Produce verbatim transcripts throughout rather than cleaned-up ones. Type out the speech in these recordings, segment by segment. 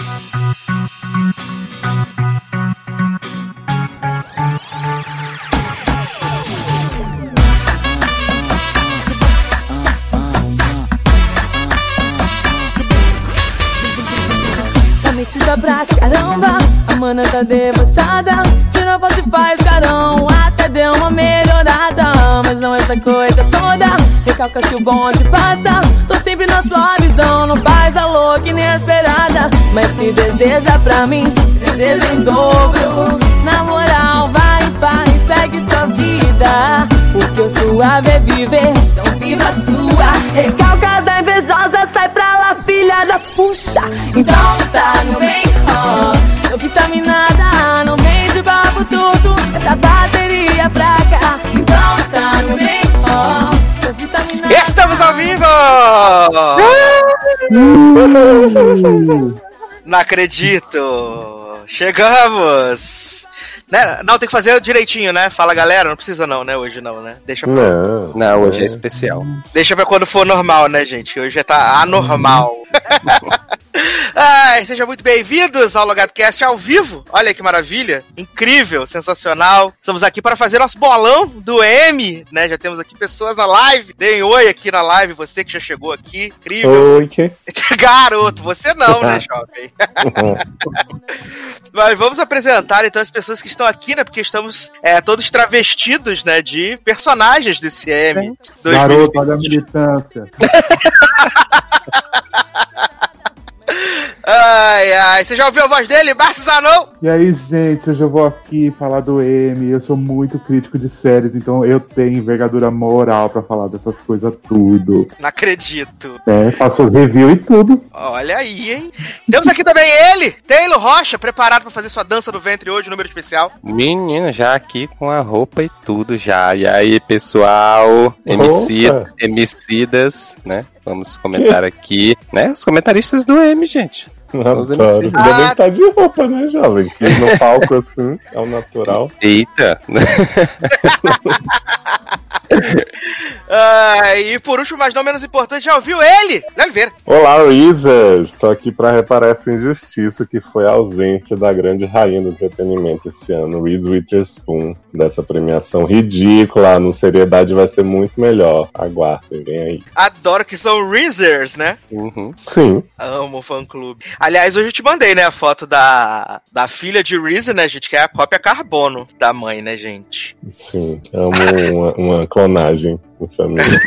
Metida pra caramba, a mana tá debochada, tira foto e faz carão, até deu uma melhorada, mas não essa coisa toda, recalca se o bonde passa, tô sempre na sua visão, não faz a louca inesperada, mas se deseja pra mim, te deseja em dobro, na moral vai em paz, segue tua vida, porque o suave é viver, então viva a sua, recalca da invejosa, sai pra lá filha da puxa, então tá no bem, ó, tô vitaminada, não vem de papo tudo, essa bateria fraca, então tá no bem, ó, tô vitaminada. Estamos ao vivo! Não acredito! Chegamos! Né? Não, tem que fazer direitinho, né? Fala, galera, não precisa não, né? Hoje não, né? Deixa pra... Não, não, hoje é especial. Deixa pra quando for normal, né, gente? Hoje já tá anormal. Ai, sejam muito bem-vindos ao LogadoCast ao vivo. Olha que maravilha, incrível, sensacional. Estamos aqui para fazer nosso bolão do M, né? Já temos aqui pessoas na live. Deem oi aqui na live, você que já chegou aqui. Incrível. Oi, que? Garoto, você não, né, jovem? Mas vamos apresentar então as pessoas que estão aqui, né? Porque estamos é, todos travestidos, né? De personagens desse M. Garoto, olha a militância. Ai, ai, você já ouviu a voz dele? Márcio Zanon? E aí, gente, hoje eu vou aqui falar do M. Eu sou muito crítico de séries, então eu tenho envergadura moral pra falar dessas coisas tudo. Não acredito. É, faço review e tudo. Olha aí, hein? Temos aqui também ele, Taylor Rocha, preparado pra fazer sua dança do ventre hoje, número especial. Menino, já aqui com a roupa e tudo já. E aí, pessoal, M C, emicidas, né? Vamos comentar aqui, né? Os comentaristas do M, gente. Não, claro. Ainda ah, bem que tá de roupa, né, jovem? Que no palco, assim, é o natural. Eita! Ah, e por último, mas não menos importante, já ouviu ele, Léo Oliveira. Olá, Wizards! Estou aqui para reparar essa injustiça que foi a ausência da grande rainha do entretenimento esse ano, Reese Witherspoon, dessa premiação ridícula. No Seriedade vai ser muito melhor. Aguardem, vem aí. Adoro que são Reezers, né? Uhum. Sim. Amo o fã-clube. Aliás, hoje eu te mandei, né, a foto da, da filha de Reese, né, gente, que é a cópia carbono da mãe, né, gente? Sim, amo uma, uma clonagem de família.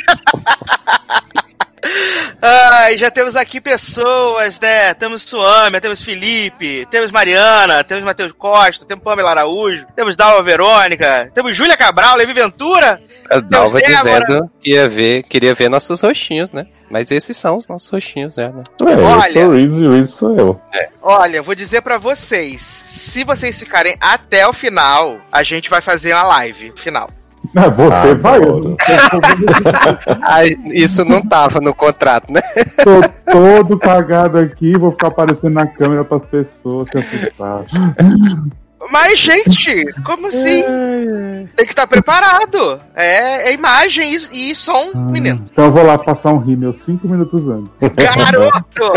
Ah, e já temos aqui pessoas, né? Temos Suâmia, temos Felipe, temos Mariana, temos Matheus Costa, temos Pamela Araújo, temos Dalva Verônica, temos Júlia Cabral, Levi Ventura. A Dalva dizendo que ia ver, queria ver nossos rostinhos, né? Mas esses são os nossos rostinhos, né? É, olha, eu sou Reese e Reese sou eu. É. Olha, vou dizer pra vocês, se vocês ficarem até o final, a gente vai fazer uma live final. Ah, você ah, vai. Ah, isso não tava no contrato, né? Tô todo cagado aqui, vou ficar aparecendo na câmera pras pessoas se assustar. Mas, gente, como assim? É, tem que estar preparado. É, é imagem e, e som, ah, menino. Então eu vou lá passar um rímel cinco minutos antes. Garoto!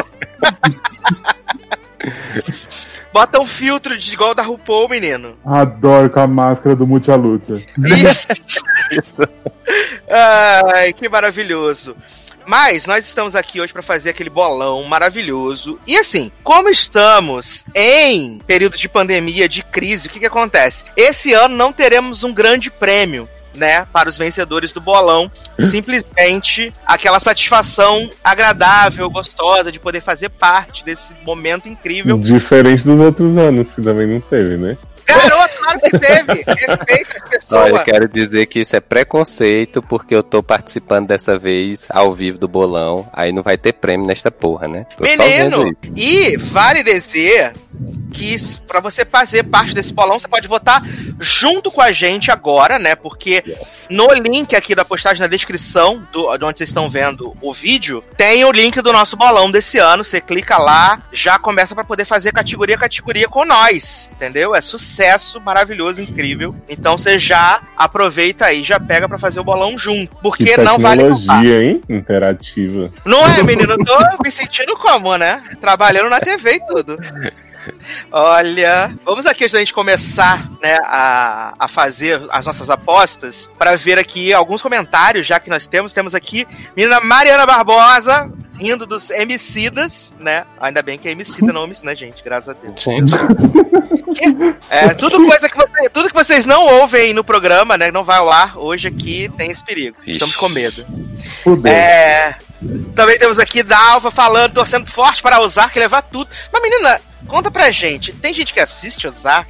Bota um filtro de igual da RuPaul, menino. Adoro com a máscara do Multialuta. Isso! Isso. Ai, que maravilhoso. Mas nós estamos aqui hoje para fazer aquele bolão maravilhoso. E assim, como estamos em período de pandemia, de crise, o que que acontece? Esse ano não teremos um grande prêmio, né, para os vencedores do bolão. Simplesmente aquela satisfação agradável, gostosa de poder fazer parte desse momento incrível. Diferente dos outros anos, que também não teve, né? Garoto, claro que teve. Respeita a pessoa. Olha, eu quero dizer que isso é preconceito, porque eu tô participando dessa vez ao vivo do bolão. Aí não vai ter prêmio nesta porra, né? Tô Menino, e vale dizer que pra você fazer parte desse bolão, você pode votar junto com a gente agora, né? Porque yes. no link aqui da postagem, na descrição do, de onde vocês estão vendo o vídeo, tem o link do nosso bolão desse ano. Você clica lá, já começa pra poder fazer categoria a categoria com nós, entendeu? É sucesso, maravilhoso, incrível. Então você já aproveita aí, já pega pra fazer o bolão junto. Porque que não vale tecnologia, hein? Interativa. Não é, menino? Eu tô me sentindo como, né? Trabalhando na T V e tudo. Olha, vamos aqui antes da gente começar, né, a, a fazer as nossas apostas, para ver aqui alguns comentários, já que nós temos. Temos aqui menina Mariana Barbosa, rindo dos Emicidas, né? Ainda bem que é Emicida, não Homicida, né, gente? Graças a Deus. Gente. É, tudo, coisa que você, tudo que vocês não ouvem no programa, né, não vai ao ar, hoje aqui tem esse perigo. Ixi. Estamos com medo. Fudeu. É... Também temos aqui Dalva falando, torcendo forte para Ozark levar tudo. Mas, menina, conta pra gente, tem gente que assiste Ozark?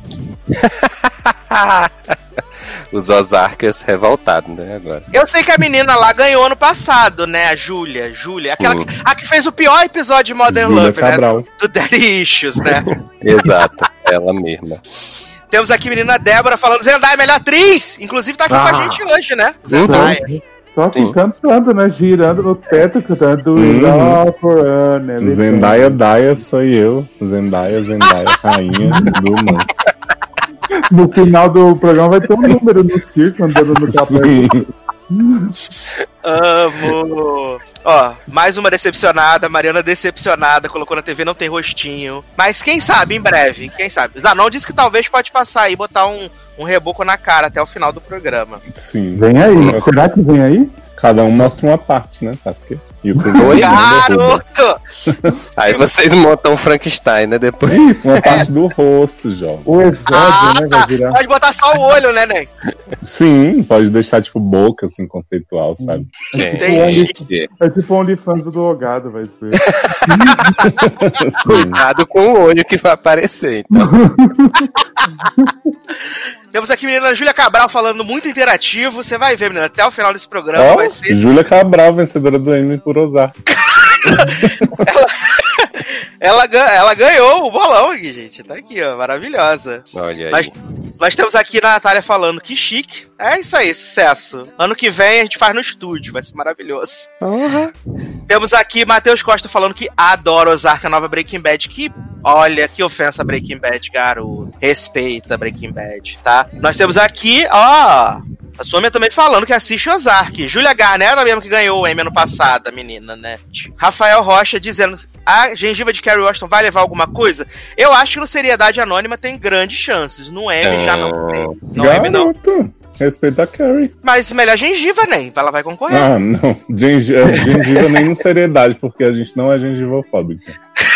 Os Ozarkers revoltados, né, agora. Eu sei que a menina lá ganhou ano passado, né, a Júlia, Júlia, aquela que, a que fez o pior episódio de Modern Júlia Love, Cabral. Né, do, do Daddy Issues, né. Exato, ela mesma. Temos aqui a menina Débora falando, Zendaya é melhor atriz, inclusive tá aqui ah. com a gente hoje, né, Zendaya. Uhum. Só aqui Sim. cantando, né? Girando no teto, cantando uhum. for né? Zendaya, Daya sou eu. Zendaya, Zendaya, rainha do mundo. No final do programa vai ter um número no circo andando no capô. Amo! Ó, mais uma decepcionada, Mariana decepcionada, colocou na T V, não tem rostinho. Mas quem sabe, em breve, quem sabe. Zanon disse que talvez pode passar aí e botar um, um reboco na cara até o final do programa. Sim. Vem aí, será que vem aí? Cada um mostra uma parte, né? Sasuke? E o Oi, garoto! Aí vocês montam um Frankenstein, né? Depois. Isso, uma parte é. do rosto, João. O exódio, ah, né? Vai virar. Pode botar só o olho, né, Nen? Sim, pode deixar, tipo, boca, assim, conceitual, sabe? Entendi. É tipo o OnlyFans do Logado, vai ser. Cuidado com o olho que vai aparecer, então. Temos aqui a menina Júlia Cabral falando muito interativo. Você vai ver, menina, até o final desse programa oh, vai ser... Júlia Cabral, vencedora do Emmy por Ozark. ela, ela, ela ganhou o bolão aqui, gente. Tá aqui, ó, maravilhosa. Olha aí. Nós, nós temos aqui a Natália falando que chique. É isso aí, sucesso. Ano que vem a gente faz no estúdio, vai ser maravilhoso. Uhum. Temos aqui Matheus Costa falando que adora Ozark, a nova Breaking Bad. Que, olha, que ofensa Breaking Bad, garoto. Respeita Breaking Bad, tá? Nós temos aqui, ó... A Sônia também falando que assiste Ozark. Júlia Garner, ela mesmo que ganhou o Emmy ano passado, a menina, né? Rafael Rocha dizendo, a gengiva de Kerry Washington vai levar alguma coisa? Eu acho que no Seriedade Anônima tem grandes chances. No Emmy já não tem. No Emmy não. Respeita a Carrie. Mas melhor gengiva, nem. Ela vai concorrer. Ah, não. Gengiva, gengiva nem no Seriedade, porque a gente não é gengivofóbica.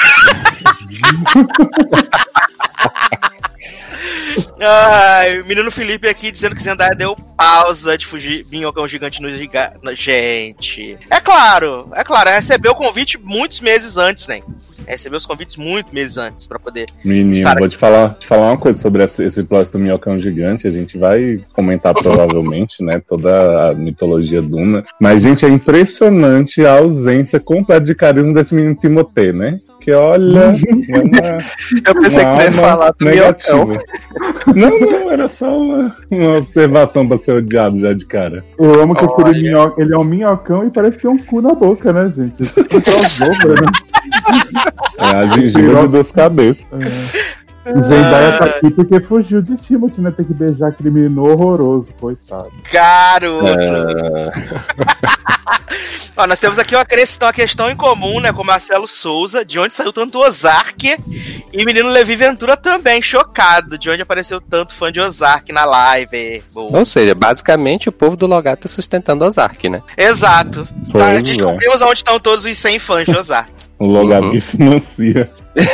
Ai, o menino Felipe aqui dizendo que Zendaya deu pausa de fugir minhocão gigante no giga... Gente, é claro, é claro, recebeu o convite muitos meses antes, né? Recebeu os convites muitos meses antes pra poder. Menino, vou te falar, te falar uma coisa sobre esse, esse plot do minhocão gigante. A gente vai comentar provavelmente, né? Toda a mitologia Duna. Mas, gente, é impressionante a ausência completa de carisma desse menino Timothée, né? Que olha. É uma, eu pensei que ia falar do minhocão. Não, não, era só uma, uma observação pra ser odiado já de cara. Eu amo que o minhoca, ele é um minhocão e parece que é um cu na boca, né, gente? Dobra, né? É a gengiva de duas cabeças. É. O Zendaya tá aqui porque fugiu de Timothy, né? Tem que beijar aquele menino horroroso, coitado. Garoto! É. Ó, nós temos aqui uma questão, uma questão em comum, né, com Marcelo Souza, de onde saiu tanto Ozark, e menino Levi Ventura também, chocado, de onde apareceu tanto fã de Ozark na live. Boa. Ou seja, basicamente o povo do Logato tá sustentando Ozark, né? Exato. Tá, a gente descobrimos onde estão todos os cem fãs de Ozark. O Logato uhum. que financia.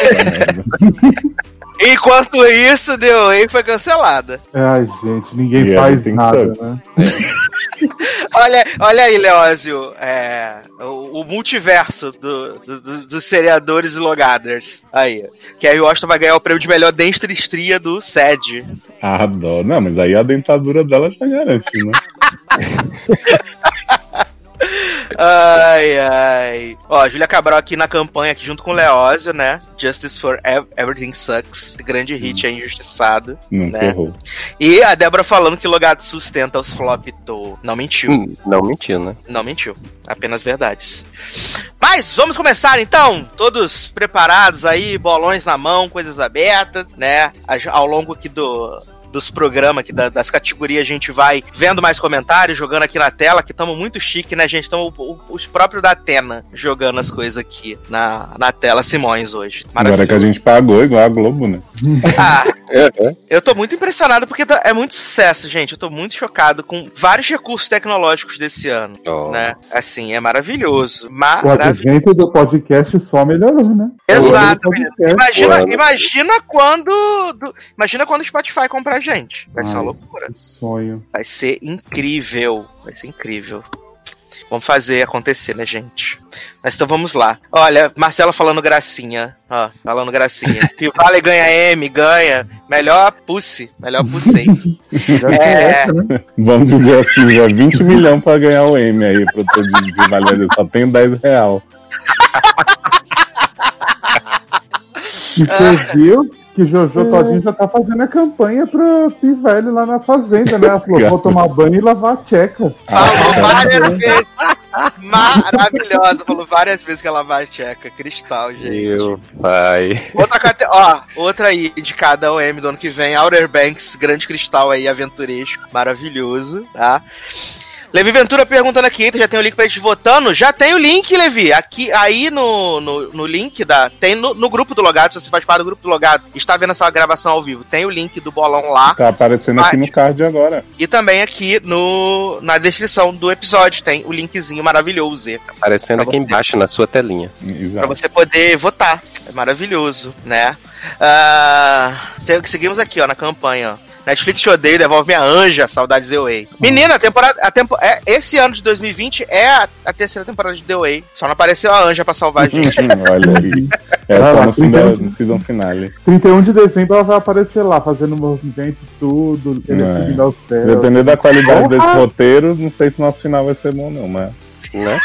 Enquanto isso, deu aí foi cancelada. Ai, gente, ninguém e faz nada, né? olha, olha aí, Leózio, é, o, o multiverso do, do, do, dos seriadores e logaders. Aí, que aí o Washington vai ganhar o prêmio de melhor dentistria do S E D. Ah, adoro. Não, mas aí a dentadura dela já garante, né? Ai, ai. Ó, a Júlia Cabral aqui na campanha, aqui junto com o Leózio, né? Justice for Ev- Everything Sucks. Grande hit aí, injustiçado. Não, né? horror. E a Débora falando que Logado sustenta os flop do... Não mentiu. Hum, não mentiu, né? Não mentiu. Apenas verdades. Mas vamos começar então. Todos preparados aí, bolões na mão, coisas abertas, né? Ao longo aqui do... dos programas aqui, da, das categorias, a gente vai vendo mais comentários, jogando aqui na tela, que estamos muito chique, né, gente? Estamos os próprios da Atena jogando as coisas aqui na, na tela. Simões hoje. Agora que a gente pagou igual a Globo, né? Ah, eu tô muito impressionado porque é muito sucesso, gente. Eu tô muito chocado com vários recursos tecnológicos desse ano, Oh. né? Assim, é maravilhoso. O Maravilhoso. advento do podcast só melhorou, né? Exato. O podcast, Imagina, Mano. imagina quando. do- imagina quando o Spotify comprar a gente. Vai ser uma Ai, loucura. que sonho. Vai ser incrível. Vai ser incrível. Vamos fazer acontecer, né, gente? Mas então vamos lá. Olha, Marcela falando gracinha. Ó, falando gracinha. Que Vale ganha M, ganha. Melhor Pussy. Melhor Pussy. Já É. tem essa, né? Vamos dizer assim, já vinte milhões pra ganhar o M aí, pra ter de de valer, só tem dez real. E você viu que Jojo Todinho já tá fazendo a campanha pro Pivelli lá na fazenda, né? Ela falou, vou tomar banho e lavar a tcheca. Falou várias vezes. Maravilhosa. Falou várias vezes que ela vai tcheca. Cristal, gente. Meu pai. Outra cate... Ó, outra aí, indicada ao M do ano que vem, Outer Banks, grande cristal aí, aventuresco, maravilhoso, tá? Levi Ventura perguntando aqui, eita, já tem o link pra gente votando? Já tem o link, Levi, aqui, aí no, no, no link da, tem no, no grupo do Logado, se você faz parte do grupo do Logado e está vendo essa gravação ao vivo, tem o link do bolão lá, Tá aparecendo aqui no card agora. e também aqui no, na descrição do episódio, tem o linkzinho maravilhoso, Aparecendo aqui embaixo na sua telinha. pra Exato. você poder votar, é maravilhoso, né? Ah, seguimos aqui, ó, na campanha, ó. Netflix te odeio, devolve minha anja, saudades de The Way. Menina, a temporada, a tempo, é, esse ano de dois mil e vinte é a, a terceira temporada de The Way. Só não apareceu a anja pra salvar a gente. Olha aí. É Ah, só lá, no fim da trinta e um. no season finale. trinta e um de dezembro ela vai aparecer lá, fazendo movimento e tudo, ele É. subindo ao Se céu. depender da qualidade Porra! desse roteiro, não sei se nosso final vai ser bom, não, mas. Né?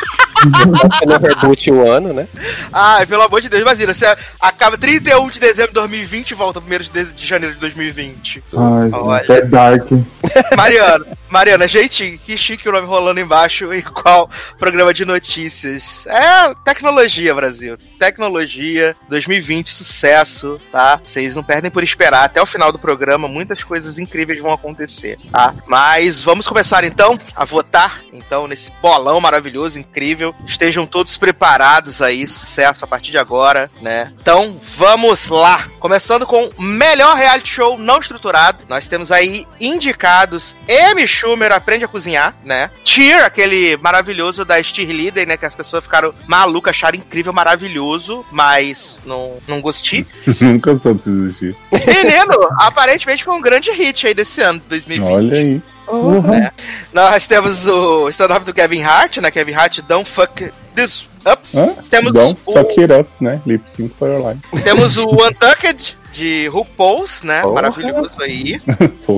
Tá no reboot um ano, né? Ai, pelo amor de Deus, imagina, você acaba trinta e um de dezembro de dois mil e vinte e volta primeiro de, de janeiro de dois mil e vinte. Ai, Olha. gente, é dark. Mariana, Mariana, gente, que chique o nome rolando embaixo, igual programa de notícias. É tecnologia, Brasil. Tecnologia, dois mil e vinte, sucesso, tá? Vocês não perdem por esperar. Até o final do programa, muitas coisas incríveis vão acontecer, tá? Mas vamos começar então a votar, então, nesse bolão maravilhoso, incrível. Estejam todos preparados aí, sucesso a partir de agora, né? Então, vamos lá. Começando com melhor reality show não estruturado. Nós temos aí indicados Amy Schumer Aprende a Cozinhar, né? Cheer, aquele maravilhoso da Cheerleader, né? Que as pessoas ficaram malucas, acharam incrível, maravilhoso, mas não, não gostei. Nunca soube se existir. Menino, aparentemente foi um grande hit aí desse ano, dois mil e vinte. Olha aí. Né? Nós temos o stand-up do Kevin Hart, né? Kevin Hart, Don't Fuck This Up. Hã? Temos Don't o- fuck it up, né? Lip sync for your life. Temos o Untucked de RuPaul's, né? Porra. Maravilhoso aí. Pô.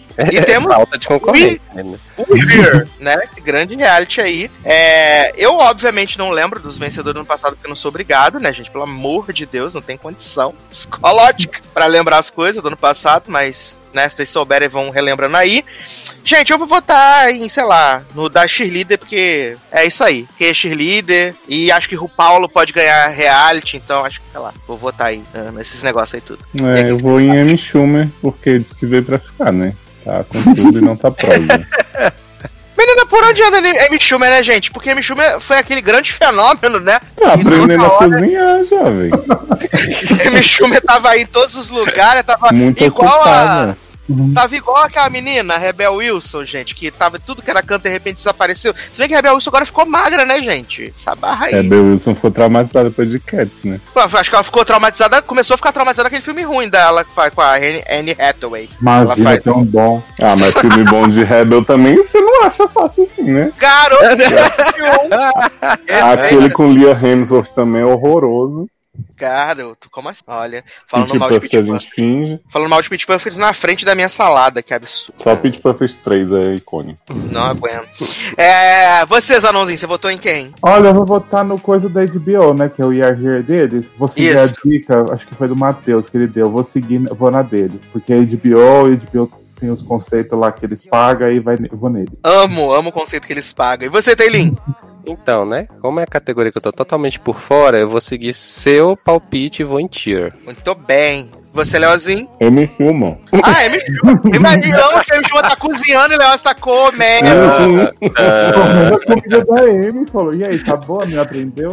E temos falta de concorrência. né? o Here, né? Esse grande reality aí. É, eu, obviamente, não lembro dos vencedores do ano passado, porque eu não sou obrigado, né, gente? Pelo amor de Deus, não tem condição psicológica pra lembrar as coisas do ano passado, mas, né, se vocês souberem, vão relembrando aí. Gente, eu vou votar em, sei lá, no da Cheerleader, porque é isso aí. Porque é Cheerleader, e acho que o Paulo pode ganhar reality, então acho que, sei lá, vou votar aí, né, nesses negócios aí tudo. É, eu vou em Amy Schumer, porque disse que veio pra ficar, né? Tá com tudo e não tá prosa. Menina, por onde anda Amy Schumer, né, gente? Porque Amy Schumer foi aquele grande fenômeno, né? Tá E aprendendo toda a hora, cozinhar, jovem. Amy Schumer tava aí em todos os lugares, tava Muito igual ocupada. a... Tava igual aquela menina, a Rebel Wilson, gente, que tava tudo que era canto de repente desapareceu. Se bem que a Rebel Wilson agora ficou magra, né, gente? Essa barra aí. É, Bel Wilson ficou traumatizada depois de Cats, né? Pô, acho que ela ficou traumatizada, começou a ficar traumatizada aquele filme ruim dela que faz com a Anne, Anne Hathaway. Ela Imagina, faz- tão bom. Ah, mas filme bom de Rebel também você não acha fácil assim, né? Garoto! Aquele com Liam Hemsworth também é horroroso. Garoto, como assim? Olha, falando Pitch mal de Perfect Pitch a Perfect. gente finge. Falando mal de Pitch Perfect na frente da minha salada, que absurdo. Só o Pitch Perfect três é icônico. Não aguento. É, vocês, Anãozinho, você votou em quem? Olha, eu vou votar no coisa da H B O, né? Que é o We Are Here deles. Vou seguir Isso. a dica, acho que foi do Matheus que ele deu. Vou seguir, vou na dele. Porque a H B O, a H B O tem os conceitos lá que eles pagam e vai, eu vou nele. Amo, amo o conceito que eles pagam. E você, Taylin? Então, né? Como é a categoria que eu tô totalmente por fora, eu vou seguir seu palpite e vou em tier. Muito bem. Você, Leozinho? Eu me filmo. Ah, é Michuma. Imaginamos que a Michuma tá cozinhando e o Leozinho tá comendo. Comendo a comida da Amy, falou, e aí, tá boa? Me aprendeu?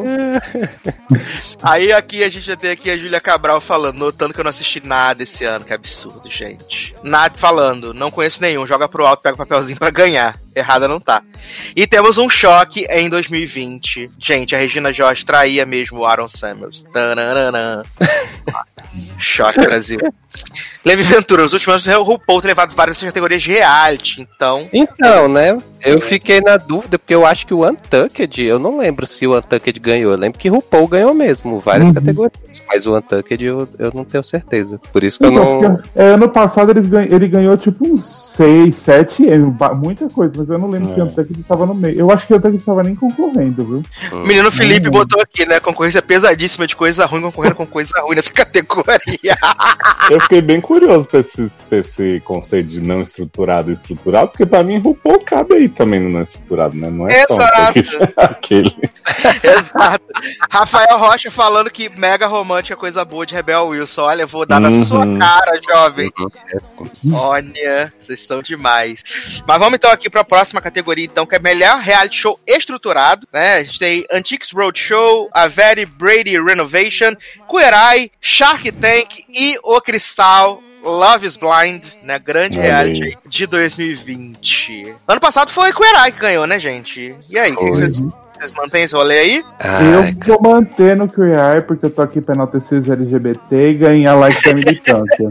Aí aqui a gente já tem aqui a Júlia Cabral falando, notando que eu não assisti nada esse ano. Que absurdo, gente. Nada falando, não conheço nenhum. Joga pro alto, pega o papelzinho pra ganhar. Errada não tá. E temos um choque em dois mil e vinte. Gente, a Regina George traía mesmo o Aaron Samuels. Tananana. Choque, Brasil. Levi Ventura, nos últimos anos o RuPaul tem levado várias categorias de reality, então... Então, né? Eu fiquei na dúvida, porque eu acho que o Untucked, eu não lembro se o Untucked ganhou. Eu lembro que RuPaul ganhou mesmo, várias Uhum. categorias. Mas o Untucked eu, eu não tenho certeza. Por isso que eu Então, não... porque, é, ano passado eles ganha, ele ganhou tipo uns seis, sete M, ba- muita coisa, mas eu não lembro É. se o Antucket estava no meio. Eu acho que o Antucket estava nem concorrendo, viu? O menino Felipe Hum. botou aqui, né? Concorrência pesadíssima de coisa ruim, concorrendo com coisa ruim nessa categoria. Eu fiquei bem curioso pra esse, pra esse conceito de não estruturado e estruturado, porque pra mim RuPaul cabe aí também no não estruturado, né? Não é só Exato. aquele. Exato. Rafael Rocha falando que mega romântica coisa boa de Rebel Wilson. Olha, vou dar na Uhum. sua cara, jovem. É assim. Olha, vocês são demais. Mas vamos então aqui para a próxima categoria, então, que é melhor reality show estruturado, né? A gente tem Antiques Roadshow, A Very Brady Renovation, Queer Eye, Shark Tank e O Cristal. Love is Blind, né? Grande Olha reality aí. de dois mil e vinte. Ano passado foi Queer Eye que ganhou, né, gente? E aí, o que que Foi. vocês, vocês mantêm esse rolê aí? Ai, eu vou manter no Queer Eye, porque eu tô aqui pra enaltecer os L G B T e ganhar like da militância.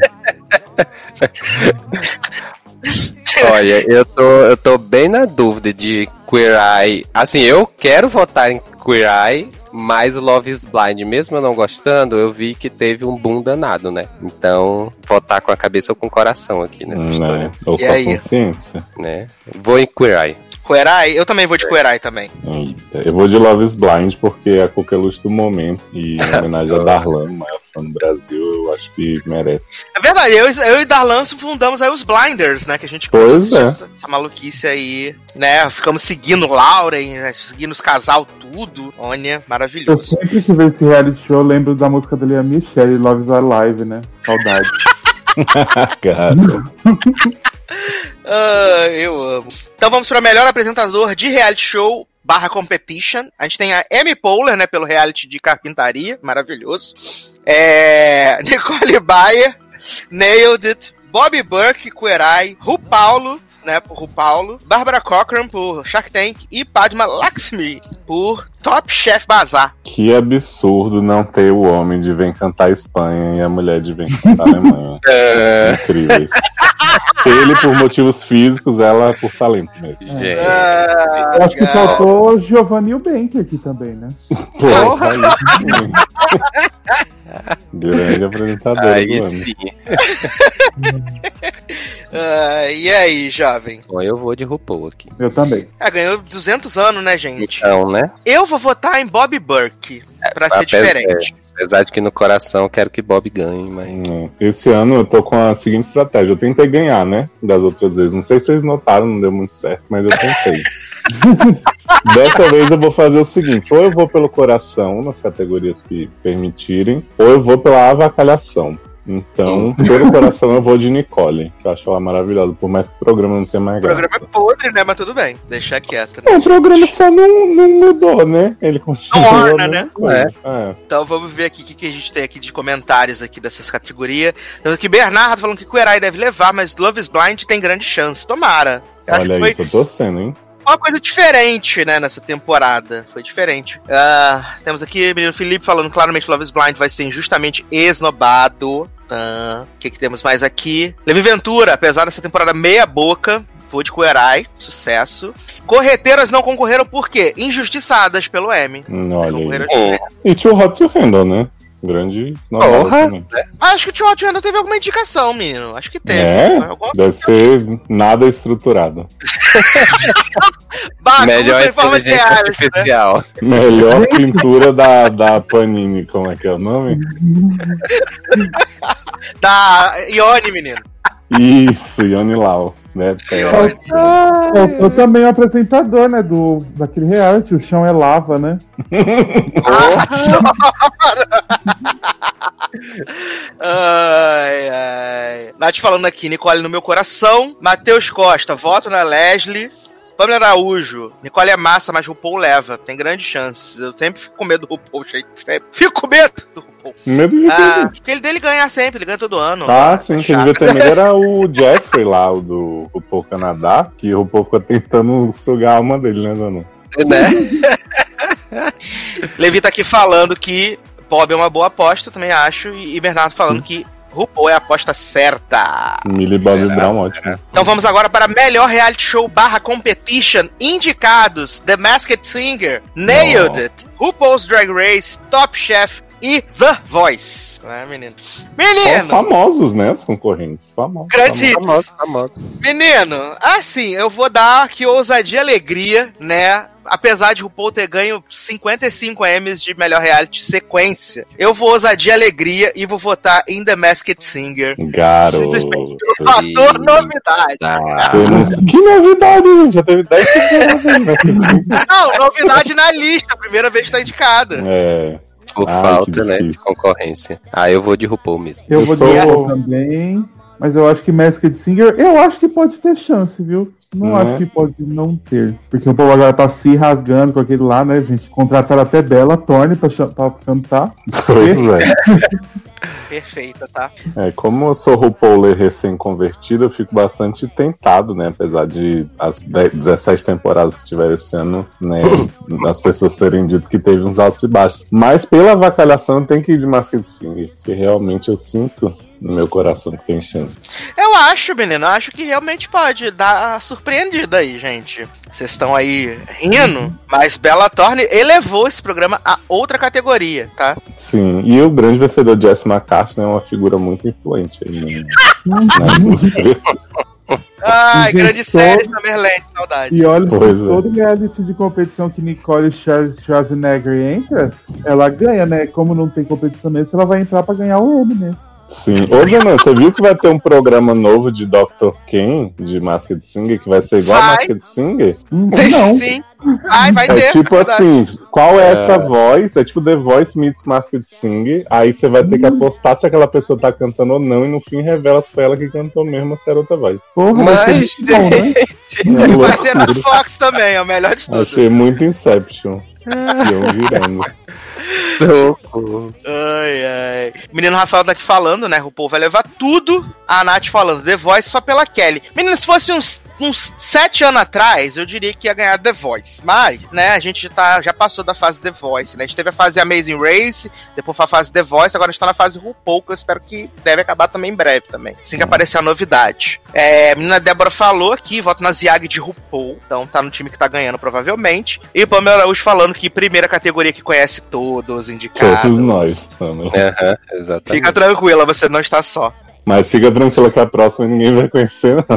olha, eu tô, eu tô bem na dúvida de Queer Eye. Assim, eu quero votar em Queer Eye, mas Love is Blind, mesmo eu não gostando, eu vi que teve um boom danado, né? Então, votar com a cabeça ou com o coração aqui nessa história, Né? Ou E com a aí? consciência. né? Vou em Queer Eye. Queer Eye? Eu também vou de Queer Eye também. Eita, eu vou de Love is Blind porque é a coqueluche do momento e em homenagem a Darlan, maior fã do Brasil, eu acho que merece. É verdade, eu, eu e Darlan fundamos aí os Blinders, né? Que a gente Pois começou é. essa, essa maluquice aí, né? Ficamos seguindo Lauren, né, seguindo os casal, tudo. Olha, Eu maravilhoso. sempre que vejo esse reality show, eu lembro da música da Lia Michele, Love is Alive, né? Saudade. Cara, Ah, eu amo. Então vamos para o melhor apresentador de reality show barra competition. A gente tem a Amy Poehler, né? Pelo reality de carpintaria, maravilhoso. É... Nicole Bayer, Nailed It, Bobby Burke, Queer Eye, RuPaulo, né, por RuPaulo, Barbara Cochran por Shark Tank e Padma Lakshmi por Top Chef Bazar. que absurdo não ter o homem de Vem Cantar Espanha e a mulher de Vem Cantar Alemanha. Incríveis. Ele por motivos físicos, ela por talento mesmo. Gente. Ah, Eu acho que legal. faltou Giovanni Eubank aqui também, né? Pô, aí sim. Grande apresentador Aí do ano. sim. Ah, e aí, jovem? Bom, eu vou de RuPaul aqui. Eu também. Ah, ganhou duzentos anos, né, gente? Então, né? Eu vou votar em Bob Burke, pra ser apesar- diferente. Apesar de que no coração eu quero que Bob ganhe, mas... Hum, Esse ano eu tô com a seguinte estratégia. Eu tentei ganhar, né? Das outras vezes. Não sei se vocês notaram, não deu muito certo, mas eu tentei. Dessa vez eu vou fazer o seguinte: ou eu vou pelo coração, nas categorias que permitirem, ou eu vou pela avacalhação. Então, pelo coração eu vou de Nicole, que eu acho ela maravilhosa, por mais que o programa não tenha mais O graça. programa é podre, né? Mas tudo bem, deixa quieto. Né? Não, o programa só não, não mudou, né? Ele continua. Não orna, a mesma né? coisa. É. Então vamos ver aqui o que, que a gente tem aqui de comentários aqui dessas categorias. Temos aqui Bernardo falando que Queer Eye deve levar, mas Love is Blind tem grande chance. Tomara. Eu acho Olha que aí, foi tô torcendo, hein? uma coisa diferente, né, nessa temporada. Foi diferente. Ah, temos aqui o menino Felipe falando claramente que Love is Blind vai ser injustamente esnobado. Tá. O que, que temos mais aqui? Levi Ventura, apesar dessa temporada meia boca, vou de Queer Eye, sucesso. Correteiras não concorreram por quê? Injustiçadas pelo Emmy. Hum, Olha Concorreram aí. de- E Too Hot to Handle, né? Grande novela também. Acho que o Timóteo ainda teve alguma indicação, menino. Acho que teve. É? Alguma... Deve ser nada estruturado. Bagunça Melhor em forma de inteligência reality, né? artificial. Melhor pintura da, da Panini, como é que é o nome? Da Ione, menino. Isso, Ione Lau. Né? Eu também o apresentador, né? Do, daquele reality, o chão é lava, né? Ai, ai. Nath falando aqui, Nicole no meu coração. Matheus Costa, voto na Leslie. Pamela Araújo, Nicole é massa, mas RuPaul leva. Tem grandes chances. Eu sempre fico com medo do RuPaul. Sempre. Fico com medo do RuPaul. Medo de ah, porque ele dele ganha sempre, ele ganha todo ano. Ah, sim, quem devia ter medo era o Jeffrey lá, o do RuPaul Canadá, que o RuPaul ficou tentando sugar a alma dele, né, Dona? Né? Levi tá aqui falando que Bob é uma boa aposta, também acho, e Bernardo falando hum. que RuPaul é a aposta certa. Millie Bobby é, Brown, ótimo. Então vamos agora para melhor reality show barra competition. Indicados: The Masked Singer, Nailed oh. It, RuPaul's Drag Race, Top Chef e The Voice. É, menino. Menino! São famosos, né? Os concorrentes. Famosos. Grandes hits. Famosos, famosos. Menino, assim, eu vou dar que ousadia e alegria, né? Apesar de RuPaul ter ganho cinquenta e cinco Emmys de melhor reality sequência, eu vou ousadia e alegria e vou votar em The Masked Singer. Garoto. Simplesmente pelo fator novidade. Ah, não... Que novidade, gente? Já teve dez temporadas. Não, novidade na lista. A primeira vez que tá indicada. É. Por Ai, falta, né, de concorrência. Ah, eu vou de RuPaul mesmo. Eu, eu vou sou... de RuPaul também, mas eu acho que Masked Singer, eu acho que pode ter chance, viu? Não, não acho é? que pode não ter. Porque o povo agora tá se rasgando com aquele lá, né, gente? Contrataram até Bella Thorne pra, pra cantar. Pois é. Perfeita, tá? É, como eu sou RuPauler recém-convertido, eu fico bastante tentado, né? Apesar de as dezessete temporadas que tiveram esse ano, né? As pessoas terem dito que teve uns altos e baixos. Mas pela avacalhação eu tenho que ir de Masked Singer, porque realmente eu sinto no meu coração que tem chance. Eu acho, menino, eu acho que realmente pode dar a surpreendida aí, gente. Vocês estão aí rindo, mas Bella Thorne elevou esse programa a outra categoria, tá? Sim, e o grande vencedor Jesse McCartney é uma figura muito influente aí na, na indústria. Ai, grande série, Summerland, saudades. E olha, pois todo é. reality de competição que Nicole Schwarzenegger entra, ela ganha, né? Como não tem competição nesse, ela vai entrar pra ganhar o Emmy nesse. Sim. Ô, Zanan, você viu que vai ter um programa novo de doutor Ken, de Masked Singer, que vai ser igual vai. a Masked Singer? Não. Sim. Ai, vai é ter. tipo assim, qual é, é essa voz? É tipo The Voice meets Masked Singer. Aí você vai ter que apostar se aquela pessoa tá cantando ou não, e no fim revela se foi ela que cantou mesmo ou se era outra voz. Porra, mas, bom, né? É vai ser na Fox também, é o melhor de tudo. Achei muito Inception. E eu virando. Socorro. Ai, ai. O menino Rafael tá aqui falando, né? O RuPaul vai levar tudo. A Nath falando, The Voice só pela Kelly. Menino, se fosse uns, uns sete anos atrás, eu diria que ia ganhar The Voice. Mas, né, a gente tá, já passou da fase The Voice, né? A gente teve a fase Amazing Race, depois foi a fase The Voice, agora a gente tá na fase RuPaul, que eu espero que deve acabar também em breve também. Assim que aparecer a novidade. É, a menina Débora falou aqui, voto na Ziag de RuPaul. Então tá no time que tá ganhando, provavelmente. E o Pamela Araújo falando que primeira categoria que conhece todos indicados. Todos nós, Pamela. Uhum, exatamente. Fica tranquila, você não está só. Mas fica tranquila que a próxima ninguém vai conhecer, não.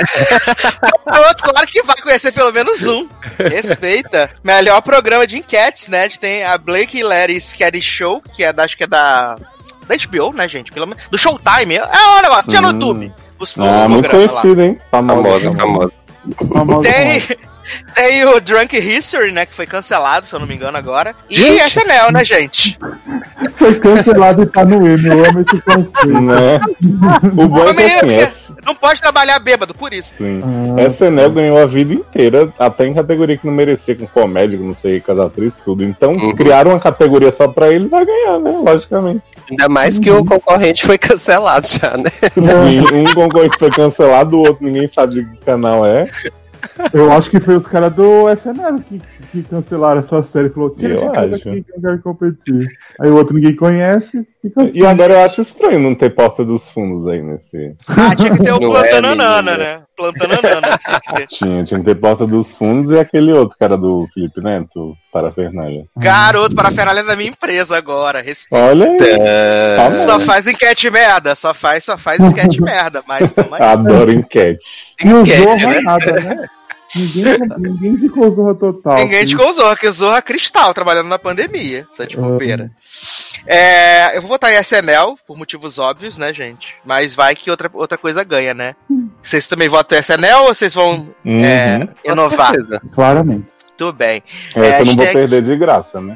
Pronto, claro que vai conhecer pelo menos um. Respeita. Melhor programa de enquetes, né? A gente tem a Blake e Larry Scary Show, que é da, acho que é da, da H B O, né, gente? Pelo menos, do Showtime. É um negócio, tinha no hum. YouTube. Os, ah, os muito conhecido, hein? Famosa, famosa. Famosa. Tem... Tem o Drunk History, né, que foi cancelado, se eu não me engano, agora. E gente. S N L, né, gente? Foi cancelado e tá no Emmy, eu amo esse conceito. Né? O bom é que assim, Porque essa... não pode trabalhar bêbado, por isso. Sim. Ah. S N L ganhou a vida inteira, até em categoria que não merecia, com comédia, com não sei, com as atrizes, tudo. Então, uhum. criaram uma categoria só pra ele, vai ganhar, né? Logicamente. Ainda mais que o concorrente foi cancelado já, né? Sim, um concorrente foi cancelado, o outro ninguém sabe de que canal é. Eu acho que foi os caras do S N L que que cancelaram essa série. Falou, tira esse Eu cara acho. daqui que eu quero competir. Aí o outro ninguém conhece, fica assim. E agora eu acho estranho não ter Porta dos Fundos aí nesse. Ah, tinha que ter o Não Plantando é, Anana, menina. né? Plantando Anana. Tinha que ter. Tinha, tinha que ter Porta dos Fundos e aquele outro cara do Felipe Neto, Parafernália. Garoto, para a ferralha da minha empresa agora. Respeita. Olha aí. É... Tá Só bom. faz enquete merda, só faz, só faz enquete merda, mas tamo aí. Adoro enquete. E o Enquete, Zorra né? nada, né? Ninguém, ninguém ficou Zorra total. Ninguém te com Zorra, que Zorra Cristal, trabalhando na pandemia, essa de bobeira. É, eu vou votar em S N L, por motivos óbvios, né, gente? Mas vai que outra, outra coisa ganha, né? Vocês também votam em S N L ou vocês vão Uhum. é, inovar? Claramente. Tudo bem. Essa É, eu não vou hashtag- perder de graça, né?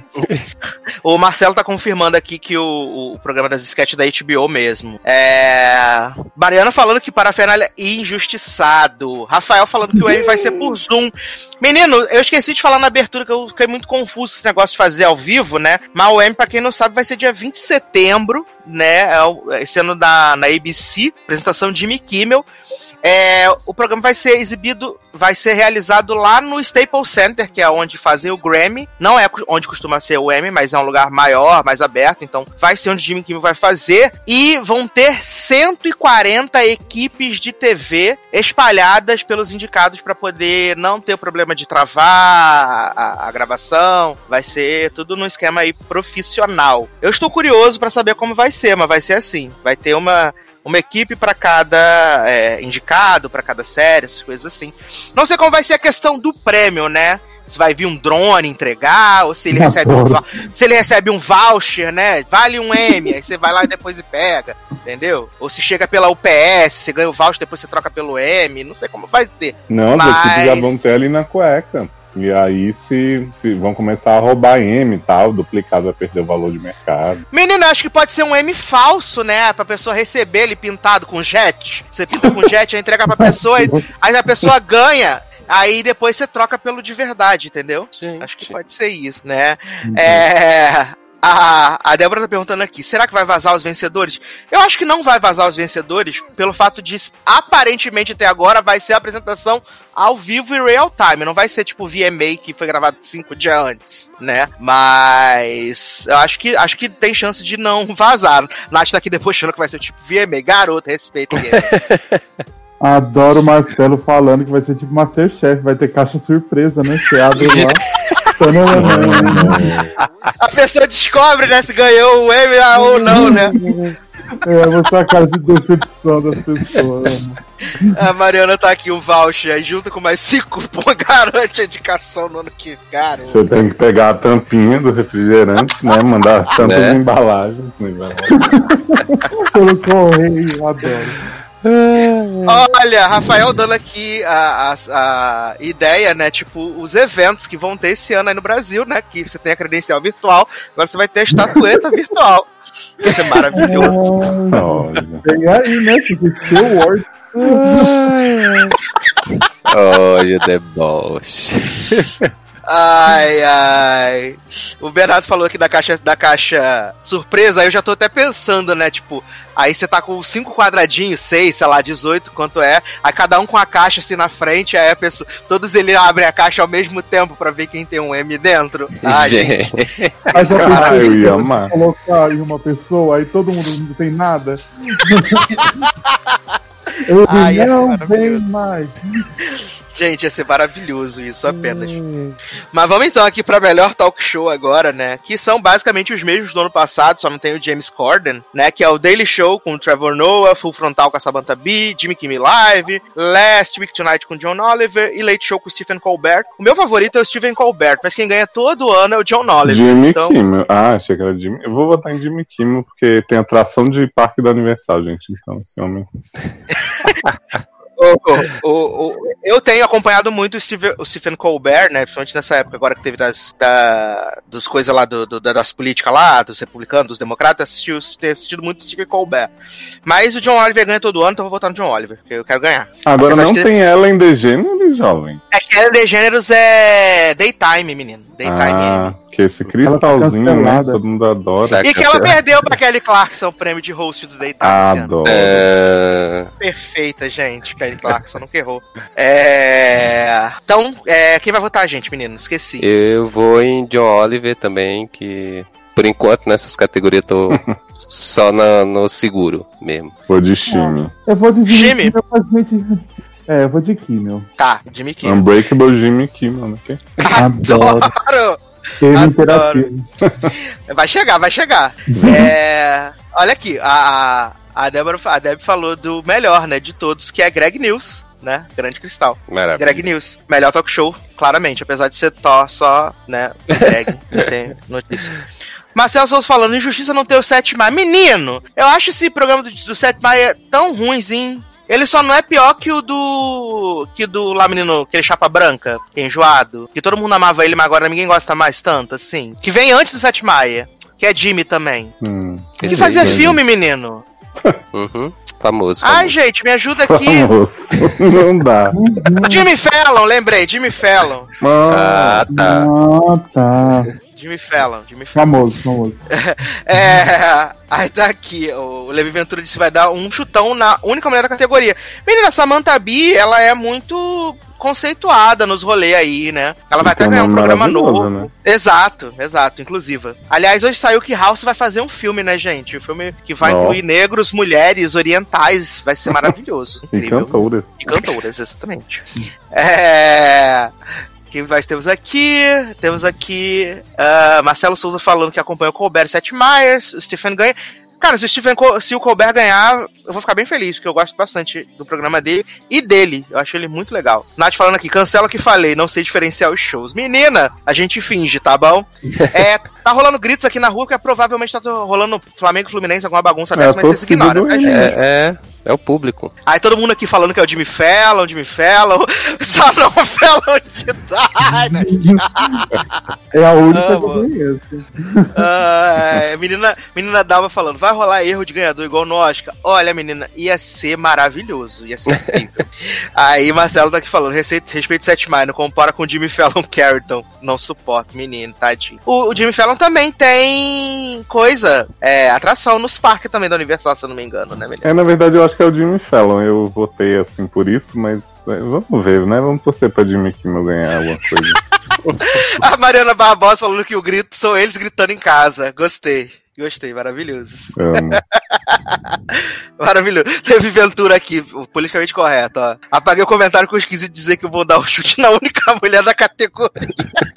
O Marcelo tá confirmando aqui que o, o programa das sketches da H B O mesmo. É... Mariana falando que Parafernália é injustiçado. Rafael falando que o M vai ser por Zoom. Menino, eu esqueci de falar na abertura que eu fiquei muito confuso esse negócio de fazer ao vivo, né? Mas o M, pra quem não sabe, vai ser dia vinte de setembro, né? É o- Esse ano na, na A B C, apresentação de Jimmy Kimmel. É, o programa vai ser exibido, vai ser realizado lá no Staples Center, que é onde fazem o Grammy. Não é onde costuma ser o Emmy, mas é um lugar maior, mais aberto. Então vai ser onde Jimmy Kimmel vai fazer. E vão ter cento e quarenta equipes de T V espalhadas pelos indicados para poder não ter o problema de travar a, a- a gravação. Vai ser tudo num esquema aí profissional. Eu estou curioso para saber como vai ser, mas vai ser assim. Vai ter uma... Uma equipe para cada é, indicado, para cada série, essas coisas assim. Não sei como vai ser a questão do prêmio, né? Se vai vir um drone entregar, ou se ele, recebe um, va- se ele recebe um voucher, né? Vale um M, aí você vai lá e depois e pega, entendeu? Ou se chega pela U P S, você ganha o voucher, depois você troca pelo M, não sei como vai ser. Não, as Mas- equipes já vão ter ali na cueca. E aí, se, se vão começar a roubar M e tal, duplicado vai perder o valor de mercado. Menino, acho que pode ser um M falso, né? Pra pessoa receber ele pintado com jet. Você pinta com jet, aí entrega pra pessoa, e- aí a pessoa ganha. Aí depois você troca pelo de verdade, entendeu? Gente. Acho que pode ser isso, né? É. A, a Débora tá perguntando aqui, será que vai vazar os vencedores? Eu acho que não vai vazar os vencedores, pelo fato de, aparentemente até agora, vai ser a apresentação ao vivo e real time. Não vai ser tipo o V M A que foi gravado cinco dias antes, né? Mas eu acho que, acho que tem chance de não vazar. Nath tá aqui debochando que vai ser tipo V M A. Garoto, respeita ele. Adoro o Marcelo falando que vai ser tipo Masterchef, vai ter caixa surpresa, né? Você abre lá. A pessoa descobre, né, se ganhou o M ou não, né? É, mostrar a cara de decepção das pessoas. A Mariana tá aqui, o voucher, aí junto com mais cinco, pô, garante a indicação no ano que vem. Você tem que pegar a tampinha do refrigerante, né? Mandar tantas Né? embalagens. Né? Pelo correio, adoro. Olha, Rafael dando aqui a, a, a ideia, né? Tipo, os eventos que vão ter esse ano aí no Brasil, né? Que você tem a credencial virtual, agora você vai ter a estatueta virtual. Isso é maravilhoso. Olha. Tem aí, né? Porque seu Word. Olha o deboche. Ai, ai. O Bernardo falou aqui da caixa, da caixa surpresa, aí eu já tô até pensando, né? Tipo, aí você tá com cinco quadradinhos, seis, sei lá, dezoito, quanto é. Aí cada um com a caixa assim na frente, aí a pessoa, todos eles abrem a caixa ao mesmo tempo pra ver quem tem um M dentro. Ai, gente. Gente. Mas eu Ah, eu ia amar. colocar em uma pessoa, aí todo mundo não tem nada. Eu Ai, ia ser não vem maravilhoso. mais. Gente, ia ser maravilhoso isso apenas. Mas vamos então aqui pra melhor talk show agora, né? Que são basicamente os mesmos do ano passado, só não tem o James Corden, né? Que é o Daily Show com o Trevor Noah, Full Frontal com a Samantha Bee, Jimmy Kimmel Live, Last Week Tonight com o John Oliver e Late Show com o Stephen Colbert. O meu favorito é o Stephen Colbert, mas quem ganha todo ano é o John Oliver. Jimmy então... Kimmel. Ah, achei que era Jimmy. Eu vou votar em Jimmy Kimmel porque tem atração de Parque da Universal, gente. Então, esse homem. O, o, o, eu tenho acompanhado muito o, Steve, o Stephen Colbert, né? Principalmente nessa época agora que teve das, da, dos coisas lá, do, do, das políticas lá, dos republicanos, dos democratas, assisti, tenho assistido muito o Stephen Colbert. Mas o John Oliver ganha todo ano, então eu vou votar no John Oliver, porque eu quero ganhar. Agora Apesar não de ter- tem Ellen DeGeneres, jovem. É que Ellen DeGeneres é Daytime, menino. Daytime Ah, M. Que esse cristalzinho, né? Todo mundo adora. E que ela perdeu pra Kelly Clarkson o prêmio de host do Daytime. Adoro. É... Perfeita, gente. Kelly Clarkson nunca errou. É... Então, é... quem vai votar, gente, menino? Esqueci. Eu vou em John Oliver também, que por enquanto nessas categorias eu tô só na, no seguro mesmo. Vou de Jimmy. Eu vou de Jimmy? Jimmy. Kimmel. É, eu vou de Kimmel. Tá, Jimmy Kimmel. Unbreakable Jimmy Kimmel, né? Okay? Adoro. Adoro! Teve Adoro. interativo. Vai chegar, vai chegar. É... Olha aqui, a, a, Débora, a Deb falou do melhor, né, de todos, que é Greg News, né? Grande Cristal. Maravilha. Greg News. Melhor talk show, claramente, apesar de ser tó, só, né, Greg, não tem notícia. Marcelo Souza falando, injustiça não ter o sete Maia. Menino, eu acho esse programa do, do sete Maia tão ruimzinho. Ele só não é pior que o do... Que o do lá, menino, aquele chapa branca, que é enjoado. Que todo mundo amava ele, mas agora ninguém gosta mais tanto, assim. Que vem antes do sete Maia. Que é Jimmy também. Hum, que fazia filme, menino. Uhum. Famoso, famoso. Ai, gente, me ajuda aqui. Famoso. Não dá. Jimmy Fallon, lembrei, Jimmy Fallon. Ah, tá. Ah, tá. Jimmy Fallon, Jimmy Fallon. Famoso, famoso. É, aí tá aqui, o Levi Ventura disse que vai dar um chutão na única mulher da categoria. Menina, Samantha Bee, ela é muito conceituada nos rolês aí, né? Ela vai até ganhar um programa novo. Né? Exato, exato, inclusiva. Aliás, hoje saiu que House vai fazer um filme, né, gente? Um filme que vai oh. incluir negros, mulheres, orientais. Vai ser maravilhoso. E cantoras. E cantoras, exatamente. É... Quem mais temos aqui? Temos aqui uh, Marcelo Souza falando que acompanha o Colbert e Seth Meyers. O Stephen ganha. Cara, se o, Stephen, se o Colbert ganhar, eu vou ficar bem feliz, porque eu gosto bastante do programa dele e dele. Eu acho ele muito legal. Nath falando aqui, cancela o que falei, não sei diferenciar os shows. Menina, a gente finge, tá bom? É, tá rolando gritos aqui na rua, porque provavelmente tá rolando Flamengo e Fluminense, alguma bagunça dessa, é, mas vocês ignoram, tá, gente? É, é, é o público. Aí todo mundo aqui falando que é o Jimmy Fallon, Jimmy Fallon, só não Fallon de Dynasty. É a única ah, que eu conheço. Uh, menina, menina Dalva falando, vai rolar erro de ganhador igual no Oscar? Olha, menina, ia ser maravilhoso, ia ser incrível. Aí Marcelo tá aqui falando, respeito, respeito Seth Meyers, não compara com o Jimmy Fallon Carrington. Não suporto, menino, tadinho. O, o Jimmy Fallon também tem coisa, é, atração nos parques também da Universal, se eu não me engano, né, menina? É, na verdade eu acho que é o Jimmy Fallon, eu votei assim por isso, mas é, vamos ver, né? Vamos torcer pra Jimmy Kimmel ganhar alguma coisa. A Mariana Barbosa falando que o grito são eles gritando em casa. Gostei. Gostei, maravilhoso. Maravilhoso. Teve Ventura aqui, politicamente correto, ó. Apaguei o comentário que eu esqueci de dizer que eu vou dar o chute na única mulher da categoria.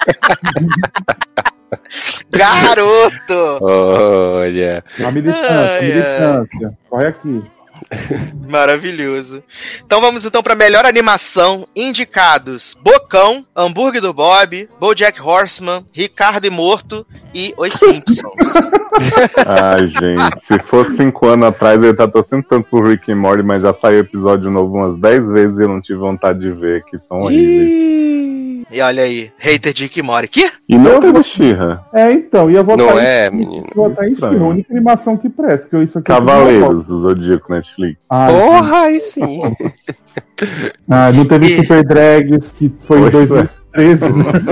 Garoto! Olha. A militância, a militância. Corre aqui. Maravilhoso. Então vamos então para melhor animação. Indicados: Bocão, Hambúrguer do Bob, BoJack Horseman, Ricardo e Morto e Os Simpsons. Ai, gente, se fosse cinco anos atrás eu ia estar torcendo tanto pro Rick e Morty, mas já saiu episódio novo umas dez vezes e eu não tive vontade de ver, que são horríveis. E olha aí, hater de Rick e Morty. Que? E não teve She-Ra. É, então, ia votar não em é, menino. votar em She-Ra, a única animação que presta, que eu isso aqui Cavaleiros do Zodíaco Netflix. Ai, porra, aí sim. Ah, não teve e... Super Drags, que foi em dois mil e treze.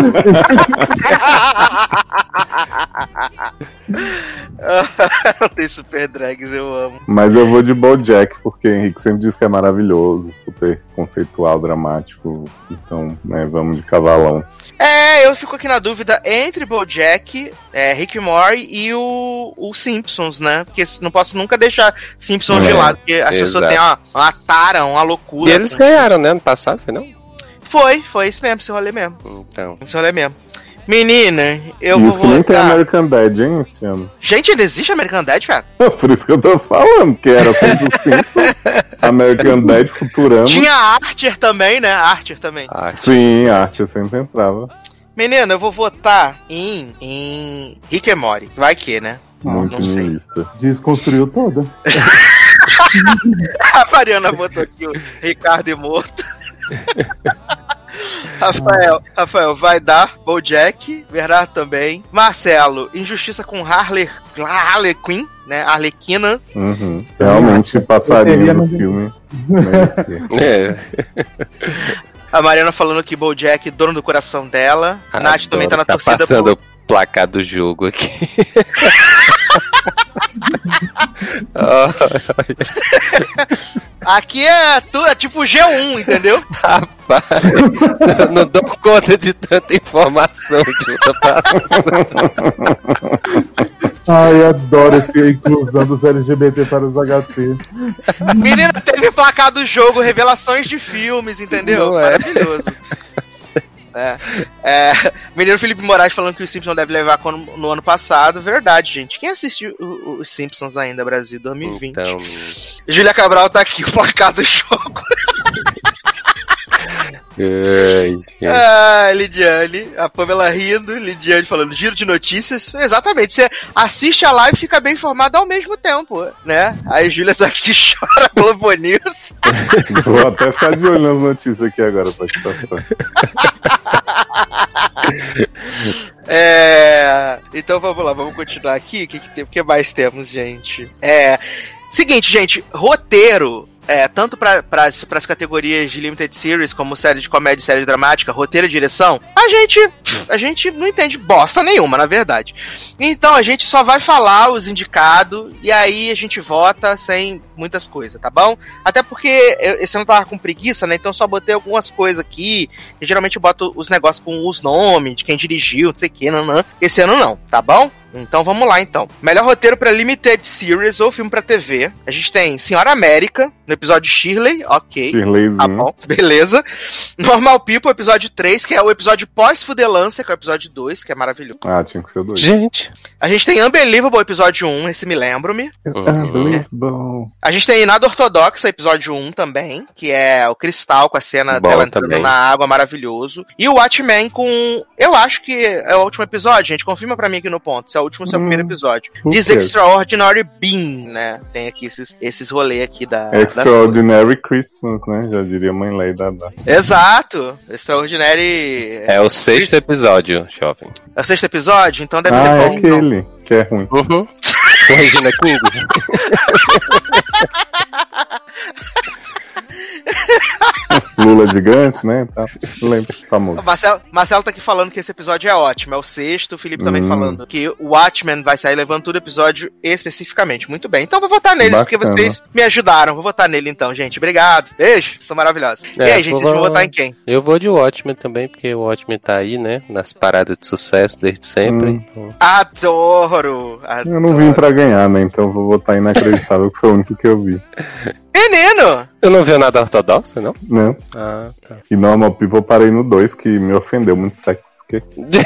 Não tem Super Drags, eu amo. Mas eu vou de BoJack, porque o Henrique sempre diz que é maravilhoso, super conceitual, dramático. Então, né, vamos de cavalão. É, eu fico aqui na dúvida entre BoJack, é, Rick and Morty e o, o Simpsons, né? Porque não posso nunca deixar Simpsons é, de lado, porque as pessoas têm uma, uma tara, uma loucura. E eles ganharam, né, ano passado, foi não? Foi, foi isso mesmo, esse rolê mesmo. Então. Esse rolê mesmo. Menina, eu isso vou que nem votar... tem American Dad, hein, esse ano. Gente, ainda existe American Dad, velho? Por isso que eu tô falando, que era sempre o Simpsons, American Dad, Futurama. Tinha Archer também, né? Archer também. Archer. Sim, Archer sempre entrava. Menina, eu vou votar em, em Rick and Morty. Vai que, né? Muito não sei. Desconstruiu toda. A Mariana botou aqui o Ricardo e Morto. Rafael, Rafael, vai dar BoJack, Bernardo também. Marcelo, Injustiça com Harley, Harley Quinn, né? Arlequina. Uhum. Realmente, passarinho no filme. É. A Mariana falando que BoJack, dono do coração dela. A Nath também tá na tá torcida passando por... placar do jogo aqui. Aqui é, tu, é tipo G um, entendeu? Rapaz, eu não dou conta de tanta informação de outra Ai, adoro essa inclusão dos L G B T para os H T. Menina, teve placar do jogo, revelações de filmes, entendeu? Não é. Maravilhoso. É. É, menino Felipe Moraes falando que os Simpsons deve levar no, no ano passado. Verdade, gente. Quem assistiu o- os Simpsons ainda, Brasil, dois mil e vinte? Então, Júlia Cabral tá aqui, o placar do jogo. ai, gente. Ah, Lidiane, a Pamela rindo, Lidiane falando giro de notícias. Exatamente, você assiste a live e fica bem informado ao mesmo tempo, né? Aí Júlia tá aqui, chora Globo News. Vou até ficar de olho nas notícias aqui agora pra situação. É, então vamos lá, vamos continuar aqui. O que, que, tem, o que mais temos, gente? É, seguinte, gente, roteiro. É, tanto para as categorias de Limited Series, como série de comédia e série dramática, roteiro e direção, a gente, a gente não entende bosta nenhuma, na verdade. Então a gente só vai falar os indicados e aí a gente vota sem muitas coisas, tá bom? Até porque eu, esse ano eu tava com preguiça, né? Então eu só botei algumas coisas aqui. E geralmente eu boto os negócios com os nomes de quem dirigiu, não sei o que, não, não. Esse ano não, tá bom? Então vamos lá, então. Melhor roteiro pra Limited Series ou filme pra T V. A gente tem Senhora América, no episódio Shirley, ok. Shirleyzinho. Tá bom, beleza. Normal People, episódio três, que é o episódio pós-Fudelância, que é o episódio dois, que é maravilhoso. Ah, tinha que ser o dois. Gente. A gente tem Unbelievable, episódio um, esse me lembro-me. Unbelievable. A gente tem Nada Ortodoxa, episódio um também, que é o Cristal com a cena Bom dela entrando também. na água, maravilhoso. E o Watchmen com... Eu acho que é o último episódio, gente, confirma pra mim aqui no ponto, se é o último ou se é o Hum, primeiro episódio. who This cares? Extraordinary Being, né? Tem aqui esses, esses rolês aqui da... das Extraordinary Christmas, né? Já diria Mãe Lei da da. coisas. Exato! Extraordinary... É o sexto episódio, jovem. É o sexto episódio? Então deve Ah, ser é bom. então. aquele que é ruim. Uhum. Com Regina King. Lula gigante, né? Tá. Lembro, famoso. O Marcelo, Marcelo tá aqui falando que esse episódio é ótimo, é o sexto. O Felipe também Hum. falando que o Watchmen vai sair levando todo o episódio especificamente. Muito bem, então vou votar neles, porque Bacana. vocês me ajudaram. Vou votar nele então, gente. Obrigado. Beijo, são maravilhosos. e É, aí, gente, vou- vocês vão votar em quem? Eu vou de Watchmen também, porque o Watchmen tá aí, né? Nas paradas de sucesso desde sempre. Hum. Então, Adoro! adoro. Eu não vim pra ganhar, né? Então vou votar Inacreditável, que foi o único que eu vi. Menino! eu não vi nada ortodoxo, não? Né? Ah, tá. E Normal People eu parei no dois, que me ofendeu muito sexo. Que...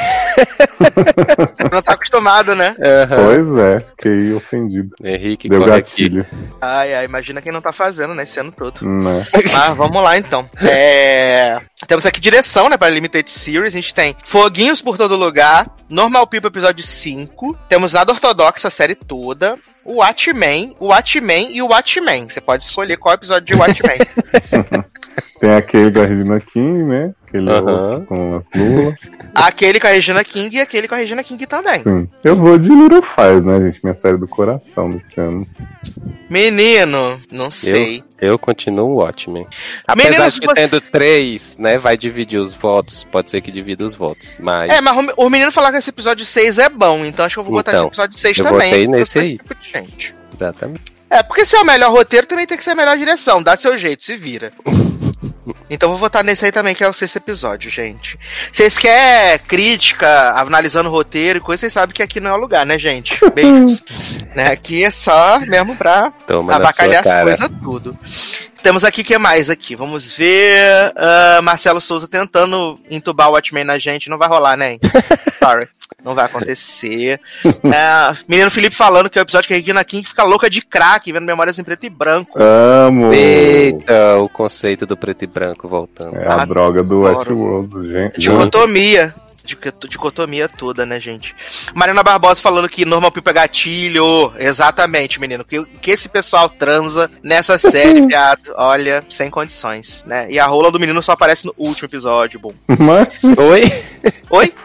Não tá acostumado, né? Aham. Pois é, fiquei ofendido. Henrique, Deu corre aqui. gatilho. Ai, ai, imagina quem não tá fazendo, né? Esse ano todo. Né? Mas vamos lá então. É... Temos aqui direção, né, para Limited Series. A gente tem Foguinhos por Todo Lugar, Normal People episódio cinco. Temos Nada Ortodoxa, a série toda. O Watchmen, o Watchmen e o Watchmen. Você pode escolher qual episódio de Watchmen. Tem aquele da Regina King, né? Aquele Aham. outro com a Lula. Aquele com a Regina King e aquele com a Regina King também. Sim. Eu vou de Little Fires, né, gente? Minha série do coração desse ano. Menino, não sei. Eu continuo o Watchmen. Apesar Menino, de se que você- tendo três, né? Vai dividir os votos. Pode ser que divida os votos. Mas. É, mas o- o menino falou que esse episódio seis é bom, então acho que eu vou botar Então, esse episódio seis eu também. botei porque eu nesse sou aí. esse tipo de gente. Exatamente. É, porque se é o melhor roteiro, também tem que ser a melhor direção. Dá seu jeito, se vira. Então vou votar nesse aí também, que é o sexto episódio, gente. Vocês querem crítica, analisando o roteiro e coisa, vocês sabem que aqui não é o lugar, né, gente? Beijos. Né, aqui é só mesmo pra Toma na abacalhar sua as cara. coisas tudo. Temos aqui o que mais aqui? Vamos ver. ah, Marcelo Souza tentando entubar o Watchmen na gente. Não vai rolar, né? Sorry. Não vai acontecer. Ah, menino Felipe falando que é o episódio que a Regina King fica louca de crack, vendo Memórias em Preto e Branco. Amo! Eita, o conceito do preto e branco voltando. É a Adoro. droga do Westworld, gente. Dicotomia. Dic- Dicotomia toda, né, gente? Mariana Barbosa falando que Normal People é gatilho. Exatamente, menino. Que, que esse pessoal transa nessa série, viado. Olha, sem condições, né? E a rola do menino só aparece no último episódio, bom. Mas Oi? Oi?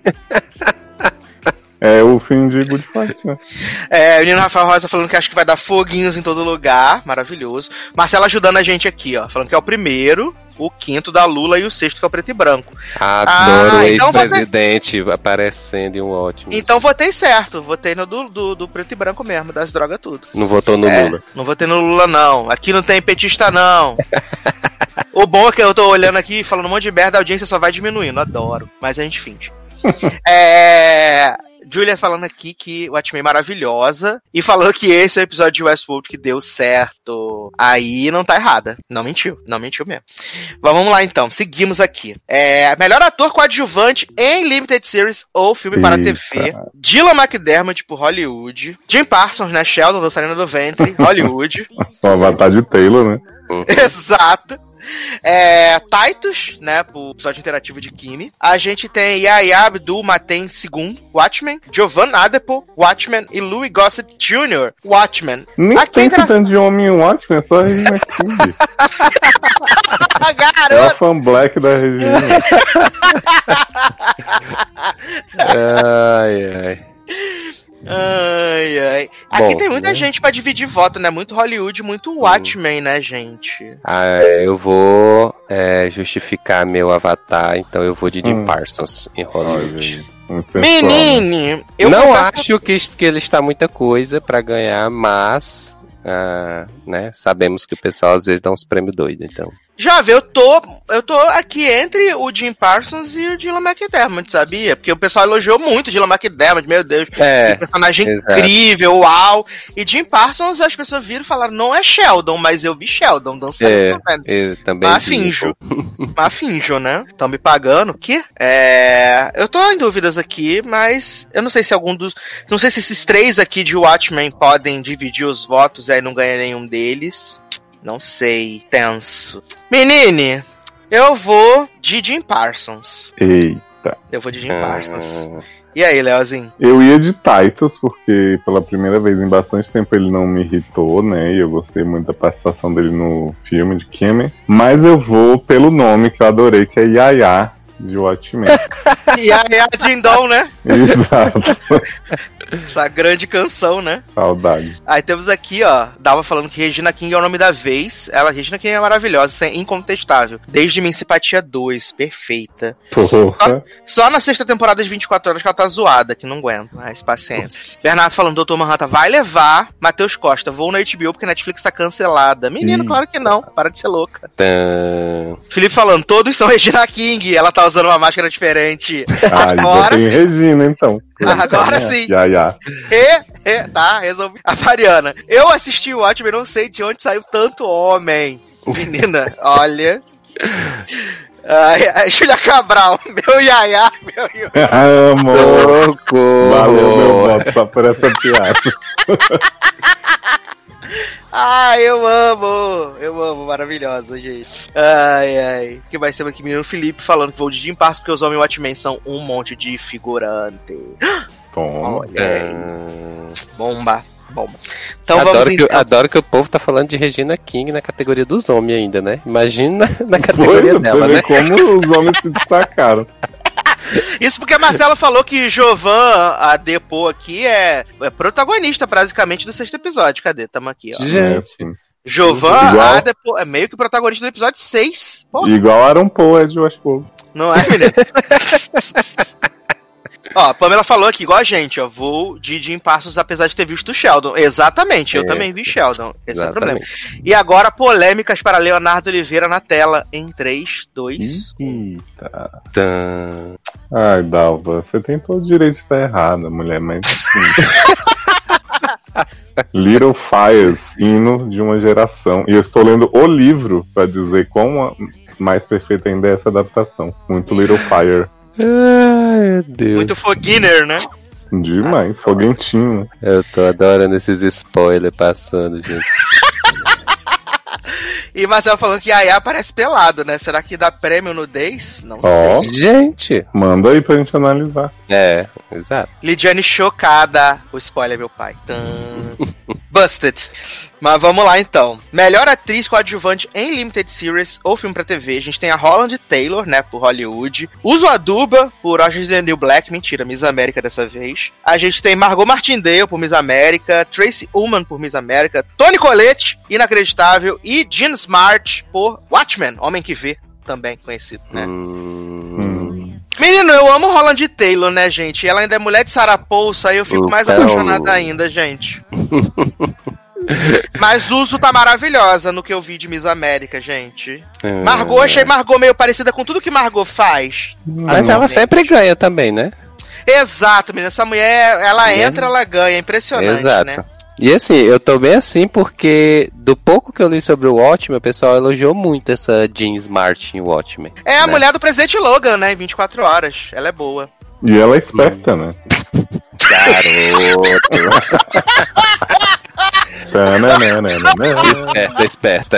é o fim de Good Fight, né? É, o menino Rafael Rosa falando que acha que vai dar foguinhos em todo lugar. Maravilhoso. Marcela ajudando a gente aqui, ó. Falando que é o primeiro. o quinto da Lula e o sexto que é o preto e branco. Adoro ah, o então ex-presidente votei... aparecendo em um ótimo. Então votei certo, votei no do, do, do preto e branco mesmo, das drogas tudo. Não votou no é, Lula? Não votei no Lula, não. Aqui não tem petista, não. O bom é que eu tô olhando aqui, falando um monte de merda, a audiência só vai diminuindo, adoro. Mas a gente finge. é... Julia falando aqui que o Watchmen é maravilhosa e falando que esse é o episódio de Westworld que deu certo. Aí não tá errada. Não mentiu. Não mentiu mesmo. Vamos lá então. Seguimos aqui. É, melhor ator coadjuvante em Limited Series ou filme para T V. Dylan McDermott por Hollywood. Jim Parsons, né? Sheldon, dançarina do ventre. Hollywood. O avatar de Taylor, né? Exato. É, Titus, né, pro episódio interativo de Kimi. A gente tem Yahya Abdul-Mateen segundo, Watchmen. Jovan Adepo, Watchmen. E Louis Gossett Júnior, Watchmen. Nem Aqui tem é engra... tanto de homem em Watchmen, é só a Regina King. É a fan black da Regina. Ai, ai. Ai, ai. Aqui Bom, tem muita né? gente pra dividir voto, né? Muito Hollywood, muito Watchmen, né, gente? Ah, eu vou é, justificar meu avatar, então eu vou de Jim Hum. Parsons em Hollywood. Menine, eu não confesso acho que, que ele está muita coisa pra ganhar, mas ah, né, sabemos que o pessoal às vezes dá uns prêmios doidos, então. Já vê, eu tô, eu tô aqui entre o Jim Parsons e o Dylan McDermott, sabia? Porque o pessoal elogiou muito o Dylan McDermott, meu Deus. É, que personagem exato. incrível, uau. E Jim Parsons, as pessoas viram e falaram, não é Sheldon, mas eu vi Sheldon dançando. É, eu também Mas vi. finjo. Mas finjo, né? Estão me pagando. O quê? É... Eu tô em dúvidas aqui, mas eu não sei se algum dos... Não sei se esses três aqui de Watchmen podem dividir os votos e aí não ganha nenhum deles. Não sei. Tenso. Menine, eu vou de Jim Parsons. Eita. Eu vou de Jim Parsons. Ah, E aí, Leozinho? Eu ia de Titus, porque pela primeira vez em bastante tempo ele não me irritou, né? E eu gostei muito da participação dele no filme de Kimi. Mas eu vou pelo nome que eu adorei, que é Yahya, de Watchmen. E aí, a Dindon, né? Exato. Essa grande canção, né? Saudade. Aí temos aqui, ó, Dalva falando que Regina King é o nome da vez. Ela, Regina King é maravilhosa, isso é incontestável. Desde Minha Simpatia dois, perfeita. Porra. Só na sexta temporada de vinte e quatro horas que ela tá zoada, que não aguenta. Mas paciência. Bernardo falando, doutor Manhattan vai levar. Matheus Costa, vou no H B O porque a Netflix tá cancelada. Menino, Ih. claro que não. Para de ser louca. tã. Felipe falando, todos são Regina King. Ela tá usando uma máscara diferente. Ai, Agora botei em sim. Regina, então. Agora sim. Yahya. E, e, tá, resolvi. A Mariana, eu assisti o Watchmen, não sei de onde saiu tanto homem. Menina, olha. Ai, ai, Júlia Cabral, meu Yaya, meu Yaya. Amo. Socorro. Valeu meu voto só por essa piada. Ai, eu amo, eu amo, maravilhosa, gente. Ai, ai. O que vai ser aqui, menino Felipe falando que vou de Jim Parsons porque os homens Watchmen são um monte de figurante. Toma. Olha aí. Tã. Bomba, bomba. Então adoro, vamos que, então. adoro que o povo tá falando de Regina King na categoria dos homens ainda, né? Imagina na categoria Foi, dela, você vê né? como os homens se destacaram. Isso porque a Marcela falou que Jovan, a Depo aqui, é, é protagonista, basicamente, do sexto episódio. Cadê? Tamo aqui, ó. Gente. É, assim. Jovan, Igual- a Depo, é meio que protagonista do episódio seis. Porra, Igual Aaron Paul é de Westworld. não é, menino? Ó, a Pamela falou aqui, igual a gente, ó. Vou de Jim Parsons, apesar de ter visto o Sheldon. Exatamente, eu É. também vi Sheldon. Esse é o problema. Exatamente. E agora, polêmicas para Leonardo Oliveira na tela. Em três, dois, um. Eita. Tã. Ai, Dalva, você tem todo o direito de estar errada, mulher, mas sim. Little Fires, hino de uma geração. E eu estou lendo o livro para dizer quão mais perfeita ainda é essa adaptação. Muito Little Fire. Ai, meu Deus. Muito foguiner, né? Demais, foguentinho. Eu tô adorando esses spoilers passando, gente. E Marcelo falando que Yaya parece pelado, né? Será que dá prêmio nudez? Não Ó. sei. Gente. Manda aí pra gente analisar. É, exato. Lidiane chocada. O spoiler, meu pai. Tan. Busted. Mas vamos lá, então. Melhor atriz coadjuvante em Limited Series ou filme pra T V. A gente tem a Holland Taylor, né, por Hollywood. Uso Aduba, por Orange is the New Black. Mentira, Miss América dessa vez. A gente tem Margot Martindale, por Miss América. Tracy Ullman, por Miss América. Toni Collette, inacreditável. E Jean Smart, por Watchmen, Homem que Vê. também conhecido, né? Hum... Menino, eu amo Holland Taylor, né, gente? Ela ainda é mulher de Sarah Paulson, aí eu fico então... mais apaixonada ainda, gente. Mas Uso tá maravilhosa no que eu vi de Miss América, gente. Hum... Margot, achei Margot meio parecida com tudo que Margot faz. Mas ela sempre ganha também, né? Exato, menina. Essa mulher, ela é. entra, ela ganha. Impressionante, Exato. né? E assim, eu tô bem assim porque do pouco que eu li sobre o Watchmen, o pessoal elogiou muito essa Jean Smart em Watchmen. É a né? mulher do presidente Logan, né? Em vinte e quatro horas. Ela é boa. E ela é esperta, hum. né? Garoto. Esperta, esperta.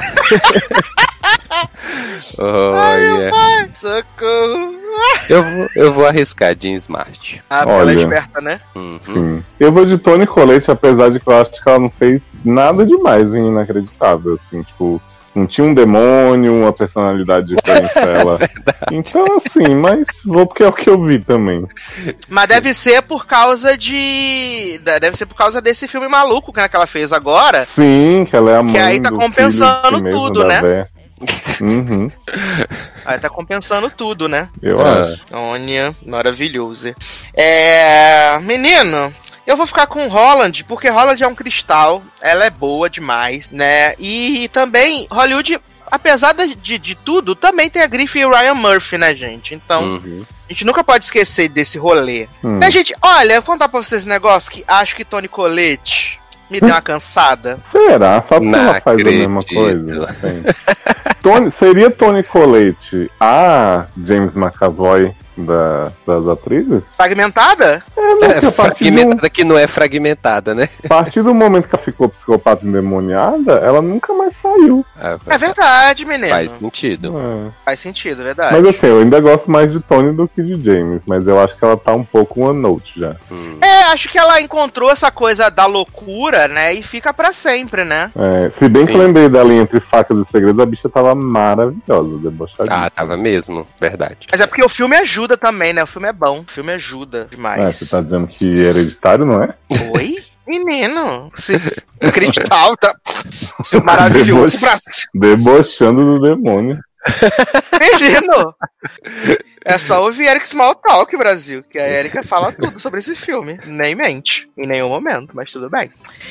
Oh, Ai, yeah. pai, socorro. Eu vou, eu vou arriscar Jean Smart. Ah, porque ela é esperta, né? Uhum. Sim. Eu vou de Toni Collette, apesar de que eu acho que ela não fez nada demais em Inacreditável, assim, tipo, não tinha um demônio, uma personalidade diferente dela. Então, assim, mas vou porque é o que eu vi também. Mas deve ser por causa de... Deve ser por causa desse filme maluco que ela fez agora. Sim, que ela é a mãe. Que aí tá do compensando filho tudo, né? Vé. Uhum. Aí tá compensando tudo, né? Eu acho. Olha, maravilhoso. É... Menino... Eu vou ficar com Holland, porque Holland é um cristal, ela é boa demais, né? E, e também, Hollywood, apesar de, de tudo, também tem a grife e o Ryan Murphy, né, gente? Então, uhum. a gente nunca pode esquecer desse rolê. Hum. Né, gente? Olha, vou contar pra vocês um negócio que acho que Toni Collette me deu uma cansada. Será? Só porque ela faz acredito. a mesma coisa? Assim. Tony, seria Toni Collette a James McAvoy da, das atrizes? Fragmentada? É, não, é fragmentada um... que não é fragmentada, né? A partir do momento que ela ficou psicopata endemoniada, ela nunca mais saiu. É, é verdade, menino. Faz sentido. É. Faz sentido, verdade. Mas assim, eu ainda gosto mais de Toni do que de James, mas eu acho que ela tá um pouco one note já. Hum. É, acho que ela encontrou essa coisa da loucura, né? E fica pra sempre, né? É, se bem Sim. que lembrei dela Entre Facas e Segredos, a bicha tava maravilhosa, debochadíssima. Ah, tava mesmo, verdade. Mas é porque o filme ajuda também, né? O filme é bom, o filme ajuda demais. É, você tá dizendo que Hereditário, não é? Oi? Menino, inacreditável, tá? Maravilhoso. Deboch... Debochando do demônio. Menino, é só ouvir Eric Small Talk, Brasil, que a Erika fala tudo sobre esse filme. Nem mente, em nenhum momento, mas tudo bem.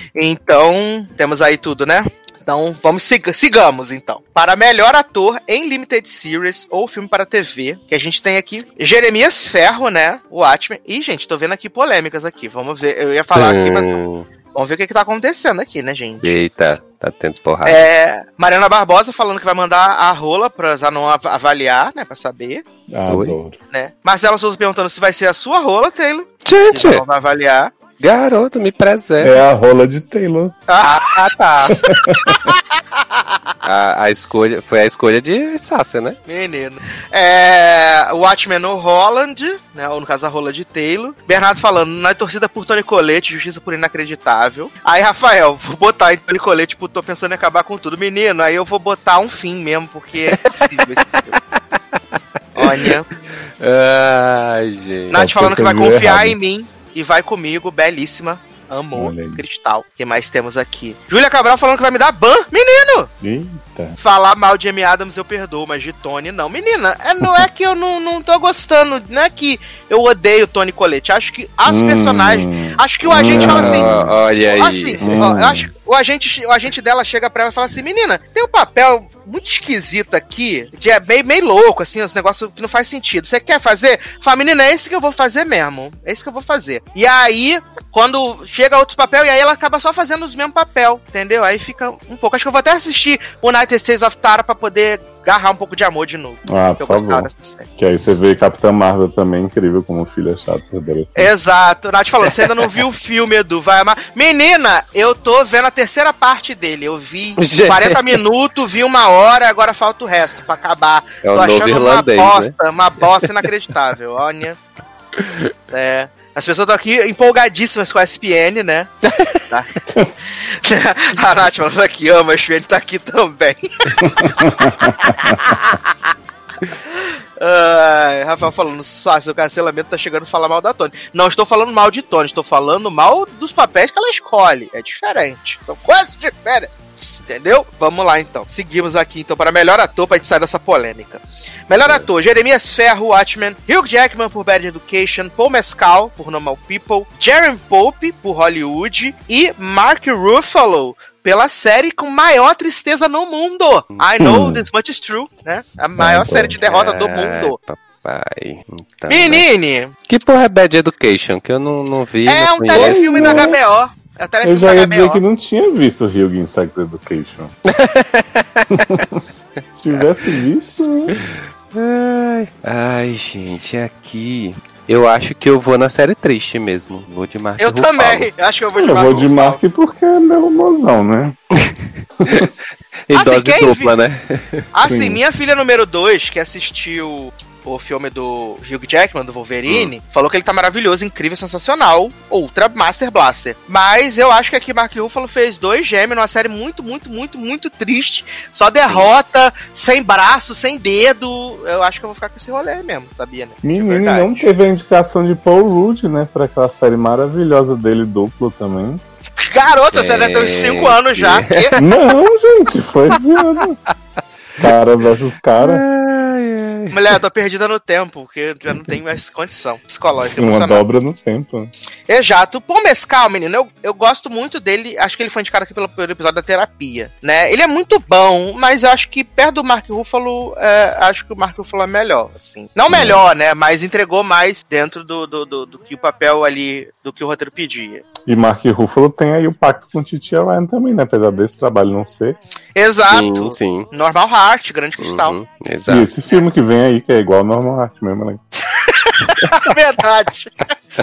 Então, temos aí tudo, né? Então, vamos sig- sigamos, então. Para melhor ator em Limited Series ou filme para T V, que a gente tem aqui Jeremias Ferro, né? O Watchmen. Ih, gente, tô vendo aqui polêmicas aqui. Vamos ver. Eu ia falar hum. aqui, mas... Vamos ver o que, que tá acontecendo aqui, né, gente? Eita, tá tendo porrada. É, Mariana Barbosa falando que vai mandar a rola pra Zanon av- avaliar, né, pra saber. Ah, adoro. Né? Marcela Souza perguntando se vai ser a sua rola, Taylor. Gente! Zanon vai avaliar. Garoto, me preserva. É a rola de Taylor. Ah, tá. a, a escolha, foi a escolha de Sácia, né? Menino. É, o Watchmen no Holland, né? Ou no caso a rola de Taylor. Bernardo falando, na torcida por Toni Collette, justiça por inacreditável. Aí, Rafael, vou botar em Toni Collette, tipo, tô pensando em acabar com tudo. Menino, aí eu vou botar um fim mesmo, porque é possível esse filme. Olha. Ai, gente. Nath falando que vai confiar em mim. E vai comigo, belíssima. Amor, cristal. O que mais temos aqui? Júlia Cabral falando que vai me dar ban. Menino! Eita. Falar mal de Amy Adams eu perdoo, mas de Toni não. Menina, é, não é que eu não, não tô gostando. Não é que eu odeio Toni Collette. Acho que as hum. personagens... Acho que o agente hum. fala assim... Olha aí. Assim, hum. ó, eu acho que o agente, o agente dela chega pra ela e fala assim, menina, tem um papel muito esquisito aqui, de é meio, meio louco, assim, os negócios que não faz sentido. Você quer fazer? Fala, menina, é esse que eu vou fazer mesmo. É esse que eu vou fazer. E aí, quando chega outro papel, e aí ela acaba só fazendo os mesmos papel, entendeu? Aí fica um pouco... Acho que eu vou até assistir o United States of Tara pra poder agarrar um pouco de amor de novo. Ah, por favor. Que aí você vê Capitã Marvel também, incrível como filha chata. Exato. Nath falou, você ainda não viu o filme, Edu, vai amar. Menina, eu tô vendo a terceira parte dele. Eu vi quarenta minutos, vi uma hora, agora falta o resto pra acabar. É tô achando uma irlandês, bosta, né? uma bosta inacreditável. Olha. É... As pessoas estão aqui empolgadíssimas com a S P N, né? Tá. A Nath falando que ama a S P N, tá aqui também. Uh, Rafael falando, ah, seu cancelamento tá chegando a falar mal da Toni. Não estou falando mal de Toni, estou falando mal dos papéis que ela escolhe. É diferente. São coisas diferentes. Entendeu? Vamos lá então. Seguimos aqui então para melhor ator, pra gente sair dessa polêmica. Melhor ator: Jeremias Ferro, Watchmen, Hugh Jackman por Bad Education, Paul Mescal por Normal People, Jeremy Pope por Hollywood e Mark Ruffalo pela série com maior tristeza no mundo. I Know This Much Is True, né? A maior Não, série de derrota do é, mundo. Papai. Então, Menine! né? Que porra é Bad Education? Que eu não, não vi. É não um conheço. telefilme da H B O. É um telefilme Eu já da ia H B O. dizer que não tinha visto o Hugh em Sex Education. Se tivesse visto, né? Ai, ai, gente, aqui. Eu acho que eu vou na série triste mesmo. Vou de Mark Eu Ruffalo. também. Eu acho que eu vou de Eu Mark vou de Ruffalo. Mark porque é meu mozão, né? E Assim, dose quem dupla, vi- né? Assim, Sim. minha filha número dois, que assistiu o filme do Hugh Jackman, do Wolverine, falou que ele tá maravilhoso, incrível, sensacional. Ultra Master Blaster. Mas eu acho que aqui Mark Ruffalo fez dois gêmeos numa série muito, muito, muito, muito triste. Só derrota, sem braço, sem dedo. Eu acho que eu vou ficar com esse rolê mesmo, sabia, né? De Menino, verdade. não teve a indicação de Paul Rudd, né? Pra aquela série maravilhosa dele, duplo também. Garota, você deve ter uns cinco anos já. Que- Não, gente, foi esse ano. Cara versus cara. Mulher, eu tô perdida no tempo, porque eu já não tenho mais condição psicológica. Sim, uma emocional. dobra no tempo. Exato. O Paul Mescal, menino, eu, eu gosto muito dele. Acho que ele foi indicado aqui pelo, pelo episódio da terapia, né? Ele é muito bom, mas eu acho que perto do Mark Ruffalo, é, acho que o Mark Ruffalo é melhor, assim. Não melhor, né? Mas entregou mais dentro do, do, do, do que o papel ali, do que o roteiro pedia. E Mark Ruffalo tem aí o pacto com Titi Ryan também, né? Apesar desse trabalho não ser. Exato. Sim, sim. Normal Heart, Grande Cristal. Uhum, E exato. esse filme que vem aí, que é igual ao Normal Art mesmo, né? Verdade.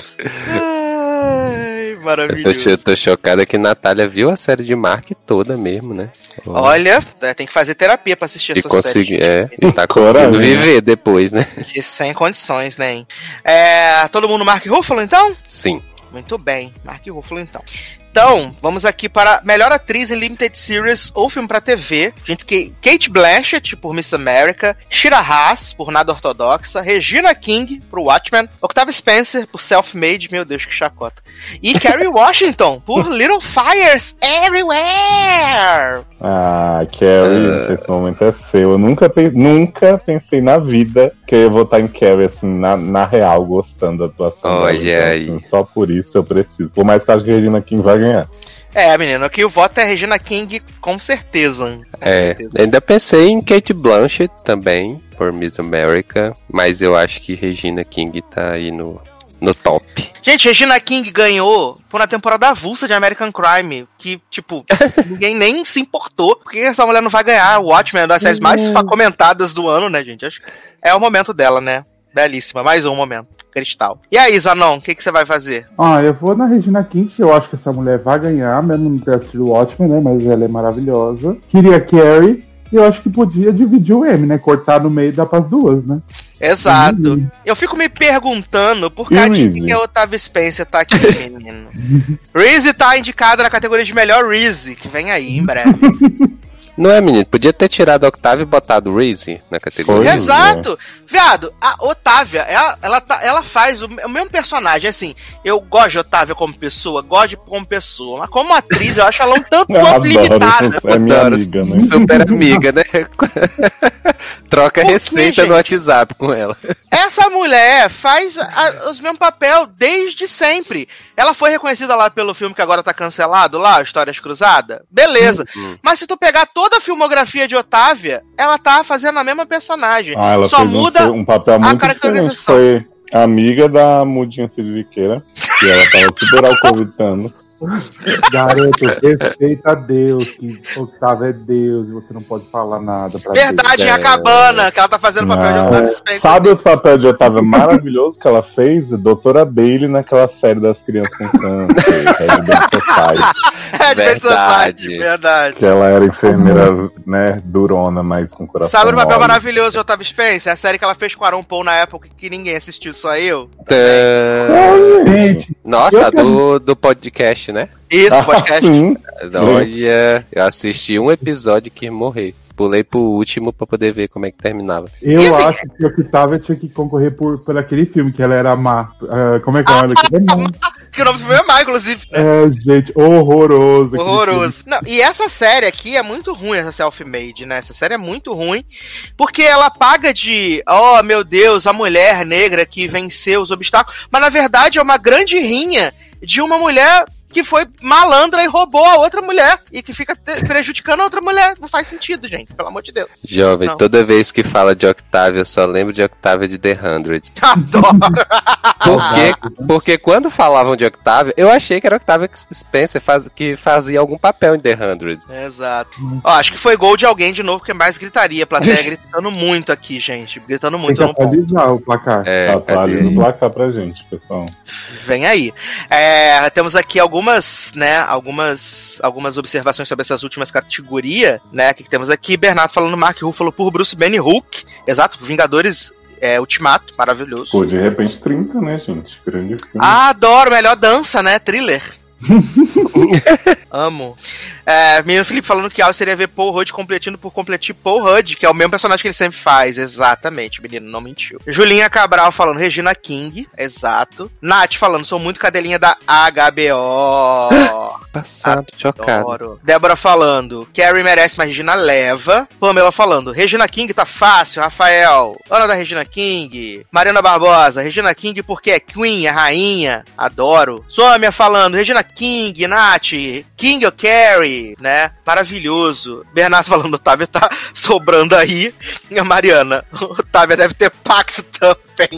Ai, Eu tô, maravilhoso. eu tô chocada que Natália viu a série de Mark toda mesmo, né? Olha, é, tem que fazer terapia pra assistir E essa consegui, série. é, e tá Coragem, conseguindo né? viver depois, né? Que sem condições, né? Hein? É, todo mundo Mark Ruffalo, então? Sim. Muito bem, Mark Ruffalo, então. Então, vamos aqui para melhor atriz em Limited Series ou filme pra T V. Gente, que Kate Blanchett por Miss America, Shira Haas por Nada Ortodoxa, Regina King por Watchmen, Octavia Spencer por Self-Made, meu Deus, que chacota. E Kerry Washington por Little Fires Everywhere. Ah, Carrie, esse momento é seu. Eu nunca, pe- nunca pensei na vida que eu ia votar em Carrie, assim, na, na real, gostando da atuação Olha dela. Então, aí. assim, só por isso eu preciso. Por mais que eu acho que a Regina King vai ganhar. É, menino, aqui o voto é Regina King, com certeza. Com É, certeza. ainda pensei em Kate Blanchett também, por Miss America, mas eu acho que Regina King tá aí no, no top. Gente, Regina King ganhou por uma temporada avulsa de American Crime, que, tipo, ninguém nem se importou. Por que essa mulher não vai ganhar? O Watchmen é uma das séries mais comentadas do ano, né, gente? Acho que é o momento dela, né? Belíssima, mais um momento. Cristal. E aí, Zanon, o que, que você vai fazer? Ah, eu vou na Regina King, que eu acho que essa mulher vai ganhar, mesmo não ter assistido o Watchmen, né? Mas ela é maravilhosa. Queria Carrie, e eu acho que podia dividir o M, né? Cortar no meio e dar pras duas, né? Exato. Uhum. Eu fico me perguntando por E que o a Reese? que a Otávio Spencer tá aqui, menino. Reese tá indicada na categoria de melhor Reese, que vem aí em breve. Não é, menino? Podia ter tirado a Octavia e botado Reese na categoria. Pois é. Exato! Viado, a Otávia, ela, ela, tá, ela faz o, o mesmo personagem. Assim, eu gosto de Otávia como pessoa, gosto de como pessoa, mas como atriz, eu acho ela um tanto Eu quanto adoro, limitada. é minha Adoro, amiga, né? Super amiga, né? Troca Por quê, receita no gente? WhatsApp com ela. Essa mulher faz a, os mesmos papel desde sempre. Ela foi reconhecida lá pelo filme que agora tá cancelado, lá, Histórias Cruzadas. Beleza. Hum. Mas se tu pegar toda a filmografia de Otávia, ela tá fazendo a mesma personagem. Ah, ela Só fez muda um, um papel muito diferente. caracterização. Foi amiga da Mudinha Sidviqueira, que ela tava super alcoolitando. Garoto, respeita a Deus, que Otávio é Deus, e você não pode falar nada pra Verdade, Deus. é a cabana, que ela tá fazendo o papel de Não. Otávia Spencer. Sabe outro papel de Otávia maravilhoso que ela fez? Doutora Bailey naquela série das crianças com câncer, Red Band Society, É de Verdade. Society, verdade. que ela era enfermeira, né, durona, mas com coração Sabe o papel mole. maravilhoso de Otávia Spencer? A série que ela fez com Aaron Paul na época que ninguém assistiu, só eu. Tá. Ai, gente, Nossa, Eu do, do podcast, né? Isso, Ah, podcast. sim. Olha, eu assisti um episódio e quis morrer. Pulei pro último pra poder ver como é que terminava. Eu E assim- acho que a Octavia tinha que concorrer por, por aquele filme, que ela era má. Ah, como é que é? Olha, que é má. Que o nome do filme é má, inclusive. né? É, gente, horroroso. aquele Horroroso. Não, e essa série aqui é muito ruim, essa self-made, né? Essa série é muito ruim, porque ela paga de, oh, meu Deus, a mulher negra que venceu os obstáculos, mas na verdade é uma grande rinha de uma mulher que foi malandra e roubou a outra mulher e que fica te- prejudicando a outra mulher. Não faz sentido, gente, pelo amor de Deus. Jovem, Não. toda vez que fala de Octavia, eu só lembro de Octavia de The Hundred. Adoro. Porque, porque quando falavam de Octavia, eu achei que era Octavia Spencer faz, que fazia algum papel em The Hundred. Exato. Ó, acho que foi gol de alguém de novo, porque mais gritaria. A plateia gritando muito aqui, gente. Gritando Tem muito. que Eu não posso. atualizar o placar. É, Atualiza cadê? o placar pra gente, pessoal. Vem aí. É, temos aqui algumas, né, algumas, algumas observações sobre essas últimas categorias, né, que temos aqui, Bernardo falando Mark Ruffalo por Bruce Banner Hulk, exato, Vingadores é, Ultimato, maravilhoso. Pô, de repente trinta, né, gente? Grande filme. Ah, adoro, melhor dança, né, thriller. Amo. É, menino Felipe falando que Al seria ver Paul Rudd completando por completir Paul Rudd, que é o mesmo personagem que ele sempre faz. Exatamente, menino, não mentiu. Julinha Cabral falando Regina King, exato. Nath falando, sou muito cadelinha da H B O. Passado, chocado. Adoro. Débora falando, Carrie merece, mas Regina leva. Pamela falando, Regina King tá fácil, Rafael. Ana da Regina King. Mariana Barbosa, Regina King porque é Queen, é rainha. Adoro. Sômia falando, Regina King, Nath, King ou Carrie, né? Maravilhoso. Bernardo falando, Otávio tá sobrando aí. E a Mariana, Otávio deve ter Pax também.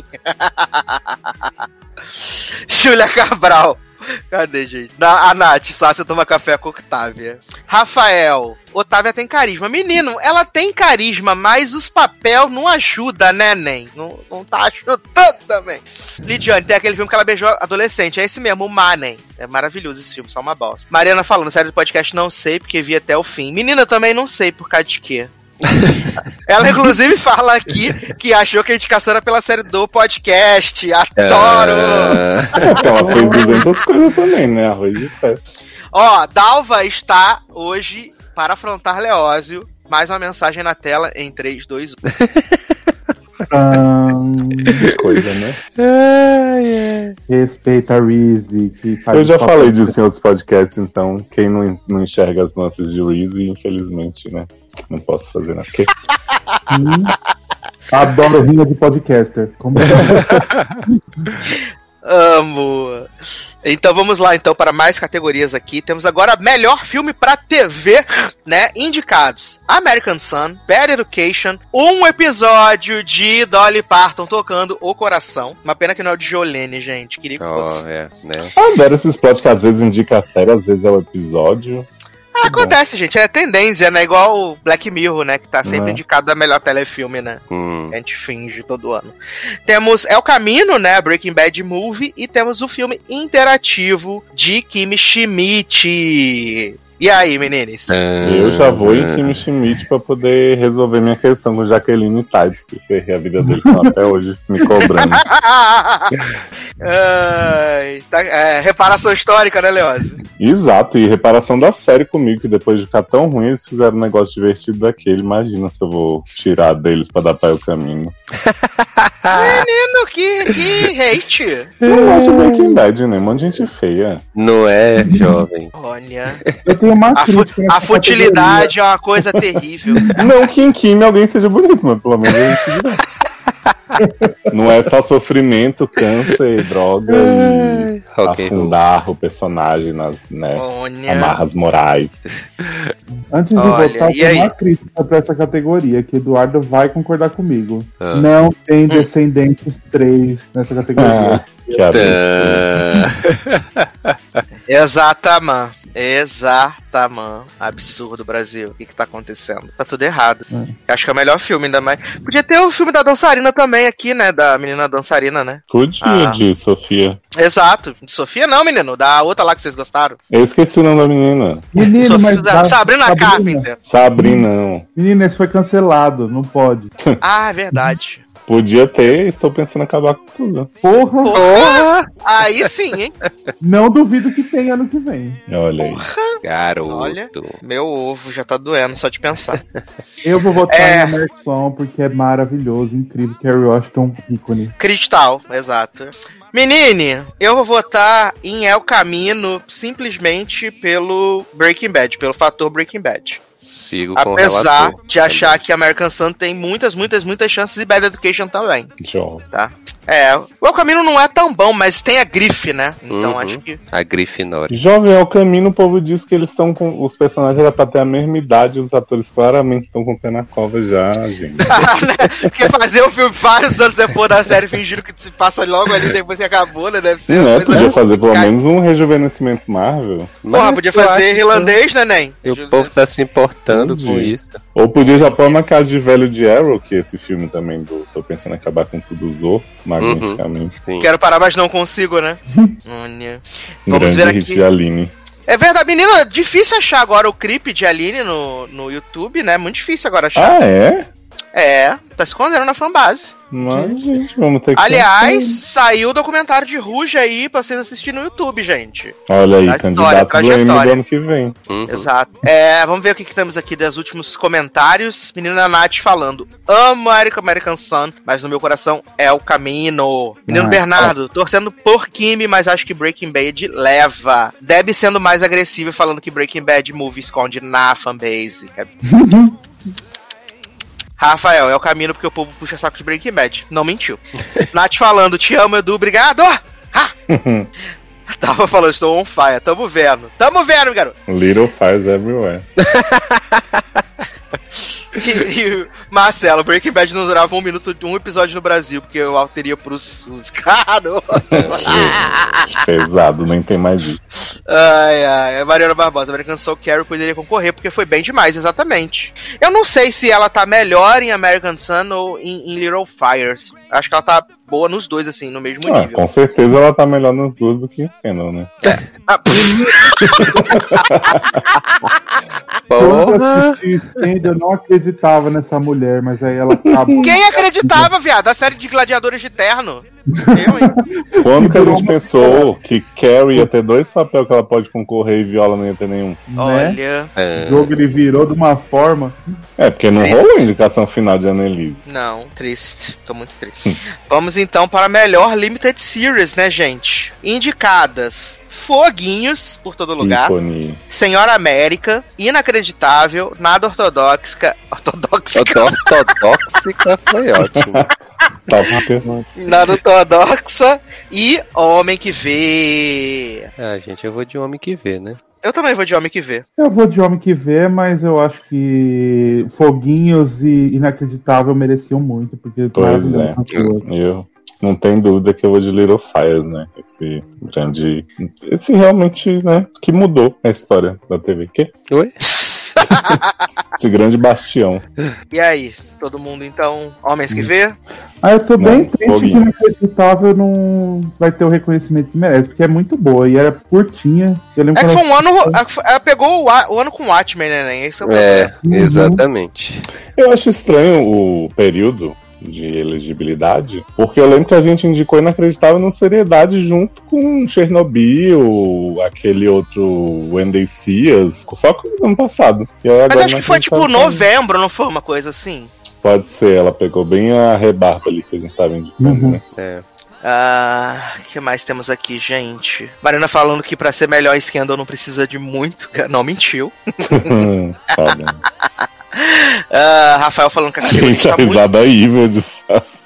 Júlia Cabral. Cadê, gente? Na, a Nath, só você toma café com Octávia. Rafael, Otávia tem carisma. Menino, ela tem carisma, mas os papéis não ajudam, né, Nen? Não, não tá ajudando também. Lidiane, tem aquele filme que ela beijou adolescente. É esse mesmo, o Manen. É maravilhoso esse filme, só uma bosta. Mariana falando, série do podcast, não sei, porque vi até o fim. Menina, eu também não sei por causa de quê. Ela inclusive fala aqui que achou que a indicação era pela série do podcast. Adoro! É... É porque ela fez duzentas coisas também, né? Arroz de festa. Ó, Dalva está hoje para afrontar Leózio. Mais uma mensagem na tela em três, dois, um. Ahn, Que coisa, né? respeita a Reezy, que faz Eu já o papel falei disso em outros podcasts, então quem não, não enxerga as nossas de Reezy, infelizmente, né? Não posso fazer nada. Porque... Hum. Adoro rinha de podcaster. Como Amo. Então vamos lá então para mais categorias aqui. Temos agora melhor filme pra T V, né? Indicados: American Sun, Bad Education, um episódio de Dolly Parton tocando O Coração. Uma pena que não é o de Jolene, gente. Queria que fosse. Oh, é, né? Adoro esses plots que às vezes indica a série, às vezes é o episódio. Ah, acontece, gente. É tendência, né? Igual o Black Mirror, né? Que tá sempre É. indicado a melhor telefilme, né? Hum. A gente finge todo ano. Temos El Camino, né? Breaking Bad Movie. E temos o filme interativo de Kimi Schmidt. E aí, meninas? Eu já vou em Kimi Schmidt pra poder resolver minha questão com Jaqueline Tides, que ferrei a vida deles estão até hoje me cobrando. Ai, tá- é, reparação histórica, né, Leózio? Exato, e reparação da série comigo, que depois de ficar tão ruim, eles fizeram um negócio divertido daquele. Imagina se eu vou tirar deles pra dar pra eu o caminho. Menino, que, que hate. Eu acho Breaking Bad, né? Um monte de gente feia. Não é, jovem. Olha, eu tenho uma a, fu- crítica nessa a futilidade é uma coisa terrível. Não que em Kimi alguém seja bonito, mas pelo menos a gente se diverte. Não é só sofrimento, câncer, droga e Ok. afundar o personagem nas, né, Olha. amarras morais. categoria. Antes de Olha, votar, e tem aí? uma crítica pra essa categoria, que Eduardo vai concordar comigo. Ah. Não tem Descendentes três nessa categoria. Ah, que absurdo. Tá. Exatamente. Exatamente. Absurdo, Brasil. O que que tá acontecendo? Tá tudo errado. É. Acho que é o melhor filme, ainda mais. Podia ter o filme da dançarina também aqui, né? Da menina dançarina, né? Podia, Ah. de Sofia. Exato. De Sofia não, menino. Da outra lá que vocês gostaram. Eu esqueci o nome da menina. Menino, Sofia, mas. da- Sabrina Carpenter. Sabrina, não. Menino, esse foi cancelado, não pode. Ah, é verdade. Podia ter, estou pensando em acabar com tudo. Porra! Porra! Aí sim, hein? Não duvido que tenha ano que vem. Olha aí. Porra! Garoto. Olha, meu ovo já tá doendo só de pensar. Eu vou votar É. em Emerson porque é maravilhoso, incrível. Kerry Washington, ícone. Cristal, exato. Menine, eu vou votar em El Camino simplesmente pelo Breaking Bad, pelo fator Breaking Bad. Sigo com o Apesar relator. de achar que American Sun tem muitas, muitas, muitas chances e Bad Education também, João. tá? É, o El Camino não é tão bom, mas tem a grife, né? Então Uhum. acho que... A Grifinória. Jovem é o caminho, o povo diz que eles estão com. Os personagens era pra ter a mesma idade, os atores claramente estão com o pé na cova já, gente. Porque fazer o filme vários anos depois da série fingindo que se passa logo ali depois que acabou, né? Deve ser Não é? uma coisa... Podia fazer pelo Cara, menos um rejuvenescimento Marvel. Porra, Mas podia eu acho fazer que irlandês, né, Nen? O povo tá se importando com Entendi. isso. Ou podia já pôr na casa de velho de Arrow, que esse filme também do Tô Pensando em Acabar com Tudo usou, magnificamente. Sim. Quero parar, mas não consigo, né? Olha. Vamos Grande ver hit aqui. de Aline. É verdade, menina, é difícil achar agora o clipe de Aline no, no YouTube, né? Muito difícil agora achar. Ah, é? É, tá escondendo na fanbase. Mas, gente, vamos ter que. Aliás, saiu o documentário de Ruge aí pra vocês assistirem no YouTube, gente. Olha aí, Trajetória, candidato do Emmy do trajetória. ano que vem. Uhum. Exato. É, vamos ver o que, que temos aqui dos últimos comentários. Menina Nath falando: amo American, American Sun, mas no meu coração é o Camino. Menino Ah, Bernardo, torcendo por Kimi, mas acho que Breaking Bad leva. Deb sendo mais agressiva, falando que Breaking Bad movie esconde na fanbase. Rafael, é o Camino porque o povo puxa saco de Breaking Bad. Não mentiu. Nath falando: te amo, Edu, obrigado. Ha! Tava falando, estou on fire. Tamo vendo. Tamo vendo, garoto. Little fires everywhere. E, e, Marcelo, Breaking Bad não durava um minuto, um episódio no Brasil, porque eu alteria pro SUS. Cara, Gente, pesado, nem tem mais isso. ai, ai, a Mariana Barbosa, American Soul Carrie poderia concorrer, porque foi bem demais, exatamente. Eu não sei se ela tá melhor em American Sun ou em, em Little Fires. Acho que ela tá boa nos dois, assim, no mesmo Ah, nível. com certeza ela tá melhor nas duas do que em Scandal, né? Ah, Quando eu assisti Scandal, eu não acreditava nessa mulher, mas aí ela acabou. quem acreditava, viado? A série de gladiadores de terno. Eu, hein? Quando que a Durou gente uma pensou que Carrie ia ter dois papéis que ela pode concorrer e Viola não ia ter nenhum? Né? Olha, É. O jogo ele virou de uma forma. É, porque não rolou a indicação final de Annelise. não, triste. Tô muito triste. Vamos então para a melhor Limited Series, né, gente? Indicadas: Foguinhos, por todo lugar. Ícone. Senhora América, Inacreditável, Nada Ortodoxa, Ortodoxa, Ortodoxica foi ótimo. Tópica. Nada Ortodoxa e Homem que Vê. Ah, gente, eu vou de homem que vê, né? Eu também vou de Homem que Vê. Eu vou de Homem que Vê, mas eu acho que Foguinhos e Inacreditável mereciam muito, porque Pois maravilhoso é. nas duas. Eu não tenho dúvida que eu vou de Little Fires, né? Esse grande. Esse realmente, né? Que mudou a história da T V. Que? Oi? Esse grande bastião. E aí, todo mundo então, Homens que Vê? Ah, eu tô Não, bem triste que Foguinho. Inacreditável não vai ter o reconhecimento que merece, porque é muito boa e era curtinha. Eu lembro É que quando foi um ano. Ela pegou o, a- o ano com o Watchmen, né? Nen? Esse é o É, problema. exatamente. Eu acho estranho o período de elegibilidade, porque eu lembro que a gente indicou Inacreditável no Seriedade junto com Chernobyl, aquele outro Wendy Cias, só que no ano passado. E aí Mas agora acho que foi tipo Inacreditável novembro, não foi uma coisa assim? Pode ser, ela pegou bem a rebarba ali que a gente estava indicando, Uhum. né? É. Ah, o que mais temos aqui, gente? Mariana falando que pra ser melhor Scandal não precisa de muito. Não mentiu. Foda. Ah, Rafael falando que a categoria Gente, a tá muito... risada é evil de Sassi.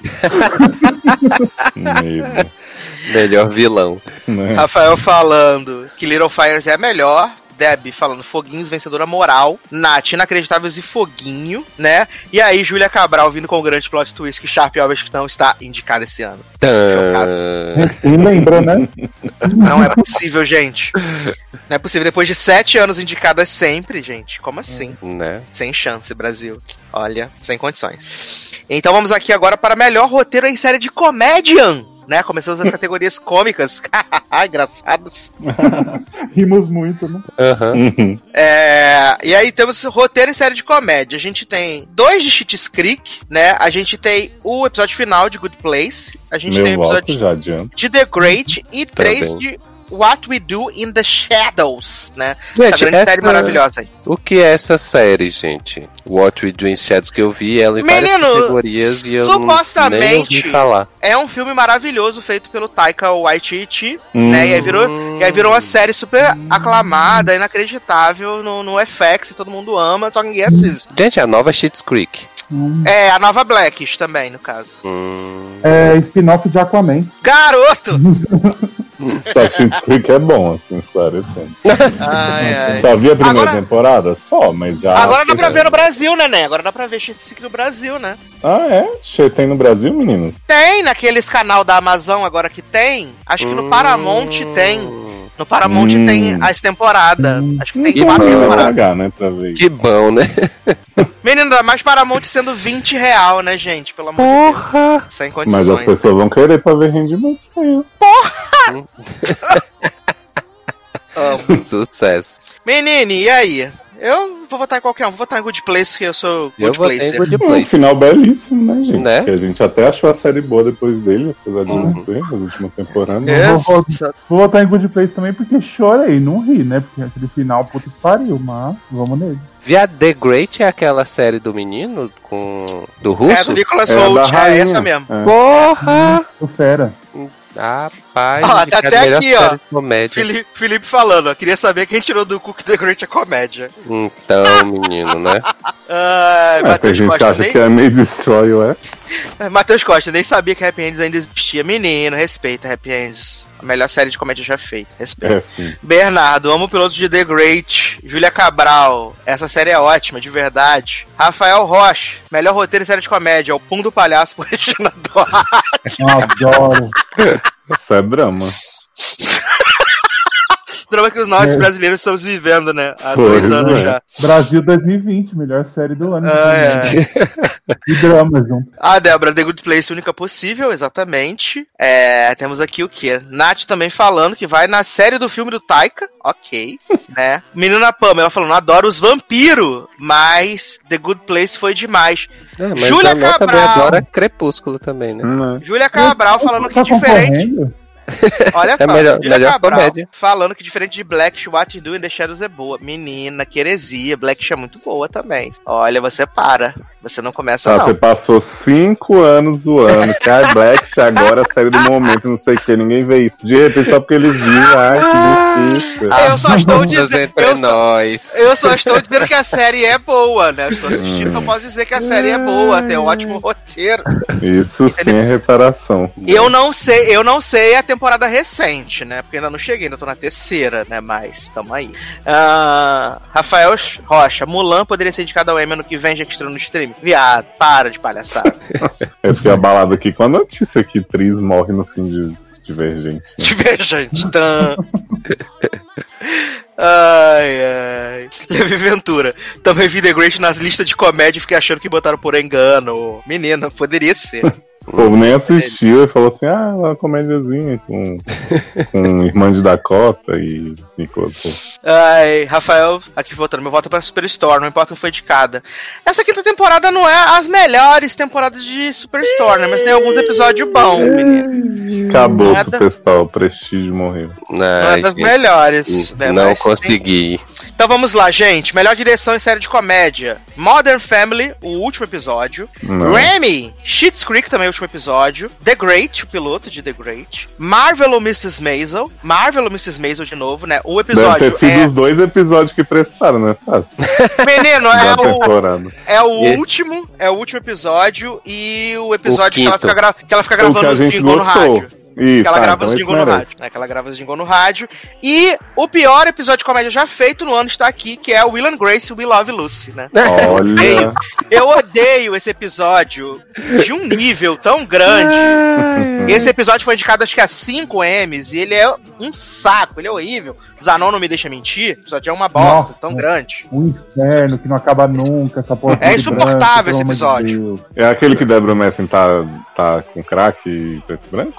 Medo, Melhor vilão. né? Rafael falando que Little Fires é a melhor. Deb falando Foguinhos, vencedora moral. Nath, Inacreditáveis e Foguinho, né? E aí, Júlia Cabral vindo com o grande plot twist que Sharp e Alves não está indicada esse ano. Tã. E lembra, né? Não é possível, gente. Não é possível. Depois de sete anos indicadas sempre, gente. Como assim? Né? Sem chance, Brasil. Olha, sem condições. Então vamos aqui agora para melhor roteiro em série de comédia. né? Começamos as categorias cômicas. Engraçadas. Rimos muito, né? Uhum. É, e aí temos roteiro e série de comédia. A gente tem dois de Schitt's Creek, né? A gente tem o episódio final de Good Place. A gente Meu tem o episódio voto já adianta. de The Great e três Também. de What We Do in the Shadows, né? Gente, essa grande essa- série maravilhosa aí. O que é essa série, gente? What We Do in Shadows, que eu vi ela em Menino, várias categorias e eu não, nem supostamente ouvi falar. é um filme maravilhoso feito pelo Taika Waititi, Hum. né? E aí virou, e aí virou uma série super aclamada, inacreditável no, no F X, todo mundo ama, só que ninguém assiste. Gente, a nova Schitt's Creek. Hum. É, a nova Blackish também, no caso. Hum. É spin-off de Aquaman. Garoto! Só que Schitt's Creek é bom, assim, esclarecendo. Ai, ai. Só vi a primeira Agora- temporada? Só, mas já... Agora dá pra ver no Brasil, né, né? Agora dá pra ver Schitt's Creek no Brasil, né? Ah, é? Che- Tem no Brasil, meninos? Tem naqueles canal da Amazon agora que tem. Acho que no Paramount tem. No Paramount Hum. tem as temporadas. Acho que tem Que quatro bom. Vai temporadas. pagar, né, pra ver. Que bom, né? Menino, ainda mais Paramount sendo vinte real, né, gente? Pelo amor de Deus. Porra! Sem Mas condições. as pessoas vão querer pra ver rendimentos, tem. Amo. Sucesso. Menine, e aí? Eu vou votar em qualquer um. Vou votar em Good Place, que eu sou Eu Good votei em Placer. Good Um Place. final belíssimo, né, gente? Né? Porque a gente até achou a série boa depois dele, apesar de Uhum. não ser, na última temporada. É. Vou, Essa- vou votar em Good Place também porque chorei, não ri, né? Porque aquele final, puta que pariu, mas vamos nele. Viado, The Great é aquela série do menino com do É, russo? do Nicholas É a Hoult, da é rainha. essa mesmo. É. Porra! Tô fera. Rapaz, Ó, indicado tá até melhor aqui, ó. série de comédia. Felipe, Felipe falando, ó, queria saber quem tirou do Cook The Great a comédia. Então, menino, né? Ai, É, tem Matheus gente que Costa, acha nem... que é meio Destroy, é? Matheus Costa, nem sabia que Happy Endings ainda existia. Menino, respeita Happy Endings. A melhor série de comédia já feita. Respeita. É, sim. Bernardo, amo o piloto de The Great. Júlia Cabral, essa série é ótima, de verdade. Rafael Rocha, melhor roteiro em série de comédia. O Pum do Palhaço por Regina Duarte. Adoro. Isso é drama. Drama que os nós É. brasileiros estamos vivendo, né? Há Pois dois anos é. já. Brasil dois mil e vinte, melhor série do ano. Ah, é. E drama junto. A Débora, The Good Place, única possível, exatamente. É, temos aqui o quê? Nath também falando que vai na série do filme do Taika. Ok, né? Menina Pamela falando, adoro os vampiros, mas The Good Place foi demais. É, mas Júlia a Ana também Cabral. adora Crepúsculo também, né? Hum, Júlia Cabral falando que Tá diferente. concorrendo? Olha só, É melhor- Júlia melhor Cabral comédia. falando que diferente de Black, What You Do in the Shadows é boa. Menina, que heresia. Black é muito boa também. Olha, você para. Você não começa, Ah, não. você passou cinco anos zoando que a Black agora é a série do momento, não sei o que, ninguém vê isso. De repente, só porque ele viu, ai, que difícil. Eu só estou Vamos dizendo. entre Eu só, nós. eu só estou dizendo que a série é boa, né? Eu estou assistindo, eu posso dizer que a série é boa, tem um ótimo roteiro. Isso sim é reparação. Eu não sei, eu não sei a temporada recente, né? Porque ainda não cheguei, ainda tô na terceira, né? Mas tamo aí. Ah, Rafael Rocha, Mulan poderia ser indicado ao Emmy ano que vem, já que estreou no stream. Viado, para de palhaçada. Eu fiquei abalado aqui com a notícia que Tris morre no fim de Divergente. Né? Divergente. Tan. Ai, ai. Levi Ventura. Também vi The Great nas listas de comédia e fiquei achando que botaram por engano. Menina, poderia ser. O povo nem assistiu e falou assim: ah, uma comédiazinha com, com Irmã de Dakota e Nicole. Ai, Rafael, aqui votando. Meu voto é pra Superstore, não importa quem foi indicada. Essa quinta temporada não é as melhores temporadas de Superstore, né? Mas tem alguns episódios bons, menino. Acabou, Nada. Superstar, o prestígio morreu. Não é Ai, das gente, melhores, né? Não Mas tem- consegui. Então vamos lá, gente. Melhor direção em série de comédia: Modern Family, o último episódio. Não. Remy, Schitt's Creek, também o último episódio. The Great, o piloto de The Great. Marvel ou missus Maisel. Marvel ou missus Maisel de novo, né? O Deve episódio ter sido é... os dois episódios que prestaram, né? Fácil. Menino, Da é o, temporada. é o E- último, é o último episódio e o episódio que ela, quinto. fica gra- que ela fica O que gravando a os gente jingle no gostou. rádio. Isso, Que ela ah, grava os então jingle isso no merece. rádio. Né? Que ela grava os jingle no rádio. E o pior episódio de comédia já feito no ano está aqui, que é o Will and Grace, We Love Lucy, né? Olha, Eu odeio esse episódio de um nível tão grande. Esse episódio foi indicado acho que a cinco M's e ele é um saco, ele é horrível. Zanon não me deixa mentir, o episódio é uma bosta, Nossa. tão grande. Um inferno que não acaba nunca, essa porra. É de insuportável branco, esse pelo amor de episódio. Deus. é aquele que Débora Messing tá, tá com crack e preto e branco?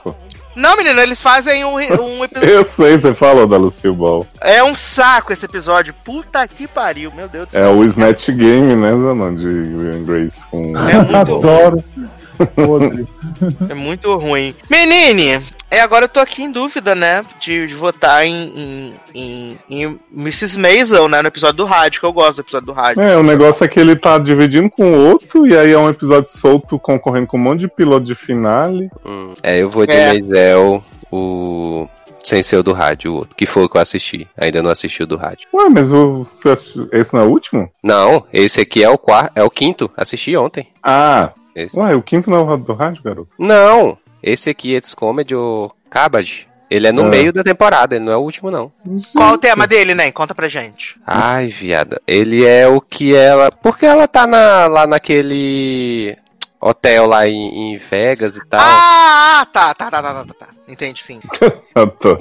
Não, menino, eles fazem um, um episódio. Eu sei, você falou da Lucille Ball. É um saco esse episódio. Puta que pariu, meu Deus do É céu. o Snatch Game, né, Zanon, de Will and Grace com... É muito Adoro. Podre. É muito ruim. Menine, é, agora eu tô aqui em dúvida, né? De, de votar em, em, em, em missus Maisel, né? No episódio do rádio, que eu gosto do episódio do rádio. É, o negócio é que ele tá dividindo com o outro, e aí é um episódio solto concorrendo com um monte de piloto de finale. Hum, é, eu vou de É. Maisel, o... Sem ser o do rádio, o outro, que foi o que eu assisti. Ainda não assisti o do rádio. Ué, mas o, você assistiu- esse não é o último? Não, esse aqui é o quarto, é o quinto. Assisti ontem. Ah, Esse. ué, o quinto não é o do rádio, garoto? Não, esse aqui, It's Comedy, o Cabbage. Ele é no Ah. meio da temporada, ele não é o último, não. Qual o tema dele, né? Conta pra gente. Ai, viada. Ele é o que ela... Porque ela tá na, lá naquele hotel lá em, em Vegas e tal. Ah, tá, tá, tá, tá, tá, tá, tá. Entendi, sim. Ah, tá.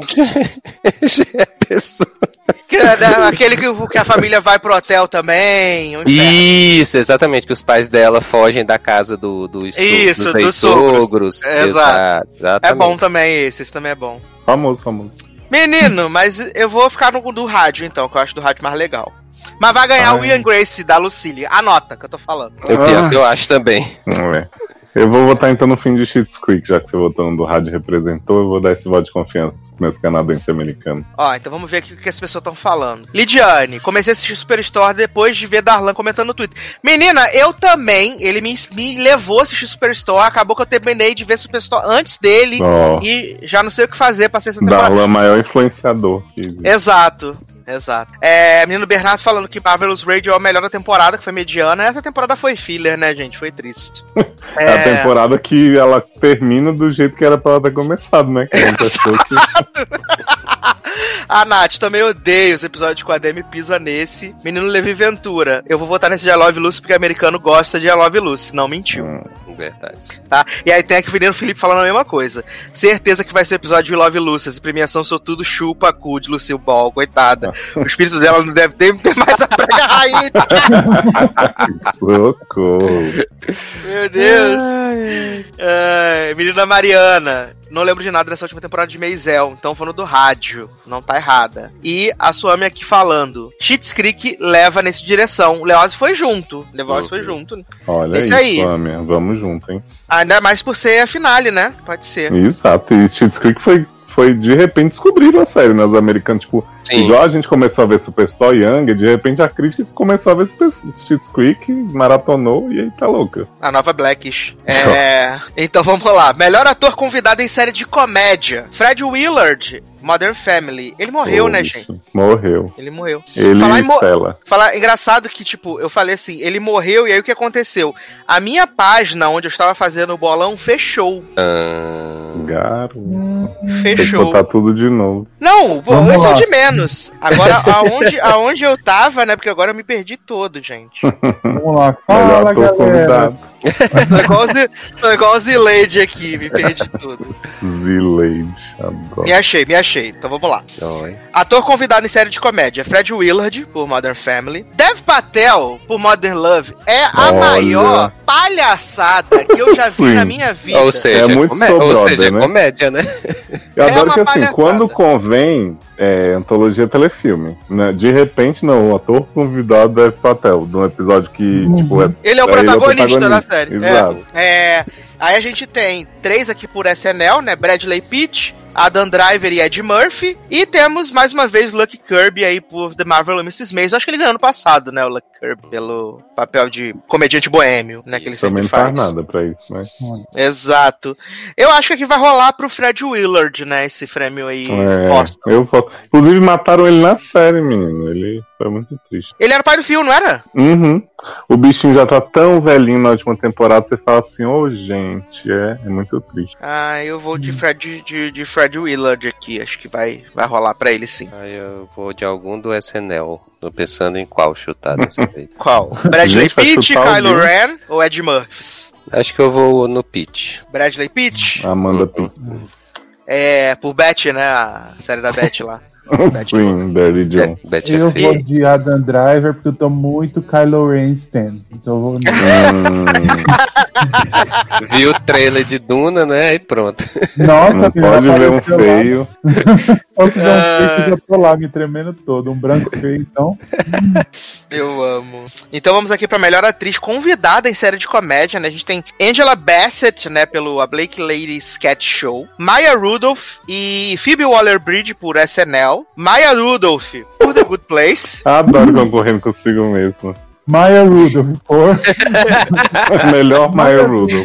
Já é a pessoa. Que, né, aquele que, que a família vai pro hotel também. um inferno. Isso, exatamente, que os pais dela fogem da casa do, do Isso, dos dos ex-sogros. É, exato. Exa- exatamente. É bom também esse, esse também é bom. Famoso, famoso. Menino, mas eu vou ficar no do rádio, então, que eu acho do rádio mais legal. Mas vai ganhar Ai. o Ian Grace da Lucille. Anota que eu tô falando. É o pior Ah. que eu acho também. Não é. Eu vou votar então no fim de Schitt's Creek, já que você votou no do rádio e representou, eu vou dar esse voto de confiança pro meus canadenses e americanos. Ó, então vamos ver aqui o que as pessoas estão falando. Lidiane, comecei a assistir Superstore depois de ver Darlan comentando no Twitter. Menina, eu também, ele me, me levou a assistir Superstore, acabou que eu terminei de ver Superstore antes dele Ó, e já não sei o que fazer pra ser essa temporada. Darlan, maior influenciador que existe. Exato. Exato. É, menino Bernardo falando que Marvelous Radio é o melhor da temporada, que foi mediana. Essa temporada foi filler, né, gente? Foi triste. É a temporada que ela termina do jeito que era pra ela ter começado, né? Que é uma pessoa que... A Nath, também odeio os episódios com a Demi, pisa nesse. Menino Levi Ventura, eu vou votar nesse de I Love Lucy porque o americano gosta de I Love Lucy. Não mentiu, Hum. Verdade. tá? E aí tem aqui o menino Felipe falando a mesma coisa. Certeza que vai ser o episódio de I Love Lucy. Essa premiação sou tudo chupa cu de Lucille Ball, coitada. O espírito dela não deve ter, ter mais a pega rainha. Socorro. Meu Deus. Ai, menina Mariana. Não lembro de nada dessa última temporada de Maisel, então falando do rádio. Não tá errada. E a Suami aqui falando. Schitt's Creek leva nessa direção. O Leoz foi junto. O Leoz foi junto. Olha Esse aí, aí. Flâmia. Vamos junto, hein? Ainda mais por ser a finale, né? Pode ser. Exato. E Schitt's Creek foi, foi de repente descobriram a série, né? Os americanos, tipo, Sim. igual a gente começou a ver Superstore Young, de repente a crítica começou a ver Super- Schitt's Creek, maratonou e aí tá louca. A nova Blackish. É. Então vamos lá. Melhor ator convidado em série de comédia. Fred Willard, Modern Family. Ele morreu, né, Poxa, gente? Morreu. Ele morreu. Ele Falar e em mo- Stella. Falar, engraçado que, tipo, eu falei assim, ele morreu e aí o que aconteceu? A minha página onde eu estava fazendo o bolão fechou. Ah, Garoto. Tem que Fechou. botar tudo de novo. Não, pô, Vamos esse é o lá. de menos. Agora, aonde, aonde eu tava, né? Porque agora eu me perdi todo, gente. Vamos lá. Melhor Fala, ator galera. convidado. Tô igual, o Zi- tô igual o Zileide aqui, me perdi tudo. Zileide. Adoro. Me achei, me achei. Então vamos lá. oi. Ator convidado em série de comédia, Fred Willard, por Modern Family. Dev Patel, por Modern Love, é a Olha. maior palhaçada que eu já vi Sim. na minha vida. Ou seja, É muito comé- Soul ou Brother, seja, né? comédia, né? Eu É adoro uma que assim, palhaçada. quando convém, é antologia telefilme. Né? De repente, não, o ator convidado é Patel, de um episódio que, Uhum. tipo, é, Ele é o protagonista da protagonista. série. Exato. É, é, aí a gente tem três aqui por S N L, né? Bradley Pitt, Adam Driver e Ed Murphy. E temos mais uma vez Lucky Kirby aí por The Marvel e missus Maisel. Acho que ele ganhou ano passado, né? O Lucky Kirby pelo papel de comediante boêmio, né? Que ele Também sempre não faz. faz nada pra isso, né? Exato. Eu acho que aqui vai rolar pro Fred Willard, né? Esse prêmio aí. É, póstumo. eu falo- Inclusive, mataram ele na série, menino. Ele foi muito triste. Ele era pai do Phil, não era? Uhum. O bichinho já tá tão velhinho na última temporada, você fala assim, ô gente, é, é muito triste. Ah, eu vou de Fred, de, de Fred Willard aqui. Acho que vai, vai rolar pra ele sim. Aí eu vou de algum do S N L. Tô pensando em qual chutar dessa vez. Qual? Bradley Gente, vai Pitt, chutar Kylo alguém. Ren ou Ed Murphy? Acho que eu vou no Pitch. Bradley Pitt? Amanda Pitt. É, por Beth, né? A série da Beth lá. Sim, Dirty John. Betty Eu é vou feia. de Adam Driver porque eu tô muito Kylo Ren stan. Então eu vou. Hum, Viu o trailer de Duna, né? E pronto. Nossa, não filho, pode ver um apareceu lá. feio. Ou se não, um feio, eu tô lá me tremendo todo. Um branco feio, então. Eu amo. Então vamos aqui pra melhor atriz convidada em série de comédia, né? A gente tem Angela Bassett, né, pelo A Blake Lady Sketch Show, Maya Rudolph e Phoebe Waller-Bridge por S N L, Maya Rudolph por The Good Place, Adoro concorrendo consigo mesmo. Maya Rudolph, por. Melhor Maya Rudolph.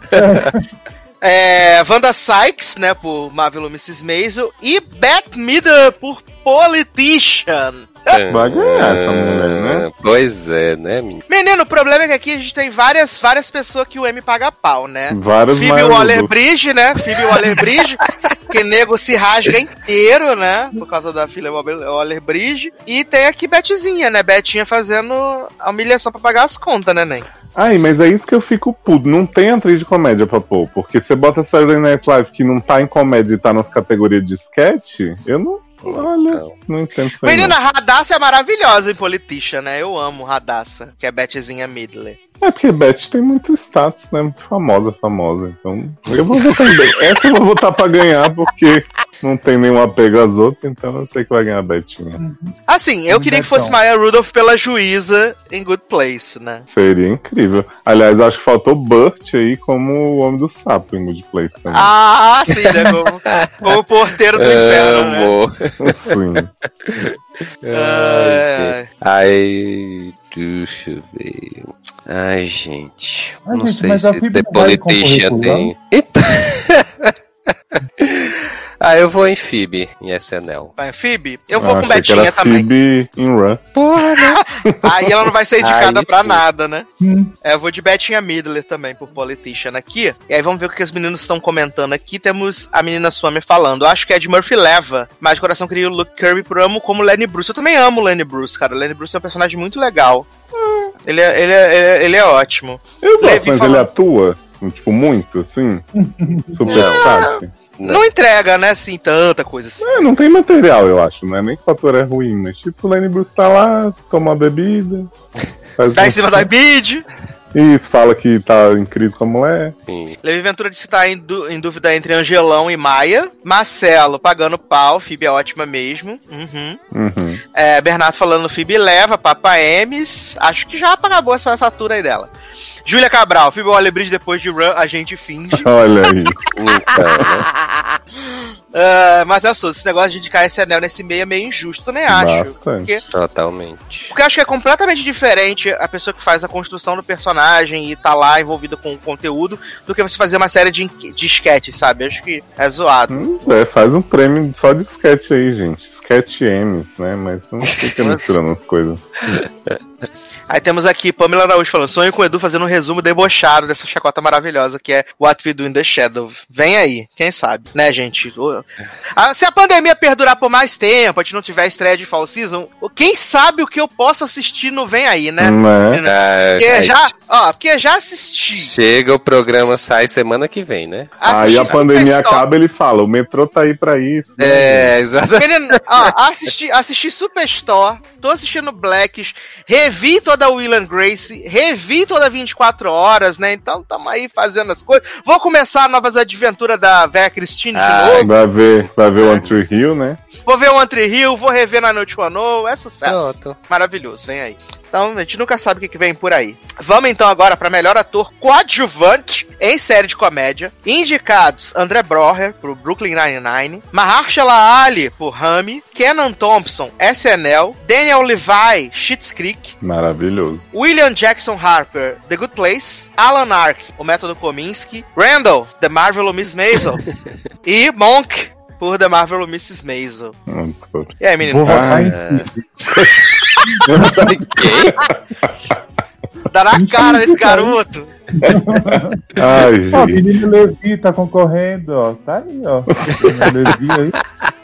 é, Wanda Sykes, né, por Marvel missus Maisel e Bette Midler por Politician. Vai ganhar essa mulher, né? Pois é, né, menino? Menino, o problema é que aqui a gente tem várias, várias pessoas que o M paga pau, né? Vários Phoebe Maya Rudolph. Waller-Bridge, né? Phoebe Waller-Bridge, que nego se rasga inteiro, né? Por causa da filha Waller-Bridge. E tem aqui Betinha, né? Betinha fazendo a humilhação pra pagar as contas, né, Nen? Ai, mas é isso que eu fico puto. Não tem atriz de comédia pra pôr. Porque você bota Saturday Night Live que não tá em comédia e tá nas categorias de sketch, eu não... Olha, não entendo isso aí, Menina, não. Radassa é maravilhosa em Politician, né? Eu amo Radassa, que é Bettyzinha Midler. É porque Beth tem muito status, né? Muito famosa, famosa. Então, eu vou votar em Beth. Essa eu vou votar pra ganhar, porque não tem nenhum apego às outras, então eu sei que vai ganhar a Betinha. Assim, eu queria que fosse Betão. Maya Rudolph pela juíza em Good Place, né? Seria incrível. Aliás, acho que faltou Burt aí como o Homem do Sapo em Good Place também. Ah, sim, né? Como, como o porteiro do inferno, né? Amor. Sim. É. Ai, deixa eu ver. Ai, gente. Ai, não gente, sei mas a se Phoebe The não vai Politician concorrer tem. Então... ah, eu vou em Phoebe, em S N L. Vai, Phoebe? Eu vou Ah, com achei que Betinha era também. Phoebe em Run. Porra, né? Aí ela não vai ser indicada Aí pra sim. nada, né? Hum. É, eu vou de Betinha Midler também, por Politician aqui. E aí vamos ver o que os meninos estão comentando aqui. Temos a menina Swami falando. Eu acho que é de Murphy leva, mas de coração queria o Luke Kirby por amo como Lenny Bruce. Eu também amo o Lenny Bruce, cara. O Lenny Bruce é um personagem muito legal. Hum, ele, é, ele, é, ele, é, ele é ótimo. Eu gosto, Levi mas falando- ele atua, tipo, muito, assim. Super Não. sabe? Não. não entrega, né, assim, tanta coisa assim. É, não tem material, eu acho, não é nem que o ator é ruim, mas tipo, o Lenny Bruce tá lá, toma uma bebida, faz Tá um- em cima da bid. Isso, fala que tá em crise com a mulher. Sim. Levi Ventura disse que tá em, du- em dúvida entre Angelão e Maia. Marcelo pagando pau, Phoebe é ótima mesmo. Uhum. Uhum. É, Bernardo falando Phoebe leva, Papa Emes. Acho que já acabou essa, essa tour aí dela. Júlia Cabral, Phoebe Waller-Bridge depois de Run, a gente finge. Olha aí. Então, né? uh, mas é só, esse negócio de indicar esse anel nesse meio é meio injusto, também acho. Bastante. Porque, Totalmente. porque eu acho que é completamente diferente a pessoa que faz a construção do personagem e tá lá envolvida com o conteúdo do que você fazer uma série de, de sketches, sabe? Acho que é zoado. Pois é, faz um prêmio só de sketch aí, gente. Sketch M's, né? Mas não fica misturando as coisas. Aí temos aqui Pamela Araújo falando: sonho com o Edu fazendo um resumo debochado dessa chacota maravilhosa que é What We Do in the Shadow. Vem aí, quem sabe, né, gente? Ah, se a pandemia perdurar por mais tempo, a gente não tiver estreia de Fall Season, quem sabe o que eu posso assistir no Vem Aí, né? Né? Ah, Porque aí já, ó, porque já assisti. chega, o programa sai semana que vem, né? Aí a assisti pandemia Superstore. acaba, ele fala, o metrô tá aí pra isso. né, É, exatamente. Menino, ó, assisti, assisti Superstore, tô assistindo Blacks, revi toda a Will and Grace, revi toda vinte e quatro horas, né? Então tamo aí fazendo as coisas. Vou começar novas aventuras da Véia Christine Ah, de novo. Vai ver, vai ver o One Tree Hill, né? Vou ver o One Tree Hill, vou rever na Noite One, é sucesso. Pronto. Maravilhoso, vem aí. Então, a gente nunca sabe o que, que vem por aí. Vamos então agora para melhor ator coadjuvante em série de comédia. Indicados: André Broher, por Brooklyn Nine-Nine, Mahershala Ali, por Rami, Kenan Thompson, S N L, Daniel Levi, Schitt's Creek, Maravilhoso. William Jackson Harper, The Good Place, Alan Ark, O Método Kominsky, Randall, The Marvel Miss Maisel e Monk, por The Marvel missus Maisel. Hum, pô. E aí, menino? Vou votar Ah, em é. Phoebe. Dá na cara desse garoto. Ai, Ó, gente. menino Levi tá concorrendo, ó. Tá aí, ó. Menino Levi aí.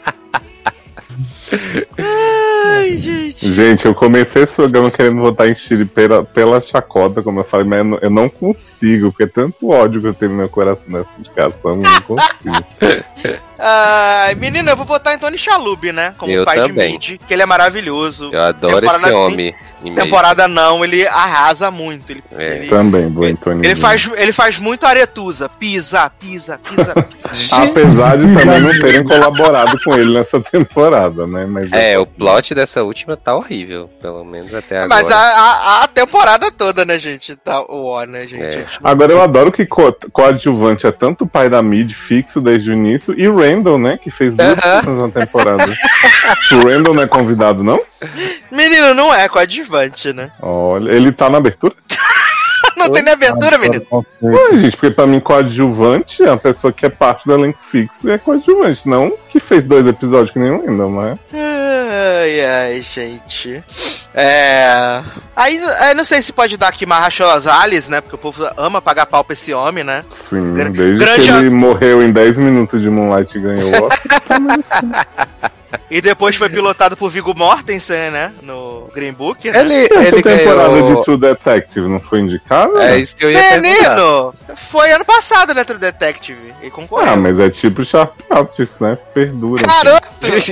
Ai, gente. Gente, eu comecei esse programa querendo votar em Chile pela, pela chacota, como eu falei, mas eu não, eu não consigo, porque é tanto ódio que eu tenho no meu coração nessa indicação, eu não consigo. Uh, menina, eu vou votar em Tony Shalhoub, né? Como eu pai também. de Mid, que ele é maravilhoso. Eu adoro temporada esse homem. Sim, temporada não, ele arrasa muito. Ele, é. ele, também, vou em Tony. Ele faz, ele faz muito aretusa. Pisa, pisa, pisa, pisa. Apesar de também não terem colaborado com ele nessa temporada, né? Mas é, o plot dessa última tá horrível, pelo menos até agora. Mas a, a, a temporada toda, né, gente? Tá o ó, né, gente? É. Agora eu adoro que co coadjuvante é tanto o pai da Mid fixo desde o início e Randall, né? Que fez duas uh-huh. coisas na temporada. O Randall não é convidado, não? Menino, não é coadjuvante, né? Olha, ele tá na abertura? Não Oi? Tem nem abertura, menino? Ué, gente, porque pra mim coadjuvante é a pessoa que é parte do elenco fixo e é coadjuvante, não que fez dois episódios que nem o Randall, mas... Ai, ai, gente. É... Aí, eu não sei se pode dar aqui Mahershala Ali, né? Porque o povo ama pagar pau pra esse homem, né? Sim, Gr desde grande... que ele morreu em dez minutos de Moonlight e ganhou o Oscar. E depois foi pilotado por Viggo Mortensen, né? No Green Book, né? Ele, Essa ele temporada ganhou... de True Detective não foi indicado? É isso que eu ia Menino, perguntar. Foi ano passado, né, True Detective? E concorreu. Ah, mas é tipo Sharp Objects, né? Perdura. Garoto!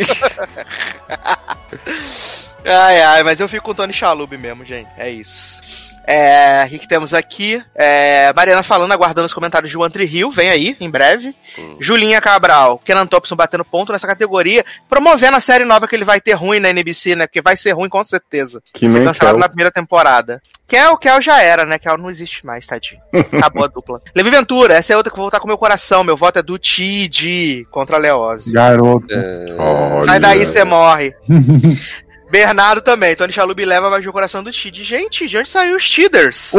Ai, ai, mas eu fico com o Tony Shalhoub mesmo, gente. É isso. É, o que temos aqui? É, Mariana falando, aguardando os comentários de One Tree Hill, vem aí, em breve. Hum. Julinha Cabral, Kenan Thompson batendo ponto nessa categoria, promovendo a série nova que ele vai ter ruim na N B C, né? Porque vai ser ruim com certeza. Que Foi cancelado na primeira temporada. Kel, Kel já era, né? Kel não existe mais, tadinho. Acabou a dupla. Levi Ventura, essa é outra que eu vou voltar com o meu coração. Meu voto é do Tid contra a Leose. Garoto. É... Sai daí, você morre. Bernardo também, Tony Shalhoub leva mais meu coração do Tid. Gente, de onde saiu os Tiders?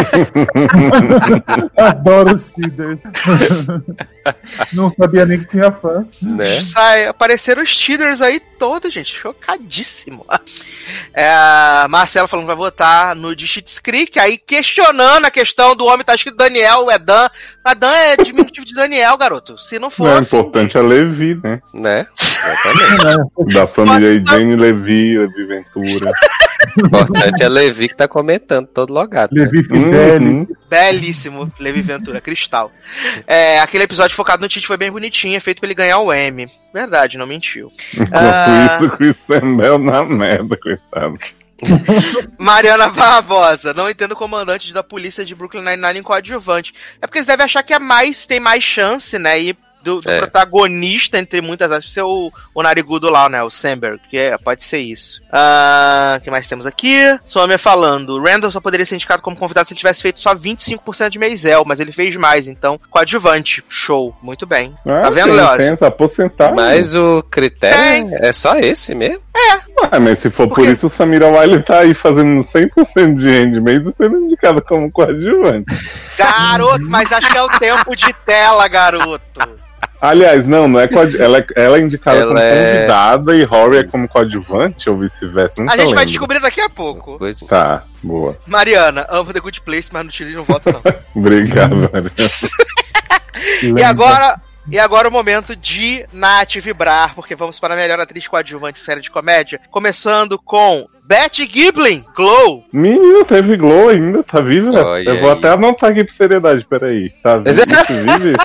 Adoro os Tiders. Não sabia nem que tinha fã. Né? Sai, apareceram os Tiders aí todos, gente. Chocadíssimo. É, Marcelo falando que vai votar no de Schitt's Creek, aí questionando a questão do homem, tá escrito Daniel, é Dan. Mas Dan é diminutivo de Daniel, garoto. Se não for. O importante é Levi, né? Né? Exatamente. Da família Jane Levi, Levi Ventura. O importante é Levi que tá comentando todo logado. Levi né? Fideli. Uhum. Belíssimo, Levi Ventura, cristal. É, aquele episódio focado no Tite foi bem bonitinho, é feito pra ele ganhar o M. Verdade, não mentiu. Enquanto ah... isso, Christian Bell na merda, coitado. Mariana Barbosa, não entendo o comandante da polícia de Brooklyn Nine-Nine em coadjuvante. É porque eles devem achar que é mais, tem mais chance, né? E do, do é. protagonista, entre muitas aspas, ser o, o narigudo lá, né? O Samberg, que é, pode ser isso. O uh, que mais temos aqui? Somia falando, Randall só poderia ser indicado como convidado se ele tivesse feito só vinte e cinco por cento de Maisel, mas ele fez mais, então coadjuvante. Show, muito bem. Ah, tá vendo, Léo? Tem essa porcentagem. Mas o critério tem. É só esse mesmo? É. Ah, mas se for por, por isso, o Samira Wiley tá aí fazendo cem por cento de Handmaid sendo indicado como coadjuvante. Garoto, mas acho que é o tempo de tela, garoto. Aliás, não, não é coad... ela, é, ela é indicada ela como é... convidada e Rory é como coadjuvante ou vice-versa. A gente lembro. vai descobrir daqui a pouco. Coisa... Tá, boa. Mariana, amo The Good Place, mas no Chile não voto não. Obrigado, Mariana. E agora... E agora o momento de Nath vibrar, porque vamos para a melhor atriz coadjuvante série de comédia, começando com Betty Giblin, Glow. Menino, teve Glow ainda, tá vivo, né? Oh, Eu vou até anotar aqui por seriedade, peraí. Tá vivo, vive?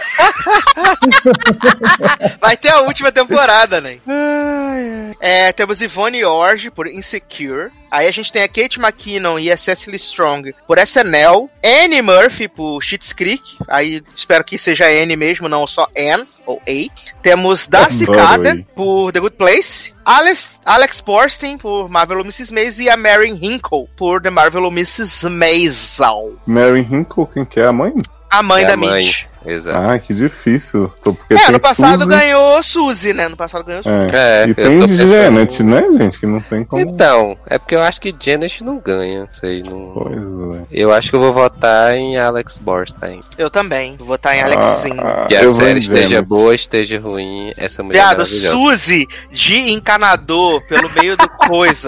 Vai ter a última temporada, né? É, temos Yvonne Orji por Insecure. Aí a gente tem a Kate McKinnon e a Cecily Strong por S N L. Annie Murphy por Schitt's Creek. Aí espero que seja Annie mesmo, não só Anne ou A. Temos Darcy Carden por The Good Place. Alex, Alex Borstein por Marvelous missus Maisel e a Mary Hinkle por The Marvelous missus Maisel. Mary Hinkle, quem que é a mãe? A mãe é da a mãe. Mitch. Exato. Ah, que difícil. Tô porque é, tem no passado Suzy. ganhou Suzy, né? No passado ganhou Suzy. É. É, e tem pensando... Janet, né, gente? Que não tem como. Então, é porque eu acho que Janet não ganha. Sei, não... Pois é. Eu acho que eu vou votar em Alex Borstein. Eu também. Vou votar em Alexzinho. Ah, que a eu série esteja Janet. boa, esteja ruim. Essa mulher Viado, é maravilhosa. Suzy de encanador pelo meio do coisa.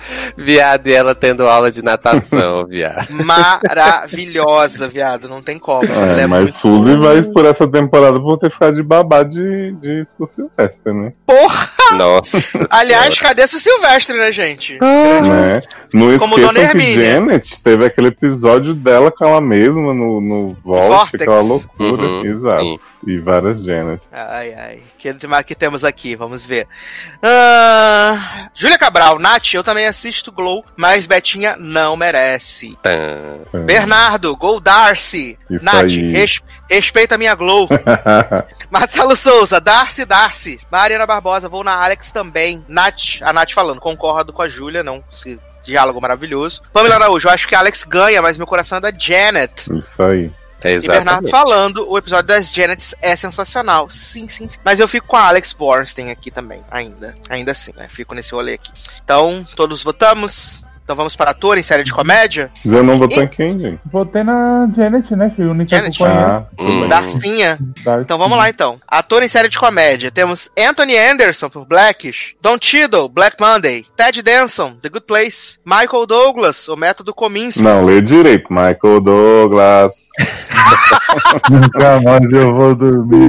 Viado, e ela tendo aula de natação, viado. Maravilhosa, viado. Não tem como. Essa mulher É, é mas muito Suzy boa. vai por essa temporada por ter ficado de babá de, de Su Silvestre, né? Porra! Nossa. Aliás, cadê Su Silvestre, né, gente? né? Não Como esqueçam Dona que Hermínia. Janet teve aquele episódio dela com ela mesma no, no Vault, Vortex. aquela loucura. Uhum, Exato. sim. E várias Janet. Ai, ai. O que, que temos aqui? Vamos ver. Ah, Júlia Cabral, Nath, eu também assisto Glow, mas Betinha não merece. Tã. É. Bernardo, Gol Darcy. Isso Nath, aí. res- respeita a minha Glow. Marcelo Souza, Darcy, Darcy. Mariana Barbosa, vou na Alex também. Nath, a Nath falando, concordo com a Júlia, não se... Diálogo maravilhoso. Pamela Araújo, eu acho que a Alex ganha, mas meu coração é da Janet. Isso aí. É E Bernardo exatamente. falando, o episódio das Janets é sensacional. Sim, sim, sim. Mas eu fico com a Alex Bornstein aqui também, ainda. Ainda assim, né? Fico nesse rolê aqui. Então, todos votamos. Então vamos para ator em série de comédia. Já não votou E- em quem, gente? Votei na Janet, né? Fui a única Janet? companheira. Ah, tudo bem. Darcinha. da- Então vamos lá, então. Ator em série de comédia. Temos Anthony Anderson, por Blackish. Don Cheadle, Black Monday. Ted Danson, The Good Place. Michael Douglas, O Método Kominsky. Não, lê direito. Michael Douglas. Nunca mais eu vou dormir.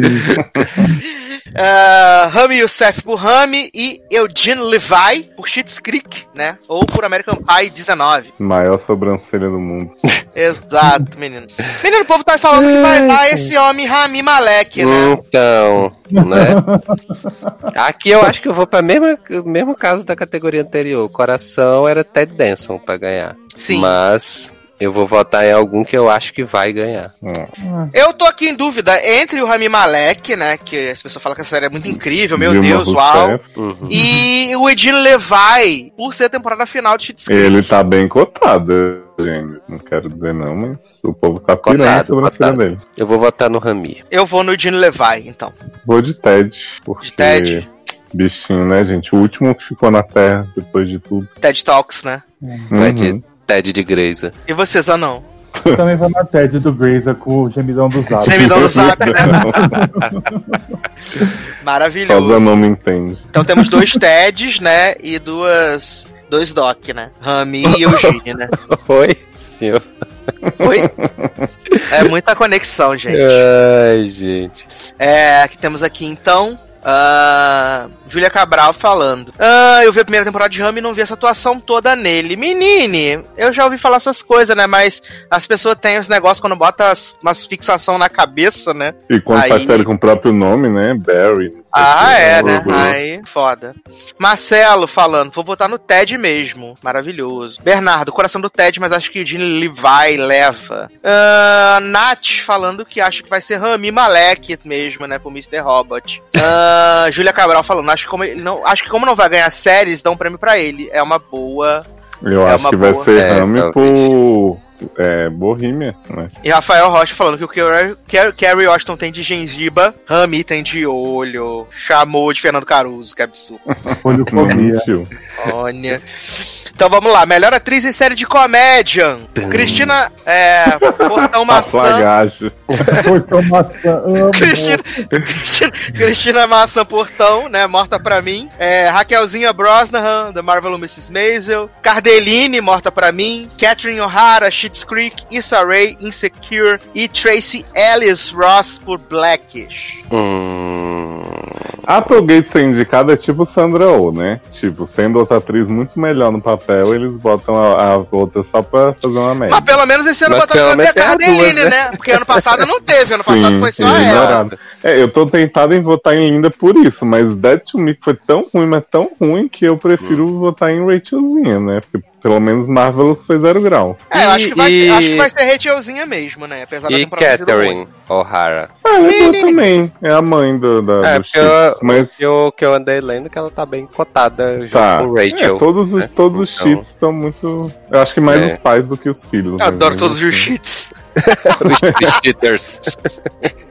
Uh, Rami Youssef por Rami e Eugene Levi por Schitt's Creek, né? Ou por American Pie dezenove. Maior sobrancelha do mundo. Exato, menino. Menino, o povo tá falando que vai dar esse homem Rami Malek, né? Então, né? Aqui eu acho que eu vou pra mesma, mesmo caso da categoria anterior. Coração era Ted Danson pra ganhar. Sim. Mas eu vou votar em algum que eu acho que vai ganhar. Hum. Eu tô aqui em dúvida entre o Rami Malek, né? Que as pessoas falam que a série é muito incrível, meu Dilma Deus, uau. Rousseff. Uhum. E o Eugene Levi, por ser a temporada final de Schitt's Creek. Ele tá bem cotado, gente. Não quero dizer não, mas o povo tá pirando a Cotado, sobrancelha cotado. dele. Eu vou votar no Rami. Eu vou no Eugene Levi, então. Vou de Ted. Porque De Ted. Bichinho, né, gente? O último que ficou na Terra depois de tudo. TED Talks, né? Vai Uhum. de Ted de Greysa. E você, Zanão? Também vai na Ted do Greysa com o gemidão do Zap. Você me dá no zap, né? Só Maravilhoso. Zanon me entende. Então temos dois Teds, né? E duas. Dois Doc, né? Rami e Eugene, né? Oi, senhor. Oi? É muita conexão, gente. Ai, gente. É, que temos aqui então. Uh, Júlia Cabral falando. Ah, eu vi a primeira temporada de Rami e não vi essa atuação toda nele. Menine, eu já ouvi falar essas coisas, né? Mas as pessoas têm os negócios quando botam as, umas fixação na cabeça, né? E quando Aí- faz série com o próprio nome, né? Barry. não sei Ah, o que, é, um né? orgulho. Aí, foda. Marcelo falando, vou votar no Ted mesmo. Maravilhoso. Bernardo, coração do Ted, mas acho que o Gene Levi leva. Uh, Nath falando que acha que vai ser Rami Malek mesmo, né? Pro mister Robot. Uh, Júlia Cabral falando, acho que, como ele não, acho que como não vai ganhar séries, dão um prêmio pra ele. É uma boa. Eu É acho uma que vai boa. ser É, Rami talvez. por é, Bohemia, né? E Rafael Rocha falando que o Carrie, Carrie, Carrie Washington tem de gengiba, Rami tem de olho. Chamou de Fernando Caruso, que absurdo. Não Olhofobia. mentiu. Olha. Então vamos lá, melhor atriz em série de comédia. Cristina é, Portão A Maçã. flagacho. Portão maçã, amo. Cristina, Cristina, Cristina Maçã Portão, né? Morta pra mim. É, Raquelzinha Brosnahan, The Marvelous missus Maisel. Cardeline, Morta pra mim. Catherine O'Hara, Schitt's Creek. Issa Rae, Insecure. E Tracy Ellis Ross por Blackish. Hum... A Applegate ser indicada é tipo Sandra Oh, né? Tipo, tendo outra atriz muito melhor no papel, eles botam a, a outra só pra fazer uma média. Mas pelo menos esse ano Mas botaram pelo até a menos tem as Cardeline, duas, né? Porque ano passado não teve, ano passado Sim, foi só eles ela. ignoraram. É, eu tô tentado em votar em Linda por isso, mas Dead to Me foi tão ruim, mas tão ruim que eu prefiro Hum. votar em Rachelzinha, né? Porque pelo menos Marvelous foi zero grau. É, eu acho que vai, E- ser, acho que vai ser Rachelzinha mesmo, né? Apesar da E temporada ter sido ruim. Catherine O'Hara. Ah, eu vou também. É a mãe do, da, É, do porque eu, Chips, mas que eu, que eu andei lendo que ela tá bem cotada junto tá. com o Rachel. É, todos os, né? todos os Então- chips estão muito. Eu acho que mais É. os pais do que os filhos. Eu né? adoro Mas, todos os enfim. cheats. os, os cheaters.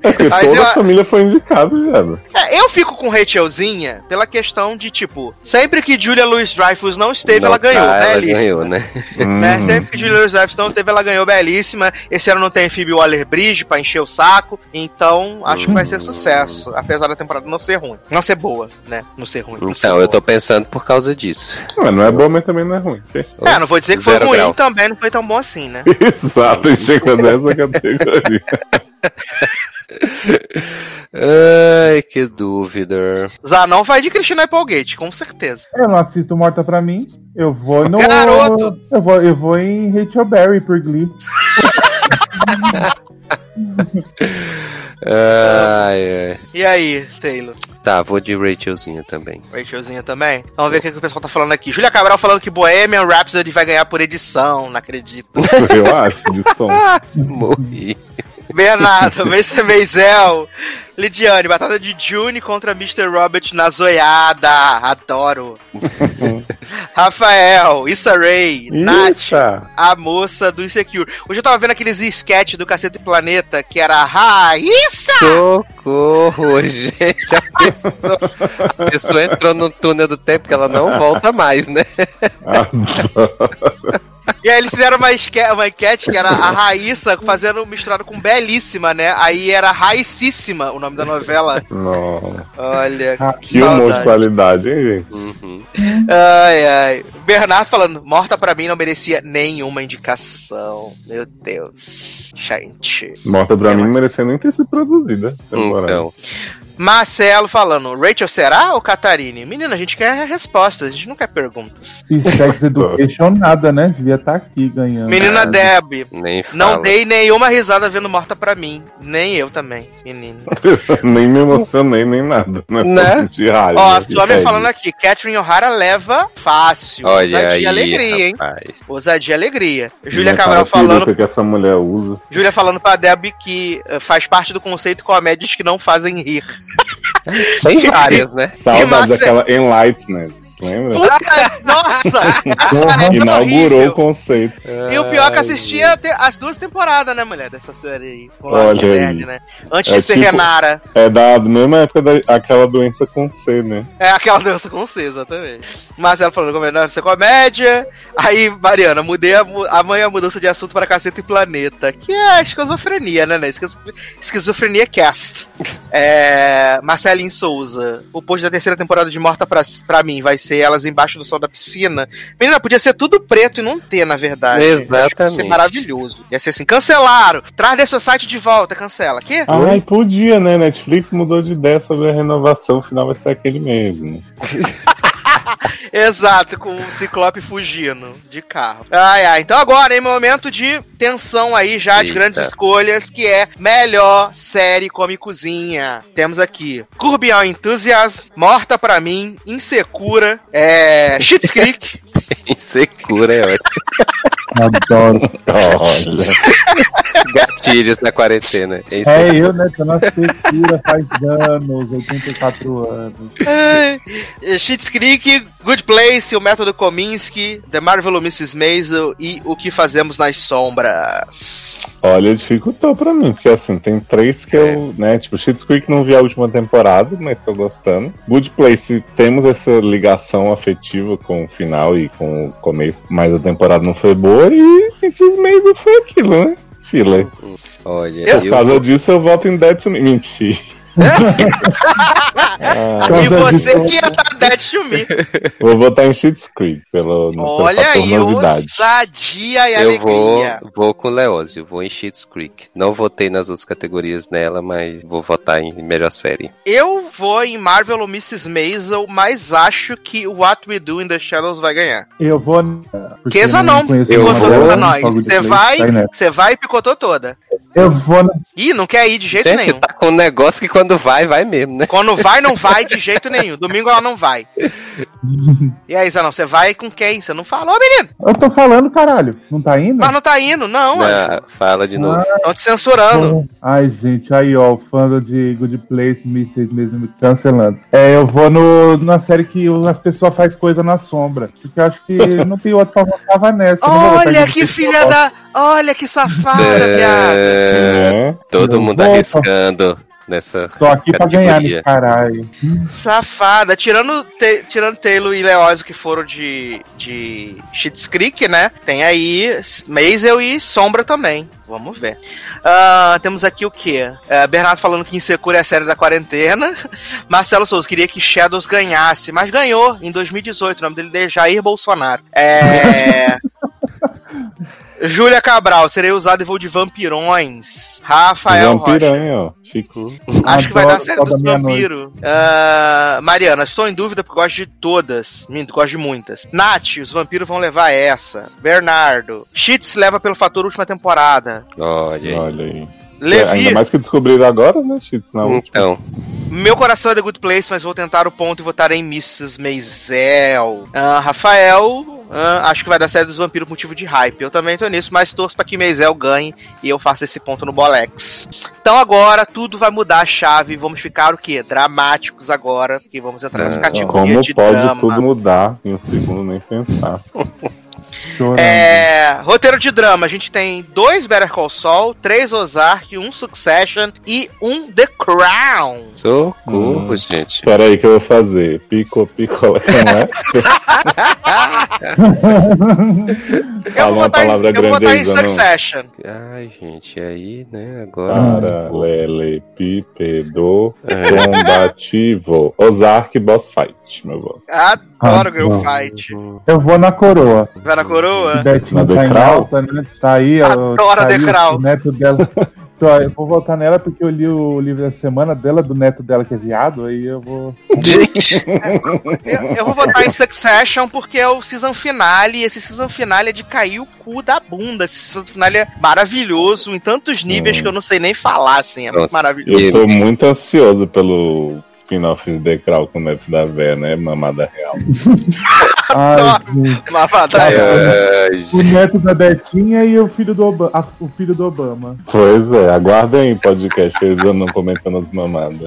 É porque Mas toda eu- a família foi indicada, já. É, eu fico com Rachelzinha pela questão de, tipo, sempre que Julia Louis-Dreyfus não esteve, Não ela ganhou, tá, ela belíssima. ganhou, né? Né? Hum. Sempre que Julia Louis-Dreyfus não esteve, ela ganhou, belíssima. Esse ano não tem Phoebe Waller-Bridge pra encher o saco, então acho que vai ser sucesso, apesar da temporada não ser ruim. Não ser boa, né? Não ser ruim. não ser Então, eu tô boa. pensando por causa disso. Não, não é bom, mas também não é ruim. É, não vou dizer que foi Zero ruim, grau. também não foi tão bom assim, né? Exato, e chega nessa categoria. Ai, que dúvida. Zanon vai de Christina Applegate, com certeza. Eu não assisto Morta Pra Mim. Eu vou no. Garoto! Eu vou, eu vou em Rachel Berry por Glee. Ai, ai. E aí, Taylor? Tá, vou de Rachelzinha também. Rachelzinha também? Vamos ver o que, que o pessoal tá falando aqui. Júlia Cabral falando que Bohemian Rhapsody vai ganhar por edição, não acredito. Eu acho, de som. Morri. Bernardo, Mace Maisel, Lidiane, batalha de June contra mister Robert na zoiada. Adoro. Rafael, Issa Rae, Nath, Eita. a moça do Insecure. Hoje eu tava vendo aqueles sketch do Cacete Planeta que era Raíssa! Socorro, gente. A pessoa, a pessoa entrou no túnel do tempo que ela não volta mais, né? Adoro. E aí eles fizeram uma, esque- uma enquete que era a Raíssa fazendo misturado com Belíssima, né? Aí era Raicíssima o nome da novela. Nossa. Olha, Que humor de saudade. qualidade, hein, gente? Uhum. Ai, ai. Bernardo falando, Morta Pra Mim não merecia nenhuma indicação. Meu Deus. Gente. Morta pra mim não merecia nem ter sido produzida. temporada. Então, Marcelo falando, Rachel será ou Catarine? Menina, a gente quer respostas, a gente não quer perguntas. E Sex Education nada, né? Devia estar aqui ganhando. Menina Ah, Deb, nem fala. não dei nenhuma risada vendo Morta Pra Mim. Nem eu também, menino. Nem me emocionei, nem nada. Né? Né? De raiva. Ó, só me Segue. falando aqui, Catherine O'Hara leva fácil. Olha Ousadia aí, e alegria, hein? rapaz. Ousadia e alegria. Júlia Minha Cabral cara, peruca falando, que essa mulher usa. Júlia falando pra Deb que eh, faz parte do conceito comédias que não fazem rir. Tem várias, né? Saudades massa- daquela Enlightenment, lembra? Puta, nossa! Essa é Inaugurou horrível. o conceito. E o pior é que eu assisti a te- as duas temporadas, né, mulher, dessa série aí. Com Olha Laura aí. Verde, né? Antes É de ser tipo- Renara. É da mesma época daquela doença com C, né? É aquela dança com C, exatamente. Marcelo falando como é ser comédia. Aí, Mariana, mudei a, mu- amanhã a mudança de assunto para Caceta e Planeta. Que é a esquizofrenia, né? né? Esquizo- Esquizofrenia Cast. É, Marcelinho Souza. O post da terceira temporada de Morta pra, pra mim vai ser elas embaixo do sol da piscina. Menina, podia ser tudo preto e não ter, na verdade. Exatamente. Acho que ia ser maravilhoso. Ia ser assim, cancelaram. Traz desse site de volta, cancela. Aqui? Ai, podia, né? Netflix mudou de ideia sobre a renovação, o final vai ser aquele mesmo. Exato, com o Ciclope fugindo de carro. Ai, ai. Então agora, em momento de tensão aí, já de Eita. grandes escolhas, que é melhor série come cozinha. Temos aqui Curb Your Enthusiasm, Morta Pra Mim, Insecura, é... Schitt's Creek, Insecura, é ótimo. Adoro. Olha. Gatilhos na quarentena. É isso É aí. eu, né? Tô na secura faz anos, oitenta e quatro anos. Ai, Schitt's Creek, Good Place, O Método Kominsky, The Marvelous missus Maisel e O Que Fazemos nas Sombras. Olha, dificultou pra mim, porque assim, tem três que eu, né, tipo, Schitt's Creek não vi a última temporada, mas tô gostando. Good Place, temos essa ligação afetiva com o final e com o começo, mas a temporada não foi boa e esses meio foi aquilo, né? Filler. Olha, Eu- Por eu, causa disso eu voto em Dead to Me. Mentira. Ah, E Causa você disso- que ia estar Dead to Me. vou votar em Schitt's Creek, pelo, no- pelo Olha fator aí, novidade. ousadia e eu vou, alegria. vou com o Leózio, vou em Schitt's Creek. Não votei nas outras categorias nela, mas vou votar em melhor série. Eu vou em Marvel ou missus Maisel, mas acho que o What We Do in the Shadows vai ganhar. Eu vou. porque Queza eu não, conheço eu picotou vou- pra nenhuma, nós. só Good Você Place, vai, sai nessa. você vai e picotou toda. Eu vou. na- Ih, não quer ir de jeito Gente, nenhum. tá com um negócio que quando vai, vai mesmo, né? Quando vai, não vai de jeito nenhum. Domingo ela não vai. E aí, Zanão, você vai com quem? Você não falou, menino? Eu tô falando, caralho. Não tá indo? Mas não tá indo, não, mano. Ah, fala de novo. Estão te censurando. Ai, gente, aí, ó, o fã de Good Place, mísseis mesmo me cancelando. É, eu vou no, na série que as pessoas fazem coisa na sombra. Porque eu acho que não tem outro pra votar, vai nessa. Eu não vou votar em Olha Good que Place, filha eu da... Olha que safada, viado. É... Né? Todo Eu mundo vou, arriscando nessa Tô aqui pra ganhar categoria. nesse caralho. Safada. Tirando, te, tirando Taylor e Leózio que foram de, de Schitt's Creek, né? Tem aí Maisel e Sombra também. Vamos ver. Uh, temos aqui o quê? Uh, Bernardo falando que Insecure é a série da quarentena. Marcelo Souza queria que Shadows ganhasse, mas ganhou em dois mil e dezoito. O nome dele é Jair Bolsonaro. É... Júlia Cabral, serei usado e vou de vampirões. Rafael Vampiranha, ó. Chico. Acho que vai dar a Adoro série dos Toda vampiros. Uh, Mariana, estou em dúvida porque gosto de todas. Minto, gosto de muitas. Nath, os vampiros vão levar essa. Bernardo, Cheats leva pelo fator última temporada. Olha aí. Olha aí. Levi, É, ainda mais que descobriram agora, né, Cheats? Na última. Então, meu coração é The Good Place, mas vou tentar o ponto e votar em missus Maisel. Uh, Rafael, uh, acho que vai dar série dos vampiros por motivo de hype. Eu também tô nisso, mas torço pra que Maisel ganhe e eu faça esse ponto no Bolex. Então agora tudo vai mudar a chave. Vamos ficar o quê? Dramáticos agora, porque vamos entrar nessa Ah, categoria Como de pode drama. tudo mudar em um segundo, nem pensar. Chorando. É, roteiro de drama, a gente tem dois Better Call Saul, três Ozark, um Succession e um The Crown. socorro, Hum. gente. Espera aí que eu vou fazer. Pico, picolé, não é? Eu Fala vou uma votar, em, palavra eu vou votar em grandeza, não. Succession. Ai, gente, aí, né, agora... Paralelepípedo É. combativo. Ozark Boss Fight, meu voto. Adoro Ah, Girl bom. Fight. Eu vou na coroa. Vai na coroa? Betinho Na tá em Decral? alta, né? Tá aí, ó, Adoro tá a aí Decral. o neto dela. Então, eu vou votar nela porque eu li o livro da semana dela, do neto dela que é viado, aí eu vou... Gente, Eu, eu vou votar em Succession porque é o season finale e esse season finale é de cair o cu da bunda. Esse season finale é maravilhoso em tantos níveis Hum. que eu não sei nem falar, assim. É muito Pronto. maravilhoso. Eu tô muito ansioso pelo spin-off de The Crown com o neto da véia, né? Mamada real. Ai, gente. Lavada. ai, O gente. neto da Betinha e o filho do, Oba- a- o filho do Obama. Pois é, aguardem aí podcast, eles andam comentando as mamadas.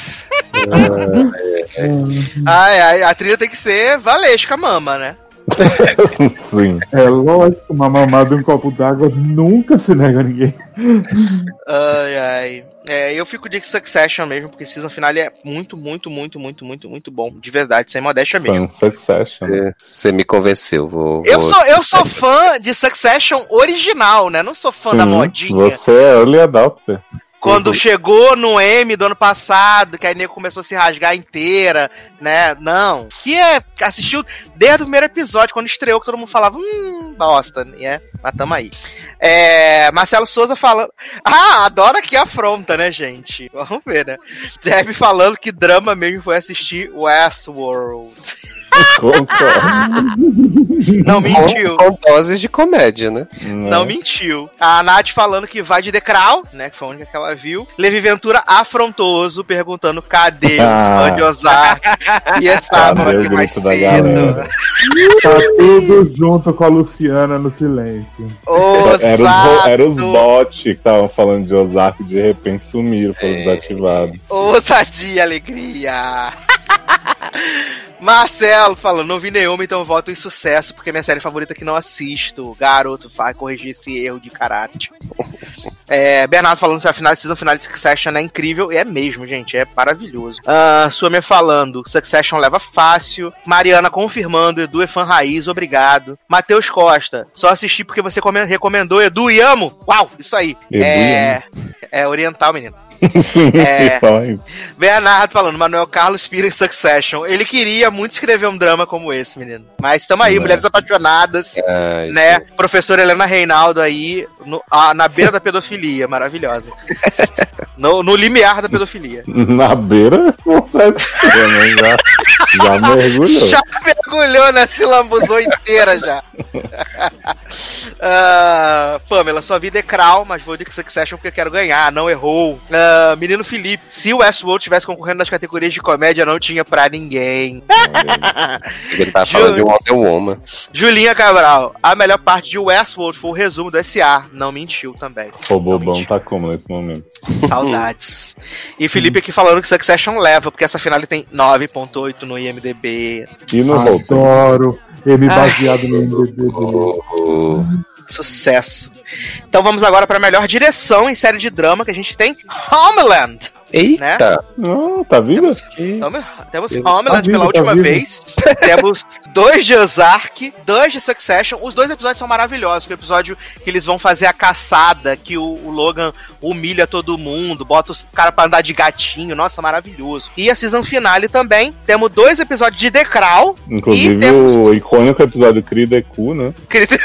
Ai, ai, a trilha tem que ser Valesca Mama, né? Sim. É lógico, uma mamada e um copo d'água nunca se nega a ninguém. Ai, ai. É, eu fico de Succession mesmo, porque season finale é muito, muito, muito, muito, muito, muito bom. De verdade, sem modéstia mesmo. Fan Succession. Você me convenceu, vou... Eu vou- sou, eu sou fã de Succession original, né? Não sou fã Sim, da modinha. Você é early adopter. Quando Uhum. chegou no M do ano passado, que a nego começou a se rasgar inteira, né? Não. Que é, assistiu desde o primeiro episódio, quando estreou, que todo mundo falava, hum, bosta, né? Mas tamo aí. É, Marcelo Souza falando. Ah, adoro aqui a afronta, né, gente? Vamos ver, né? Deb falando que drama mesmo foi assistir Westworld. Concordo. Não mentiu. Com, com doses de comédia, né? Não mentiu. A Nath falando que vai de The Crown, né? Que foi a única que ela viu. Levi Ventura afrontoso, perguntando cadê os Ah. fãs de Ozark. E estavam Cadê o aqui mais grito da cedo. galera? Tá tudo junto com a Luciana no silêncio. Era os, ro- era os Ousado. bots que estavam falando de Ozark e de repente sumiram, foram É. desativados. Ousadia, alegria. Marcelo falando, não vi nenhuma, então voto em Sucesso, porque é minha série favorita que não assisto. Garoto, vai corrigir esse erro de caráter. É, Bernardo falando que a final, season final de Succession é incrível, e é mesmo, gente, é maravilhoso. Ah, Sumer falando, Succession leva fácil. Mariana confirmando, Edu é fã raiz, obrigado. Matheus Costa, só assisti porque você come- recomendou, Edu e amo. Uau, isso aí. Edu é, é oriental, menino. Sim, É. fala isso. Bernardo falando, Manuel Carlos Pira em Succession. Ele queria muito escrever um drama como esse, menino. Mas estamos aí, É. Mulheres Apaixonadas, Ai, né? Professora Helena Reinaldo aí, no- ah, na beira da pedofilia, maravilhosa. No, no limiar da pedofilia. Na beira, pode ser, né? já, já mergulhou. Já mergulhou, né? Se lambuzou inteira já. Ah, Pamela, sua vida é crawl, mas vou de Succession porque eu quero ganhar, não errou. Ah, menino Felipe, se o Westworld tivesse concorrendo nas categorias de comédia, não tinha pra ninguém. Ele tá falando de Wonder Woman. Julinha Cabral, a melhor parte de Westworld foi o resumo do S A. Não mentiu também. O Não bobão mentiu. tá como nesse momento? Saudades. E Felipe aqui falando que Succession leva, porque essa finale tem nove ponto oito no I M D B. E no Rotten. Adoro. M baseado no I M D B. Oh. Sucesso. Então vamos agora para a melhor direção em série de drama, que a gente tem Homeland. Eita! Né? Não, tá vindo? Temos, temos Eu- Homeland tá vivo, pela tá última vivo. vez. Temos dois de Ozark, dois de Succession. Os dois episódios são maravilhosos. Que é o episódio que eles vão fazer a caçada, que o, o Logan humilha todo mundo, bota os caras pra andar de gatinho. Nossa, maravilhoso. E a season finale também. Temos dois episódios de The Crown. Inclusive E temos- o icônico episódio Cri Deku, né?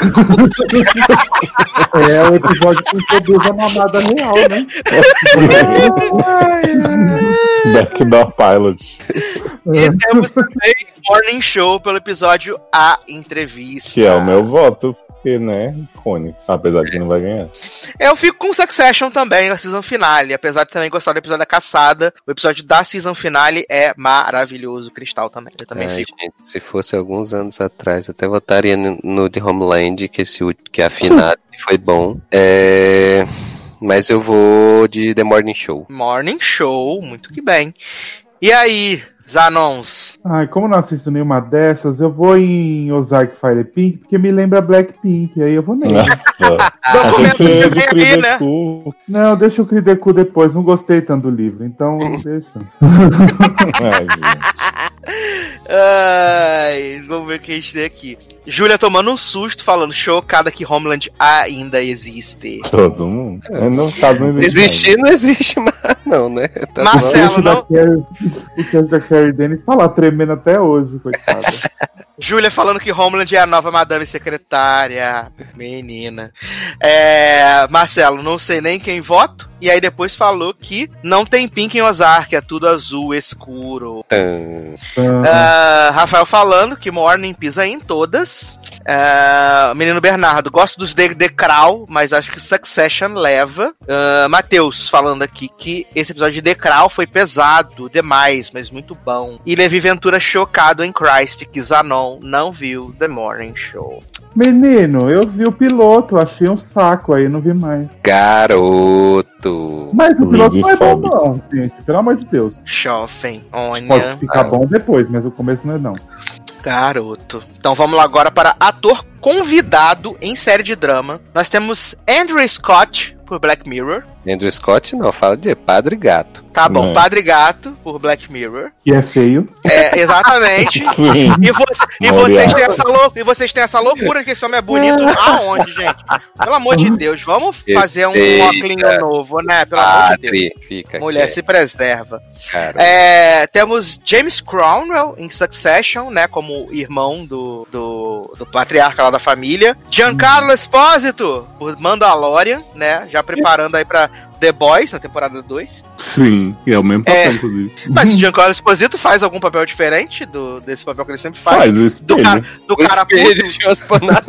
É o episódio que introduz a mamada real, né? Backdoor Pilot. E temos também Morning Show pelo episódio A Entrevista. Que é o meu voto, porque, né, icônico. Apesar de que não vai ganhar. Eu fico com Succession também, a season finale. Apesar de também gostar do episódio da caçada, o episódio da season finale é maravilhoso. Cristal também. Eu também Ai, fico. gente, se fosse alguns anos atrás, até votaria no, no The Homeland, que, esse, ult- que a finale foi bom. É... Mas eu vou de The Morning Show. Morning Show, muito que bem. E aí, Zanons? Ai, como eu não assisto nenhuma dessas, eu vou em Ozark Fire Pink, porque me lembra Blackpink, aí eu vou nele. Achei que você ia de Cri Né? Deku. Não, deixa o Cridecu depois, não gostei tanto do livro, então deixa. Ai, gente. Ai, vamos ver o que a gente tem aqui. Júlia tomando um susto, falando chocada que Homeland ainda existe. Todo mundo. É, no caso, não existe. Existir não existe mais, não, né? Tá Mas- só- Marcelo, o texto da não- Carrie- o texto da Carrie Dennis tá lá tremendo até hoje, coitada. Júlia falando que Homeland é a nova Madame Secretária. Menina. É, Marcelo, não sei nem quem voto. E aí depois falou que não tem pink em Ozark, é tudo azul escuro. Tã. Ah, Rafael falando que Morning pisa em todas. Ah, menino Bernardo, gosto dos The, The Crown, mas acho que Succession leva. Ah, Matheus falando aqui que esse episódio de The Crown foi pesado demais, mas muito bom. E Levi Ventura chocado em Christ, que Zanon não viu The Morning Show. Menino, eu vi o piloto, achei um saco aí, não vi mais. Garoto. Mas o piloto não é bom Rizifóbico. não, gente, pelo amor de Deus. Chofem, Pode olha. ficar bom depois, mas o começo não é não. Garoto. Então vamos lá agora para ator convidado em série de drama. Nós temos Andrew Scott por Black Mirror. Andrew Scott não, fala de Padre Gato. Tá bom, É. Padre Gato por Black Mirror. Que é feio. É, exatamente. Sim. E, vo- e vocês têm essa lou- e vocês têm essa loucura de que esse homem é bonito aonde, gente? Pelo amor de Deus, vamos fazer um Respeita. óculos novo, né? Pelo amor de Deus. Padre, fica Mulher quieto, se preserva. cara. É, temos James Cromwell em Succession, né? Como irmão do, do, do patriarca lá da família. Giancarlo Esposito por Mandalorian, né? Já preparando aí pra The Boys na temporada dois. Sim, e é o mesmo papel, É. inclusive. Mas o Giancarlo Esposito faz algum papel diferente do, desse papel que ele sempre faz? Faz o Do espelho. cara, do O cara espelho puto. de orfanato.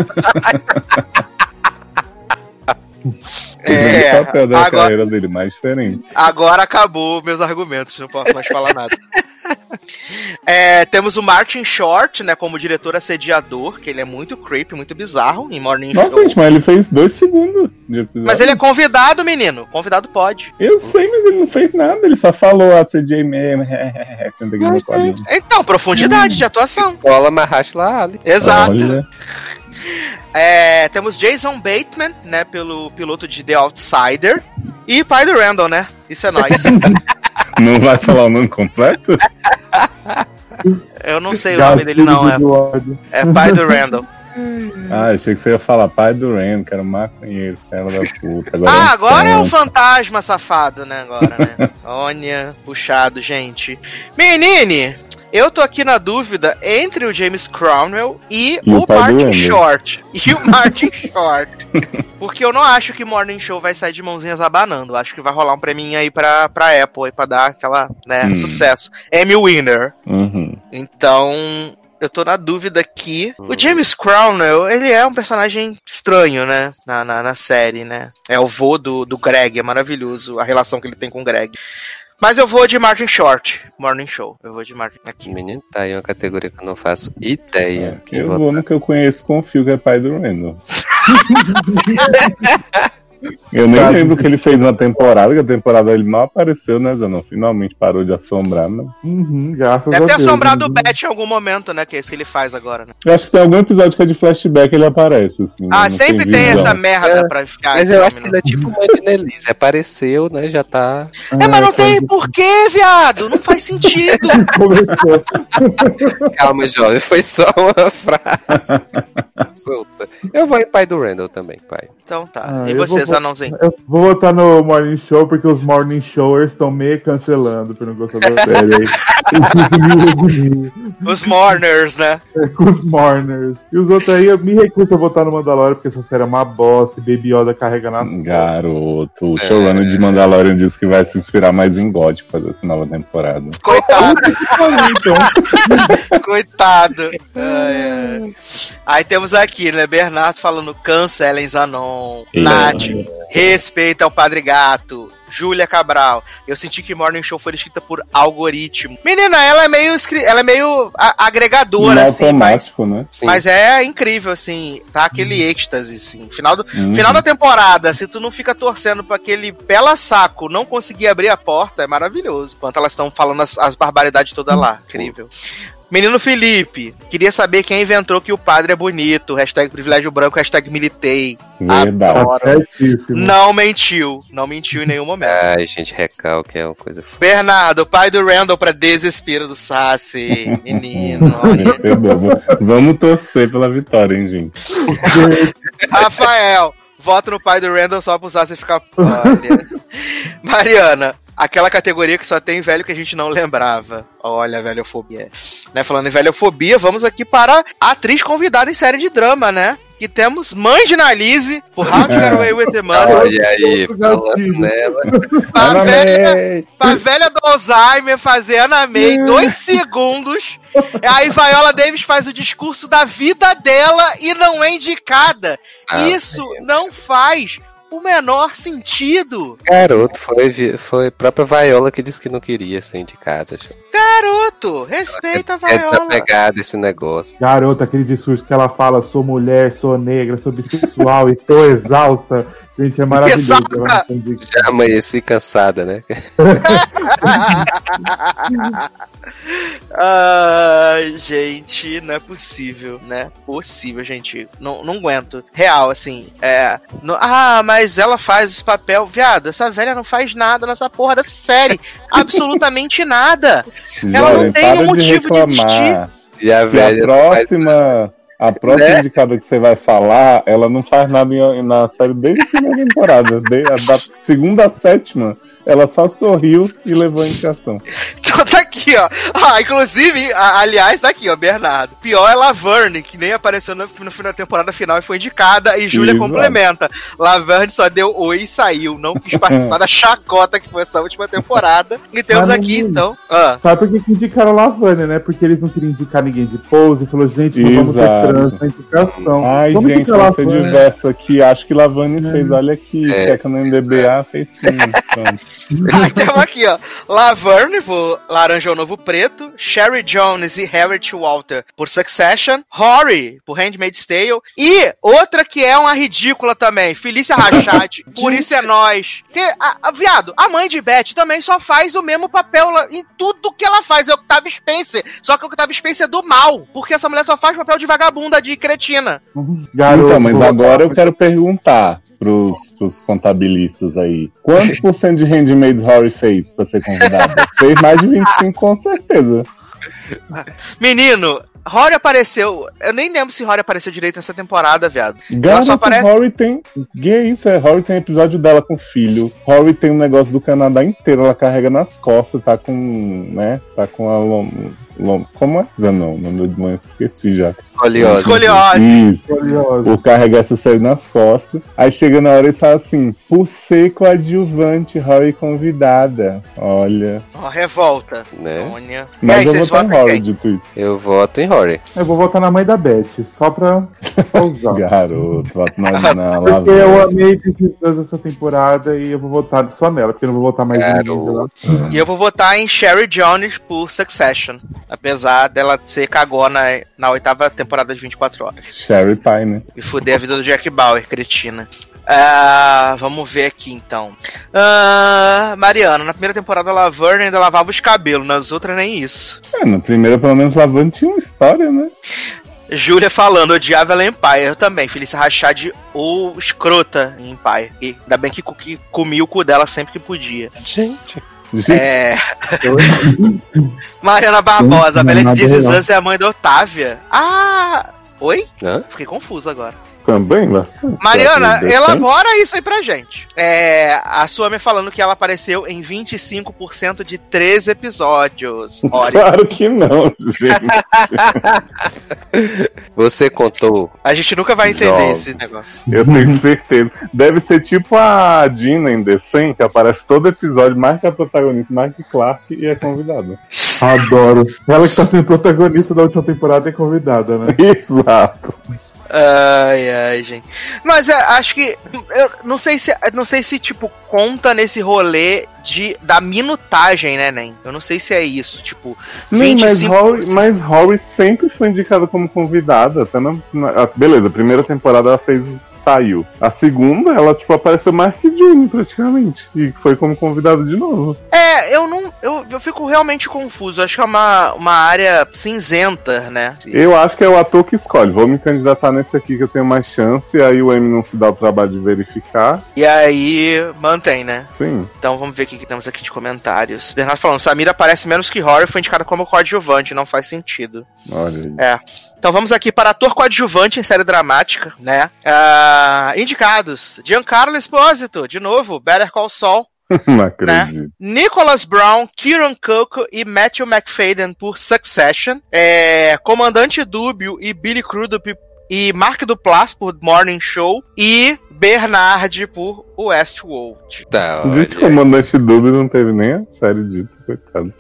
É, o papel da agora, carreira dele mais diferente. agora acabou meus argumentos, não posso mais falar nada. É, temos o Martin Short, né, como diretor assediador, que ele é muito creepy, muito bizarro em Morning Nossa, Show. gente, mas ele fez dois segundos de episódio. Mas ele é convidado, menino. Convidado pode. Eu sei, mas ele não fez nada. Ele só falou a C J mesmo. Senta aqui no quadrinho. Então, profundidade de atuação. Escola Mahashla Ali. Exato. Olha. É, temos Jason Bateman, né, pelo piloto de The Outsider. E pai do Randall, né? Isso é nóis. Não vai falar o nome completo? Eu não sei o nome dele, não. É, Do ódio. é pai do Randall. Ah, achei que você ia falar pai do Ren, que era um maconheiro, cara da puta. Agora Ah, um agora é o santo. fantasma safado, né? Agora, né? Olha, puxado, gente. Menine, eu tô aqui na dúvida entre o James Cromwell e, E o, o pai do Martin Randall. Short. E o Martin Short. Porque eu não acho que Morning Show vai sair de mãozinhas abanando. Eu acho que vai rolar um preminho aí pra, pra Apple, aí pra dar aquela, né, Hum. sucesso. Emmy Winner. Uhum. Então, eu tô na dúvida que o James Cromwell, ele é um personagem estranho, né? Na, na, na série, né? É o vô do, do Greg, é maravilhoso a relação que ele tem com o Greg. Mas eu vou de Martin Short, Morning Show. Eu vou de Martin aqui. Menino, tá aí uma categoria que eu não faço ideia. Quem Eu vota? vou no que eu conheço, confio que é pai do Randall. Eu nem lembro o que ele fez na temporada, que a temporada ele mal apareceu, né, Zanon? Finalmente parou de assombrar, né? Uhum, graças Deve a ter Deus. assombrado o Uhum. Beth em algum momento, né? Que é esse que ele faz agora, né? Eu acho que tem algum episódio que é de flashback ele aparece, assim. Ah, não sempre tem tem visão. essa merda É, pra ficar. Mas eu acho que ele é tipo uma Annelise. Apareceu, né? Já tá. É, mas não tem quando- porquê, viado. Não faz sentido. Começou. Calma, jovem. Foi só uma frase solta. Eu vou em pai do Randall também, pai. Então tá. Ah, e eu vocês, vou- anãozinho? Eu vou votar no Morning Show porque os Morning Showers estão meio cancelando por não gostar da série aí. Eu fico me reunindo Os Mourners, né? com os Morners. E os outros aí, eu me recuso a votar no Mandalorian porque essa série é uma bosta e Baby Yoda carrega nas costas. Garoto, o showrunner de Mandalorian disse que vai se inspirar mais em God pra fazer essa nova temporada. Coitado, Então, coitado. Ai, ai. Aí temos aqui, né? Bernardo falando cancelem Zanon. E- Nath, respeita ao Padre Gato. Júlia Cabral. Eu senti que Morning Show foi escrita por algoritmo. Menina, ela é meio, escri- ela é meio a- agregadora, No assim, mas, automático, né? Sim. mas é incrível, assim. Tá aquele êxtase, assim. Final, do, Uhum. final da temporada, se tu não fica torcendo pra aquele pela saco não conseguir abrir a porta, é maravilhoso. Enquanto elas estão falando as, as barbaridades todas lá. Incrível. Menino Felipe, queria saber quem inventou que o padre é bonito. Hashtag privilégio branco, hashtag militei. Verdade. tá Adoro. certíssimo. Não mentiu. Não mentiu em nenhum momento. Ai, gente, recalque é uma coisa foda. Bernardo, pai do Randall pra desespero do Sassi. Menino, olha. Vencedor. Vamos torcer pela vitória, hein, gente? Rafael, voto no pai do Randall só pro Sassi ficar... Olha. Mariana, aquela categoria que só tem velho que a gente não lembrava. Olha, velhofobia. Né, falando em velhofobia, vamos aqui para a atriz convidada em série de drama, né? Que temos Mãe de Analise, por How to Get Away with the Murder. Olha aí, falando nela. Pra velha, Amém. pra velha do Alzheimer fazer Ana May dois segundos. Aí Viola Davis faz o discurso da vida dela e não é indicada. Ah, Isso não faz o menor sentido. Garoto, foi, vi- foi a própria Viola que disse que não queria ser indicada. Garoto, respeita a É Viola. desapegado esse negócio. Garota, aquele discurso que ela fala, sou mulher, sou negra, sou bissexual e tô exalta. Gente, é maravilhoso. Exalta! Ela não tem dica. Já amanheci cansada, né? Ai, gente, não é possível, né? Possível, gente. Não, não aguento. Real, assim. É. no- ah, mas ela faz esse papel. Viado, essa velha não faz nada nessa porra dessa série. Absolutamente nada. Ela não Jovem, tem para um motivo de reclamar. existir. E a Que a velha não faz- próxima, a próxima Né? indicada que você vai falar, ela não faz nada em- na série desde a primeira temporada. De- a da segunda à sétima, ela só sorriu e levou a indicação. Então tá aqui, ó. Ah, inclusive, a- aliás, tá aqui, ó, Bernardo. Pior é Laverne, que nem apareceu no, no final da temporada final e foi indicada, e Júlia Exato. complementa. Laverne só deu oi e saiu. Não quis participar da chacota que foi essa última temporada. E temos Mas, aqui, menino, então. Ah, Sabe por que que indicaram a Lavânia, né? Porque eles não queriam indicar ninguém de pose. Falou, gente, não vamos ter Exato. trans na indicação. Ai, Vamos gente, indicar a vai ser Lavânia. diverso aqui. Acho que Lavani fez, olha aqui, É. checa no M D B A, fez sim. Pronto. aí temos aqui, ó. Laverne por Laranja ao Novo Preto, Sherry Jones e Harriet Walter por Succession, Rory por Handmaid's Tale e outra que é uma ridícula também, Felícia Rashad, por Isso é Nós. Que, a, a- viado, a mãe de Beth também só faz o mesmo papel lá- em tudo que ela faz, é Octavia Spencer, só que o Octavia Spencer é do mal, porque essa mulher só faz papel de vagabunda, de cretina. Garoto, Então, mas vou- agora eu quero perguntar pros, pros contabilistas aí. Quantos por cento de Handmaid's Horror fez pra ser convidada? Fez mais de vinte e cinco, com certeza. Menino, Rory apareceu, eu nem lembro se Rory apareceu direito nessa temporada, viado. Ela só Garota, aparece... Rory tem... Que é isso? É, Rory tem episódio dela com o filho. Rory tem um negócio do Canadá inteiro, ela carrega nas costas, tá com... né? Tá com a... Lom... Lom... Como é? Não, não, não esqueci já. Escoliose. Escoliose. Isso. Curioso. Ou carregar essa série nas costas. Aí chega na hora e fala assim: por ser coadjuvante, Rory convidada. Olha. Ó, revolta. Né? Sônia. Mas E aí, eu vocês vou estar em votam em Rory quem? dito isso. Eu voto em Rory. Eu vou votar na mãe da Beth, só pra usar. Garoto, voto na, na Porque eu Laverne. amei This essa temporada e eu vou votar só nela, porque eu não vou votar mais em ninguém. Garoto. E eu vou votar em Sherry Jones por Succession. Apesar dela ser cagona na oitava temporada de vinte e quatro horas. Sherry Pie, né? E fuder a vida do Jack Bauer, cretina. Uh, vamos ver aqui, então. Uh, Mariana, na primeira temporada, a Laverne ainda lavava os cabelos. Nas outras, nem isso. É, na primeira, pelo menos, Laverne tinha uma história, né? Júlia falando, odiava ela em Empire. Eu também, Felícia Rashad ou escrota em Empire. E ainda bem que, que comia o cu dela sempre que podia. Gente... Gente, É... Mariana Barbosa, a Bela de This Is Us é a mãe da Otávia. Ah... Oi? Hã? Fiquei confuso agora. também bastante. Mariana, elabora isso aí pra gente. É, a Suami falando que ela apareceu em vinte e cinco por cento de treze episódios. Olha. Claro que não, gente. Você contou. A gente nunca vai entender Jovem. esse negócio. Eu tenho certeza. Deve ser tipo a Dina em The cem, que aparece todo episódio, mais que a protagonista, mais que Clark, e é convidada. Adoro. Ela que tá sendo protagonista da última temporada é convidada, né? Exato. Ai, ai, gente. Mas é, acho que. Eu não sei se. Não sei se, tipo, conta nesse rolê de, da minutagem, né, Nen? Eu não sei se é isso. Tipo, Nem, vinte e mas, cinco... Rory, mas Rory sempre foi indicada como convidada. Até na, na, beleza, a primeira temporada ela fez. Saiu. A segunda, ela, tipo, apareceu mais que June, praticamente. E foi como convidada de novo. É, eu não. Eu, eu fico realmente confuso. Acho que é uma, uma área cinzenta, né? Eu acho que é o ator que escolhe. Vou me candidatar nesse aqui que eu tenho mais chance. Aí o Emmy não se dá o trabalho de verificar. E aí mantém, né? Sim. Então vamos ver o que, que temos aqui de comentários. Bernardo falando, Samira parece menos que Rory, foi indicada como coadjuvante, não faz sentido. Olha aí. É. Então vamos aqui para ator coadjuvante em série dramática, né? Uh, indicados: Giancarlo Esposito, de novo, Better Call Saul. Não acredito. Né? Nicholas Brown, Kieran Culkin e Matthew McFadden por Succession. É, Comandante Dúbio e Billy Crudup e Mark Duplass por Morning Show. E Bernard por Westworld. Tá, O gente, Comandante Dúbio não teve nem a série dita, coitado.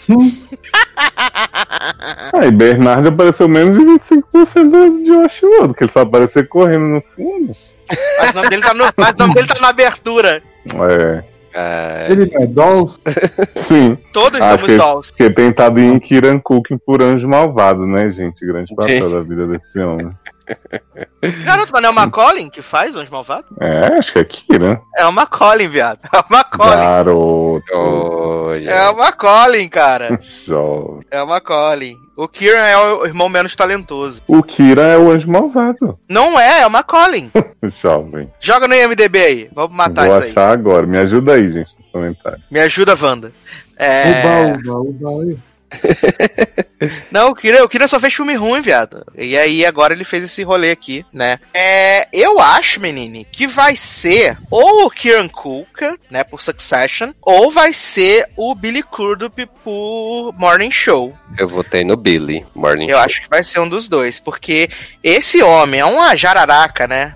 Ah, e Bernard apareceu menos de vinte e cinco por cento de Westworld, que ele só apareceu correndo no fundo. Mas o nome dele tá, no, mas o nome dele tá na abertura. É. É... Ele não é Dolls? Sim. Todos Acho somos que, dolls. que tentado ir em Kieran Culkin por Anjo Malvado, né, gente? Grande papel da vida desse homem. Garoto, mas não é o Macaulay que faz o Anjo Malvado? É, acho que é Kieran. É o Macaulay, viado. É o Macaulay. Garoto. Olha. É o Macaulay, cara. Jovem. É o Macaulay. O Kieran é o irmão menos talentoso. O Kieran é o Anjo Malvado. Não é, é o Macaulay. Jovem. Joga no I M D B aí. Vamos matar Vou isso aí. achar agora. Me ajuda aí, gente, no comentário. Me ajuda, Wanda. É... Uba, uba, uba aí. Não, o Kieran, o Kieran só fez filme ruim, viado. E aí agora ele fez esse rolê aqui, né? É, eu acho, menine, que vai ser ou o Kieran Culkin, né, por Succession, ou vai ser o Billy Crudup por Morning Show. Eu votei no Billy, Morning Eu Show. acho que vai ser um dos dois, porque esse homem é uma jararaca, né?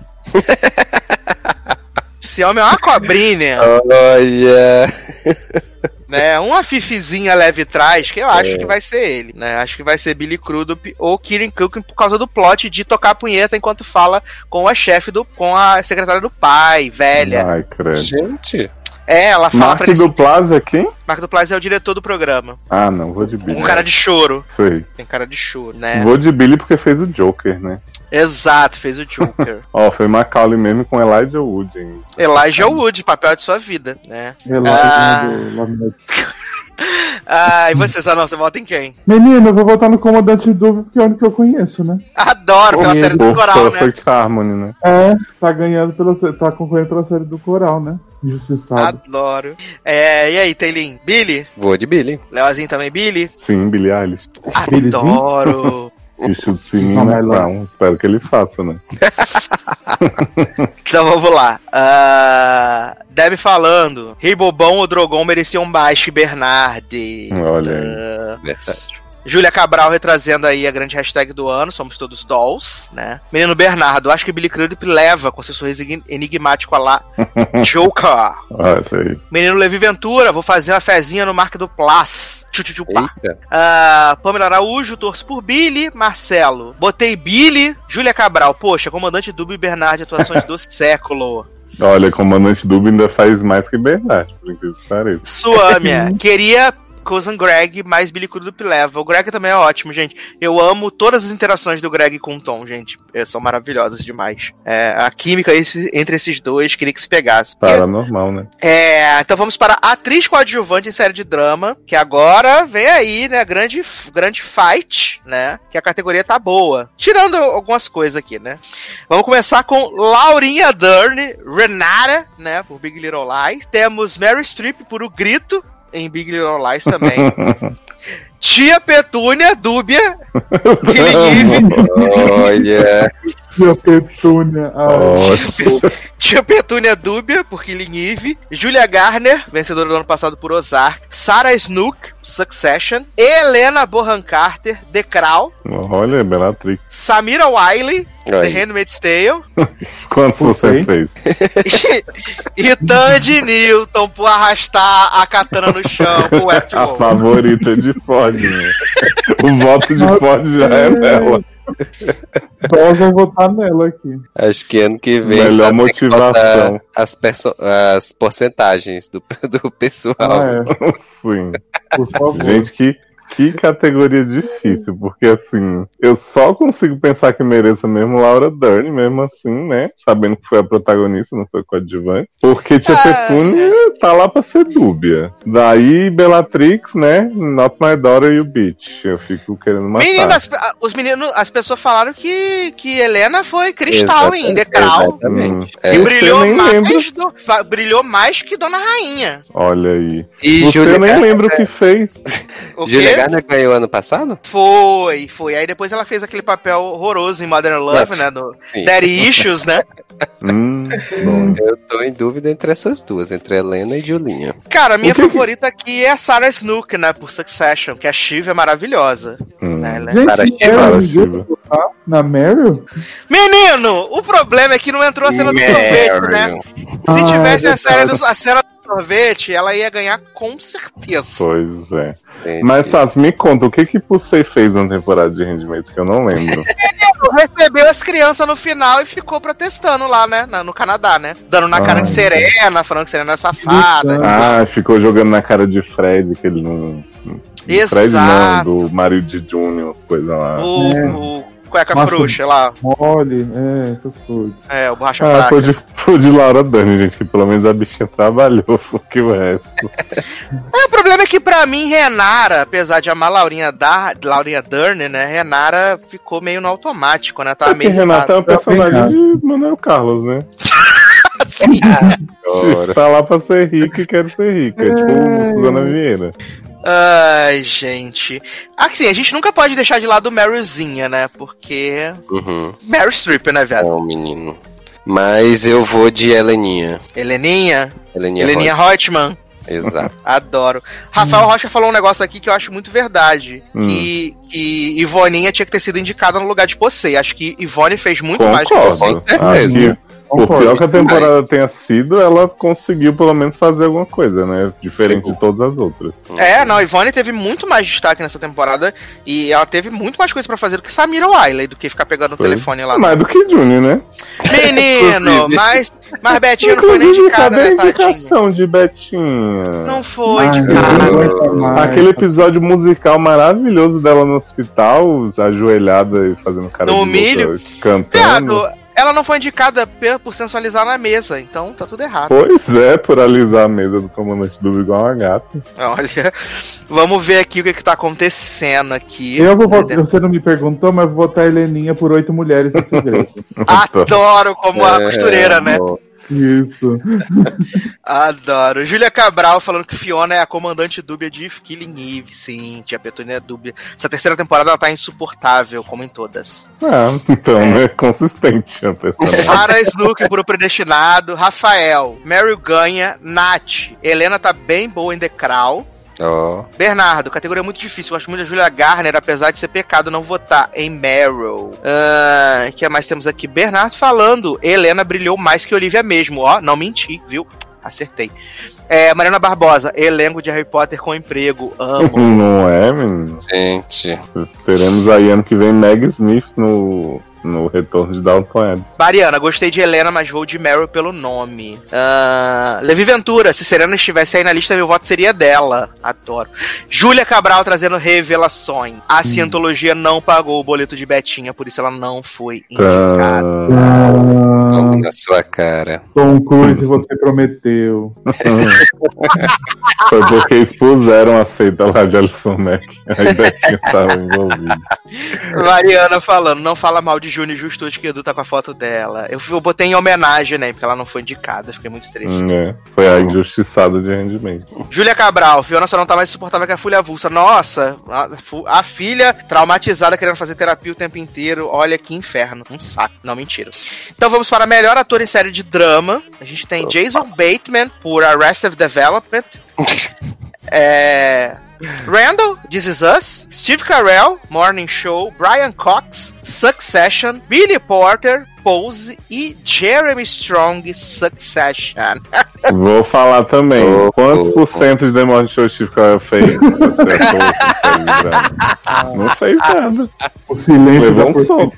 Esse homem é uma cobrinha. Olha. Né, uma fifizinha leve trás, que eu acho é. que vai ser ele, né? Acho que vai ser Billy Crudup ou Kieran Culkin por causa do plot de tocar a punheta enquanto fala com a chefe do, com a secretária do pai, velha. Ai, credo. Gente. É, ela fala Mark pra ele. Duplass é quem? Mark Duplass é o diretor do programa. Ah, não, vou de Billy. Um cara de choro. Sei. Tem cara de choro, né? Vou de Billy porque fez o Joker, né? Exato, fez o Joker. Ó, foi Macaulay mesmo com Elijah Wood, hein? Elijah Wood, papel de sua vida, né? Ah. Ah, e você, Zanão, você vota em quem? Menino, eu vou votar no Comandante Dúbio, porque é o único que eu conheço, né? Adoro, pela Por série do Coral, né? Perfect Harmony, né? É, tá ganhando pela, tá concorrendo pela série do Coral, né? Injustiçado. Adoro. É, e aí, Taylin? Billy? Vou de Billy. Leozinho também, Billy? Sim, Billie Eilish. Adoro. Bicho de sininho Não, não, espero que ele faça, né? Então vamos lá. Uh, Deb falando: Rei Bobão ou Drogon mereciam baixo Bernardi. Olha aí. Uh, Verdade. Júlia Cabral retrazendo aí a grande hashtag do ano, somos todos dolls, né? Menino Bernardo, acho que Billy Crudup leva com seu sorriso enigmático a lá Joker. Olha aí. Menino Levi Ventura, vou fazer uma fezinha no Mark Duplass. Tchutchupá. Eita. Uh, Pamela Araújo, torço por Billy. Marcelo, botei Billy. Júlia Cabral, poxa, Comandante Dúbio e Bernard, atuações do século. Olha, Comandante Dúbio ainda faz mais que Bernard, por incrível que pareça. Suâmia, queria Cousin Greg mais bicudo do Pileva. O Greg também é ótimo, gente. Eu amo todas as interações do Greg com o Tom, gente. São maravilhosas demais. É, a química esse, entre esses dois, queria que se pegasse. Paranormal, né? É, então vamos para a atriz coadjuvante em série de drama, que agora vem aí, né, grande, grande fight, né, que a categoria tá boa. Tirando algumas coisas aqui, né. Vamos começar com Laurinha Dern, Renata, né, por Big Little Lies. Temos Mary Streep por O Grito, em Big Little Lies também. Tia Petúnia, Dúbia, Killing Eve. Olha. Tia Petúnia. Tia, Tia Petúnia Dúbia, por Killing Eve. Julia Garner, vencedora do ano passado por Ozark. Sarah Snook, Succession. Helena Bonham Carter, The Crown. Olha, Bellatrix. Samira Wiley, Oi. The Handmaid's Tale. Quantos você fez? E Tandy Newton, por arrastar a katana no chão com o A Westworld. favorita de Ford, né? O voto de Ford já é dela. Só vou votar nela aqui. Acho que ano que vem Melhor só tem que motivação. botar As, perso- as porcentagens do, do pessoal. Ah, é. Sim. Por favor. Gente, que, que categoria difícil, porque assim, eu só consigo pensar que mereça mesmo Laura Dern, mesmo assim, né? Sabendo que foi a protagonista, não foi o coadjuvante. Porque Tia Ah. Petúnia tá lá pra ser dúbia. Daí Bellatrix, né? Not My Daughter, You Bitch. Eu fico querendo matar. Meninas, os meninos, as pessoas falaram que, que Helena foi cristal em The Crown. Exatamente. Hum. É. E Você brilhou nem mais, lembra. do, fa- brilhou mais que Dona Rainha. Olha aí. E Você Julia nem Garner- lembra o que fez. O Julia quê? Garner ganhou ano passado? Foi, foi. Aí depois ela fez aquele papel horroroso em Modern Love, Nossa, né? Do sim. Daddy Issues, né? Hum, bom. Eu tô em dúvida entre essas duas, entre Helena e Julinha. Cara, a minha O que que- favorita aqui é a Sarah Snook, né? Por Succession, que a Shiv é maravilhosa. Hum. Né? Ela é- Gente, Para, Meryl, Para, ninguém Shiva. vai votar na Meryl? Menino, o problema é que não entrou a cena do sorvete, né? Se Ah, tivesse é a, série do, a cena do sorvete, ela ia ganhar com certeza. Pois é. Gente, Mas, Sassi, me conta, o que que Pusei fez na temporada de Handmaid's, que eu não lembro. Recebeu as crianças no final e ficou protestando lá, né? na- No Canadá, né? Dando na cara Ah, de Serena, falando que Serena é safada. Ah, ficou jogando na cara de Fred, que ele não... Exato. Fred não, do Mario de Júnior, as coisas lá. O, É. o cueca Nossa. frouxa lá. Mole, é, essas coisas. É, o borracha Ah, fraca. foi de, foi de Laura Dern, gente, que pelo menos a bichinha trabalhou, porque o resto... É, o problema é que pra mim, Renara, apesar de amar Laurinha, da, Laurinha Dern, né? Renara ficou meio no automático, né? Tava Porque meio Renata é um irritada. personagem de Manuel Carlos, né? Agora. Tá lá pra ser rica e quer ser rica, é tipo Suzana Vieira. Ai, gente. Assim, a gente nunca pode deixar de lado Merylzinha, né? Porque... Uhum. Meryl Streep, né, É velho? um menino. Mas eu vou de Heleninha. Heleninha. Heleninha, Heleninha Reutemann. Exato. Adoro. Rafael Rocha falou um negócio aqui que eu acho muito verdade. Hum. Que, que Ivoninha tinha que ter sido indicada no lugar de Possei. Acho que Ivone fez muito mais que Concordo. Possei. Com certeza. Acho que, por Concordo. pior que a temporada tenha sido, ela conseguiu pelo menos fazer alguma coisa, né? Diferente de todas as outras. É, não, Ivone teve muito mais destaque nessa temporada e ela teve muito mais coisa pra fazer do que Samira Wiley, do que ficar pegando o Foi. telefone lá. Mais do que Juni, né? Menino, mas, mas Betinho não foi nem Inclusive, indicada, cadê né, a tadinha? indicação de Betinha? Não foi Ai, indicada. eu não aguento mais. Aquele episódio musical maravilhoso dela no hospital, ajoelhada e fazendo cara No de milho. louca, cantando. Viado, ela não foi indicada pe- por sensualizar na mesa, então tá tudo errado. Pois é, por alisar a mesa do comandante do igual uma gata. Olha, vamos ver aqui o que, que tá acontecendo aqui. Eu vou votar, você não me perguntou, mas vou votar a Heleninha por Oito Mulheres no Segredo. Adoro como a É, costureira, né? bom. Isso. Adoro. Júlia Cabral falando que Fiona é a comandante dúbia de Killing Eve. Sim, tia Petúnia é dúbia. Essa terceira temporada ela tá insuportável, como em todas. Ah, então, é consistente a personagem. Sarah Snook por O Predestinado. Rafael. Meryl ganha. Nath. Helena tá bem boa em The Crown. Ó. Bernardo, categoria muito difícil. Gosto muito da Julia Garner, apesar de ser pecado não votar em Meryl. O que mais temos aqui? Bernardo falando. Helena brilhou mais que Olivia mesmo. Ó, não menti, viu? Acertei. É, Mariana Barbosa, elenco de Harry Potter com emprego. Amo. Não é, menino? Gente. Esperemos aí ano que vem Meg Smith no no retorno de Downton Abbey. Mariana, gostei de Helena, mas vou de Meryl pelo nome. Uh, Levi Ventura, se Serena estivesse aí na lista, meu voto seria dela. Adoro. Júlia Cabral trazendo revelações. A hum. Cientologia não pagou o boleto de Betinha, por isso ela não foi indicada. Toma na sua cara. Tom Cruise, você prometeu. Foi porque expuseram a seita lá de Alison Mack. Aí Betinha tava envolvida. Mariana falando, não fala mal de Júnior Justucci, que o Edu tá com a foto dela. Eu, eu botei em homenagem, né? Porque ela não foi indicada, fiquei muito triste. É, foi a injustiçada de rendimento. Júlia Cabral, Fiona só não tá mais suportável que a Folha Avulsa. Nossa, a, a filha traumatizada querendo fazer terapia o tempo inteiro. Olha que inferno, um saco. Não, mentira. Então vamos para melhor ator em série de drama. A gente tem Jason Bateman por Arrested Development. é... Randall, This Is Us, Steve Carell, Morning Show, Brian Cox, Succession, Billy Porter, Pose e Jeremy Strong, Succession. Vou falar também. Oh, Quantos oh, por cento de The Morning Show Steve Carell fez? Você é não fez nada. O silêncio levou da um soco.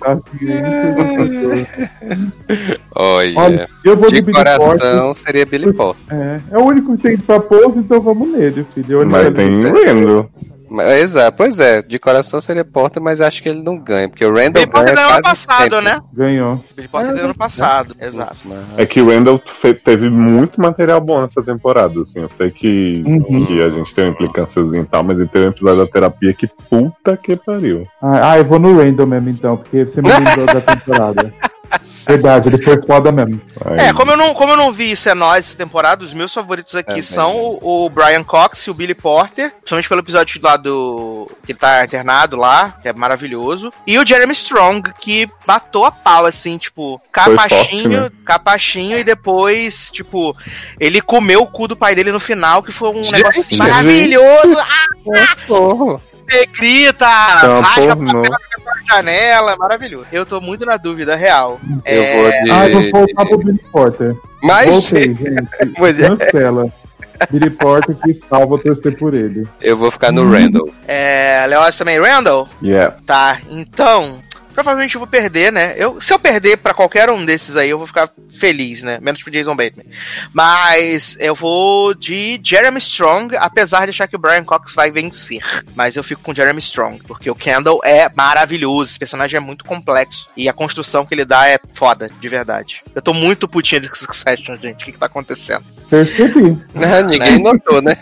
Olha, Olha, eu vou de Billy coração Porter. seria Billy Porter. É, é o único que tem pra Pose, então vamos nele, filho. Eu Mas tem Randall. Exato, pois é, de coração seria Porter, mas acho que ele não ganha, porque o Randall Billy Porter ganhou ano quase passado, sempre. né? Ganhou. Billy Porter ganhou ano passado, exato. É que o Randall fe- teve muito material bom nessa temporada, assim. Eu sei que, Uhum. que a gente tem uma implicânciazinha e tal, mas ele teve um episódio da terapia que puta que pariu. Ah, ah, eu vou no Randall mesmo, então, porque você me lembrou da temporada. Verdade, ele foi foda mesmo. Aí, É, como eu não, como eu não vi Isso é Nós essa temporada, os meus favoritos aqui É, são bem, o, o Brian Cox e o Billy Porter, principalmente pelo episódio lá do... que ele tá internado lá, que é maravilhoso. E o Jeremy Strong, que matou a pau, assim, tipo, capachinho, forte, né? capachinho, e depois, tipo, ele comeu o cu do pai dele no final, que foi um Gente, negócio gente. maravilhoso. Ah, Porra. você grita, Então, rasga pornô. papel pela janela, maravilhoso. Eu tô muito na dúvida, real. Eu É, vou de. Ah, eu vou voltar pro Billy Porter. Mas Voltei, gente. Pois é. Cancela. Billy Porter que salva torcer por ele. eu vou ficar no Randall. é, Leoz também, Randall? yes. Tá, então, provavelmente eu vou perder, né? Eu, se eu perder pra qualquer um desses aí, eu vou ficar feliz, né? Menos pro Jason Bateman. Mas eu vou de Jeremy Strong, apesar de achar que o Brian Cox vai vencer. Mas eu fico com Jeremy Strong, porque o Kendall é maravilhoso. Esse personagem é muito complexo. E a construção que ele dá é foda, de verdade. Eu tô muito putinha de Succession, gente. O que que tá acontecendo? Percebi. Ah, ninguém notou, né?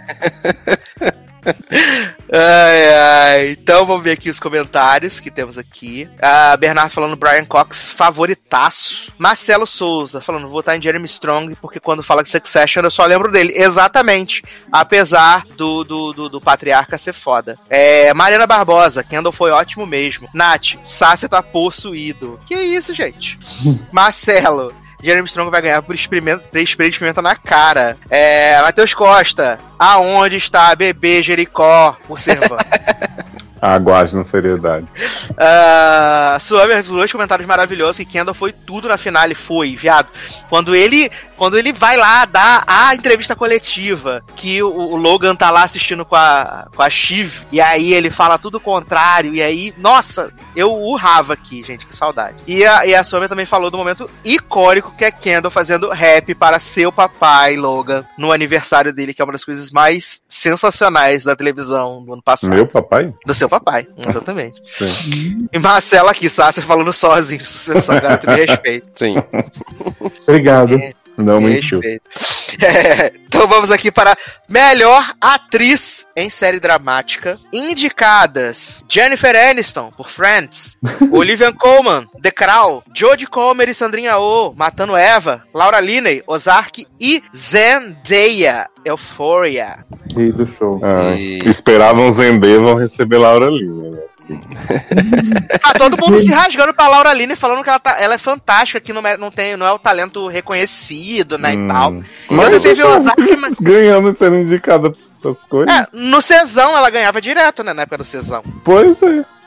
Ai, ai. Então vamos ver aqui os comentários que temos aqui. Ah, Bernardo falando Brian Cox, favoritaço. Marcelo Souza falando, vou votar em Jeremy Strong, porque quando fala de Succession eu só lembro dele. Exatamente. Apesar do, do, do, do Patriarca ser foda. É, Mariana Barbosa, Kendall foi ótimo mesmo. Nath, Sácia tá possuído. Que isso, gente? Marcelo, Jeremy Strong vai ganhar por experimento, por spray de pimenta na cara. É, Matheus Costa, aonde está bebê Jericó? Observa. Aguarde na seriedade. Uh, Suamer, dois comentários maravilhosos, que Kendall foi tudo na finale, foi, viado. Quando ele, quando ele vai lá dar a entrevista coletiva, que o, o Logan tá lá assistindo com a, com a Shiv, e aí ele fala tudo o contrário, e aí, nossa, eu urrava aqui, gente, que saudade. E a, e a Suamer também falou do momento icônico que é Kendall fazendo rap para seu papai, Logan, no aniversário dele, que é uma das coisas mais sensacionais da televisão do ano passado. Meu papai? Do seu papai, exatamente. Sim. E Marcela aqui, Sácia falando sozinho, sucessão, garoto, me respeito. Sim. Obrigado. É, Não me mentiu. respeito. É, então vamos aqui para melhor atriz em série dramática. Indicadas: Jennifer Aniston, por Friends, Olivia Colman, The Crown, Jodie Comer e Sandrinha Oh, Matando Eva, Laura Linney, Ozark e Zendaya, Euphoria. Rei do show. Ah, E- Esperavam Zendaya, vão receber Laura Lima, né? Assim. Tá todo mundo se rasgando pra Laura Linney, falando que ela, tá, ela é fantástica, que não, é- não, tem, não é o talento reconhecido, né, Hum. e tal. Mas Quando teve o eu Ozark, mas... ganhando e sendo indicada essas coisas. É, no Cezão ela ganhava direto, né, na época do Cezão. Pois é.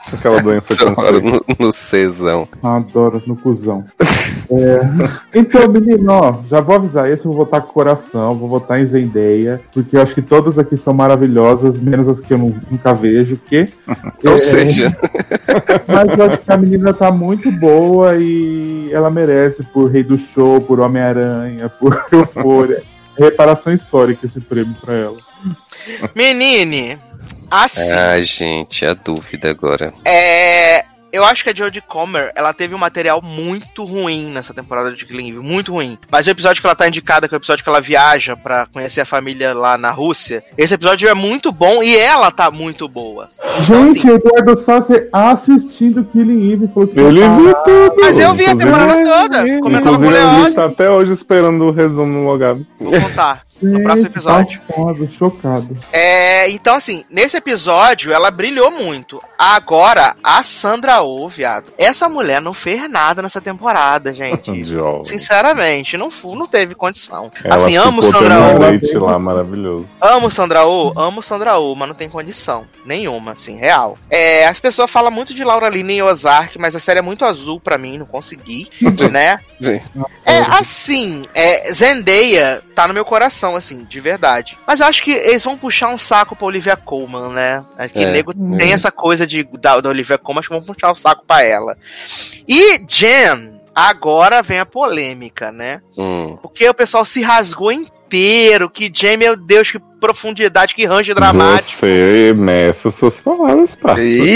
Aquela doença com Adoro no, no cezão. Adoro, no cuzão. É, então, menino, ó, já vou avisar, esse eu vou votar com o coração, vou votar em Zendaya, porque eu acho que todas aqui são maravilhosas, menos as que eu nu- nunca vejo, que... Ou é, seja, Mas eu acho que a menina tá muito boa e ela merece por Rei do Show, por Homem-Aranha, por Euphoria. Reparação histórica esse prêmio pra ela. Menine, assim, ai, gente, a dúvida agora. é... Eu acho que a Jodie Comer, ela teve um material muito ruim nessa temporada de Killing Eve, muito ruim. Mas o episódio que ela tá indicada, que é o episódio que ela viaja pra conhecer a família lá na Rússia, esse episódio é muito bom e ela tá muito boa. Então, Gente, assim, Eduardo Sasser assistindo Killing Eve falou que Ele tá viu tudo. mas eu vi a Inclusive- temporada toda, comentando com o Inclusive, a gente Leoz, tá até hoje esperando o resumo no Logado. vou contar. No Gente, próximo episódio. Passado, chocado. É, então assim, nesse episódio ela brilhou muito. Agora, a Sandra Oh, viado, essa mulher não fez nada nessa temporada, gente. Jovem. Sinceramente, não, fu- não teve condição. Ela assim, amo ficou Sandra tendo um Oh. leite lá, maravilhoso. Amo Sandra Oh, amo Sandra Oh, mas não tem condição nenhuma, assim, real. É, as pessoas falam muito de Laura Linney e Ozark, mas a série é muito azul pra mim, não consegui, né? Sim. É, assim, é, Zendaya tá no meu coração, assim, de verdade. Mas eu acho que eles vão puxar um saco pra Olivia Colman, né? É que É. nego tem essa coisa de, da, da Olivia Colman, acho que vão puxar um saco pra ela. E Jen, agora vem a polêmica, né? Hum. Porque o pessoal se rasgou inteiro, que Jen, meu Deus, que profundidade, que range dramático. Você meça suas palavras, pá.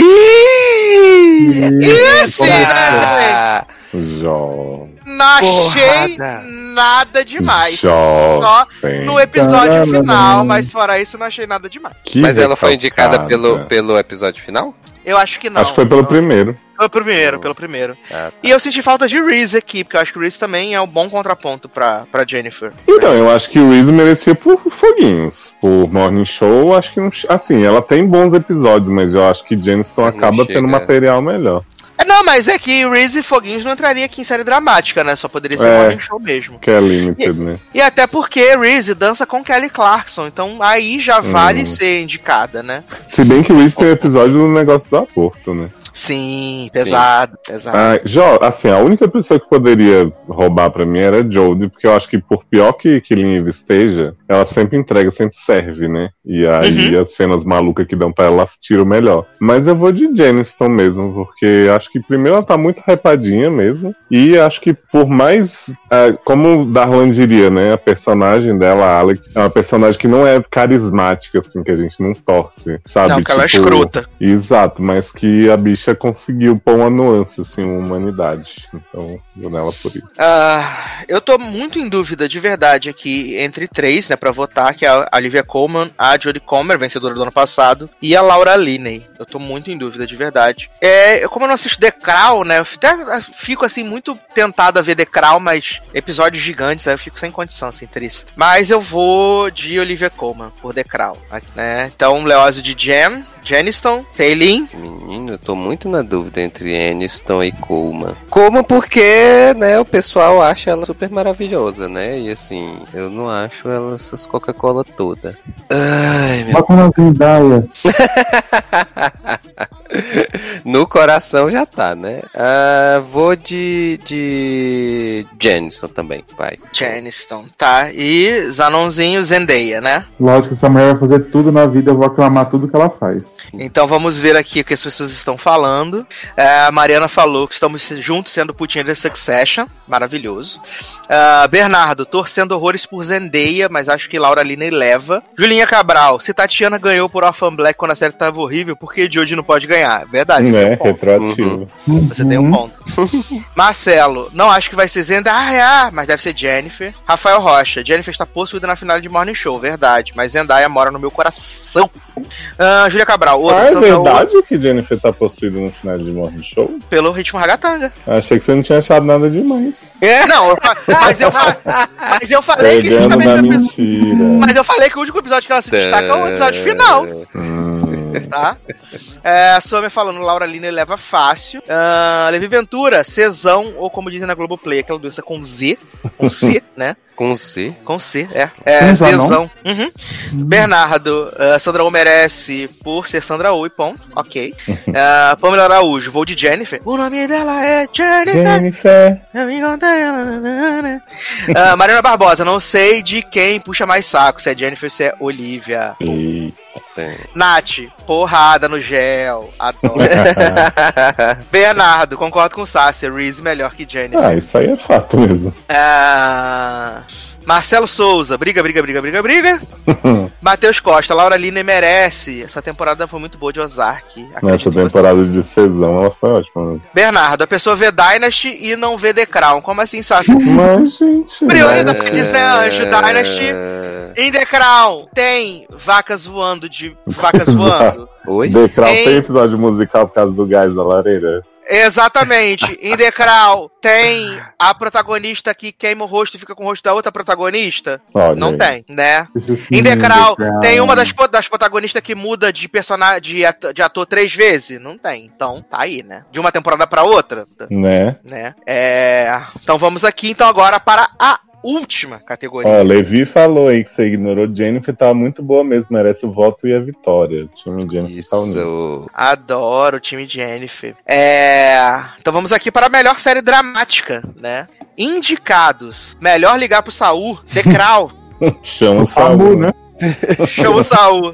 Isso, né? Ah, Jovem. Não achei Porrada. nada demais. Jovem. Só no episódio Caramba. final, mas fora isso, não achei nada demais. Que mas ela foi recalcada. indicada pelo, pelo episódio final? Eu acho que não. Acho que foi pelo Não. primeiro. Foi pelo primeiro, pelo primeiro. Ah, tá. E eu senti falta de Reese aqui, porque eu acho que o Reese também é um bom contraponto pra, pra Jennifer. Então, eu acho que o Reese merecia por foguinhos. Por Morning Show, acho que não. Assim, ela tem bons episódios, mas eu acho que Janiston Não acaba chega. tendo material melhor. É, não, mas é que Reese e Foguinhos não entraria aqui em série dramática, né? Só poderia ser É. Morning Show mesmo. Que é limited, né? E até porque Reese dança com Kelly Clarkson, então aí já vale Hum. ser indicada, né? Se bem que o Reese tem um episódio do negócio do aborto, né? Sim, pesado, pesado. Ah, Jó, assim, a única pessoa que poderia roubar pra mim era a Jodie, porque eu acho que por pior que Killing Eve esteja, ela sempre entrega, sempre serve, né? E aí as cenas malucas que dão pra ela, ela tira o melhor. Mas eu vou de Janiston mesmo, porque acho que primeiro ela tá muito hypadinha mesmo, e acho que por mais, ah, como o Darlan diria, né, a personagem dela, a Alex, é uma personagem que não é carismática, assim, que a gente não torce, sabe? Não, porque ela é Tipo, escrota. Exato, mas que a bicha conseguiu pôr uma nuance, assim, uma humanidade. Então, vou nela por isso. Ah, eu tô muito em dúvida, de verdade, aqui entre três, né, pra votar, que é a Olivia Colman, a Jodie Comer, vencedora do ano passado, e a Laura Linney. Eu tô muito em dúvida, de verdade. É, eu- como eu não assisto The Crown, né, eu até fico, assim, muito tentado a ver The Crown, mas episódios gigantes, aí eu fico sem condição, assim, triste. Mas eu vou de Olivia Colman, por The Crown, né. Então, Leózio de Jen, Janiston, Taylin. Menino, eu tô muito na dúvida entre Aniston e Colman. Colman porque, né, o pessoal acha ela super maravilhosa, né? E assim, eu não acho ela essas Coca-Cola toda. Ai, meu... Bota na Zendaya. No coração já tá, né? Ah, vou de... de... Janiston também, vai. Janiston, tá. E Zanonzinho, Zendaya, né? Lógico que essa mulher vai fazer tudo na vida, eu vou aclamar tudo que ela faz. Então vamos ver aqui o que as pessoas estão falando. É, a Mariana falou que estamos juntos sendo putinha de Succession. Maravilhoso. Ah, Bernardo, torcendo horrores por Zendaya, mas acho que Laura Linney leva. Julinha Cabral, se Tatiana ganhou por Orphan Black quando a série tava horrível, por que Jodie não pode ganhar? Verdade, você tem É, um ponto. retroativo. Você tem um ponto. Marcelo, não acho que vai ser Zendaya, mas deve ser Jennifer. Rafael Rocha, Jennifer está possuída na final de Morning Show, verdade, mas Zendaya mora no meu coração. Ah, Júlia Cabral, outra, Ah, é Sandra verdade que Jennifer tá possuída no final de Morning Show? Oh, pelo ritmo ragatanga. Achei que você não tinha achado nada demais. É, não, eu fa- mas, eu fa- mas eu falei que Pegando justamente na o episódio- mentira. Mas eu falei que o único episódio que ela se destaca é o episódio final, Hum. tá? É, a Summer falando, Laura Linney leva fácil. Ah, Levi Ventura, Cezão, ou como dizem na Globoplay, aquela doença com Z, com C, né? Com C? Com C, é. É, Zezão. Uhum. Hum. Bernardo, uh, Sandra Oh merece por ser Sandra Oh e ponto. Ok. Uh, Pamela Araújo, vou de Jennifer. O nome dela é Jennifer. Jennifer. uh, Mariana Barbosa, não sei de quem puxa mais saco, se é Jennifer ou se é Olivia. E... Nath, porrada no gel. Adoro. Bernardo, concordo com o Sassi. Reese melhor que Jennifer. Ah, isso aí é fato mesmo. Ah, Marcelo Souza, briga, briga, briga, briga, briga. Matheus Costa, Laura Linney merece. Essa temporada foi muito boa de Ozark. Essa temporada de Cezão, ela foi ótima. Mesmo. Bernardo, a pessoa vê Dynasty e não vê The Crown. Como assim, Sassi? Mas, gente... Prioridades, né, Anjo? Dynasty. Em The Crown tem vacas voando de vacas voando. Oi? The Crown em... tem episódio musical por causa do gás da lareira? Exatamente. Em The Crown tem a protagonista que queima o rosto e fica com o rosto da outra protagonista? Olha não aí. Tem, né? Em The Crown tem uma das, das protagonistas que muda de personagem de ator, de ator três vezes? Não tem. Então, tá aí, né? De uma temporada pra outra. Né? Né? É... Então vamos aqui então agora para a última categoria. Ó, Levi falou aí que você ignorou. Jennifer tá muito boa mesmo, merece o voto e a vitória. O time Jennifer tá unido. Isso. Adoro o time Jennifer. É... Então vamos aqui para a melhor série dramática, né? Indicados: Melhor Ligar pro Saul, The Crown. Chama o Samu, Saul, né? Chama o Saul.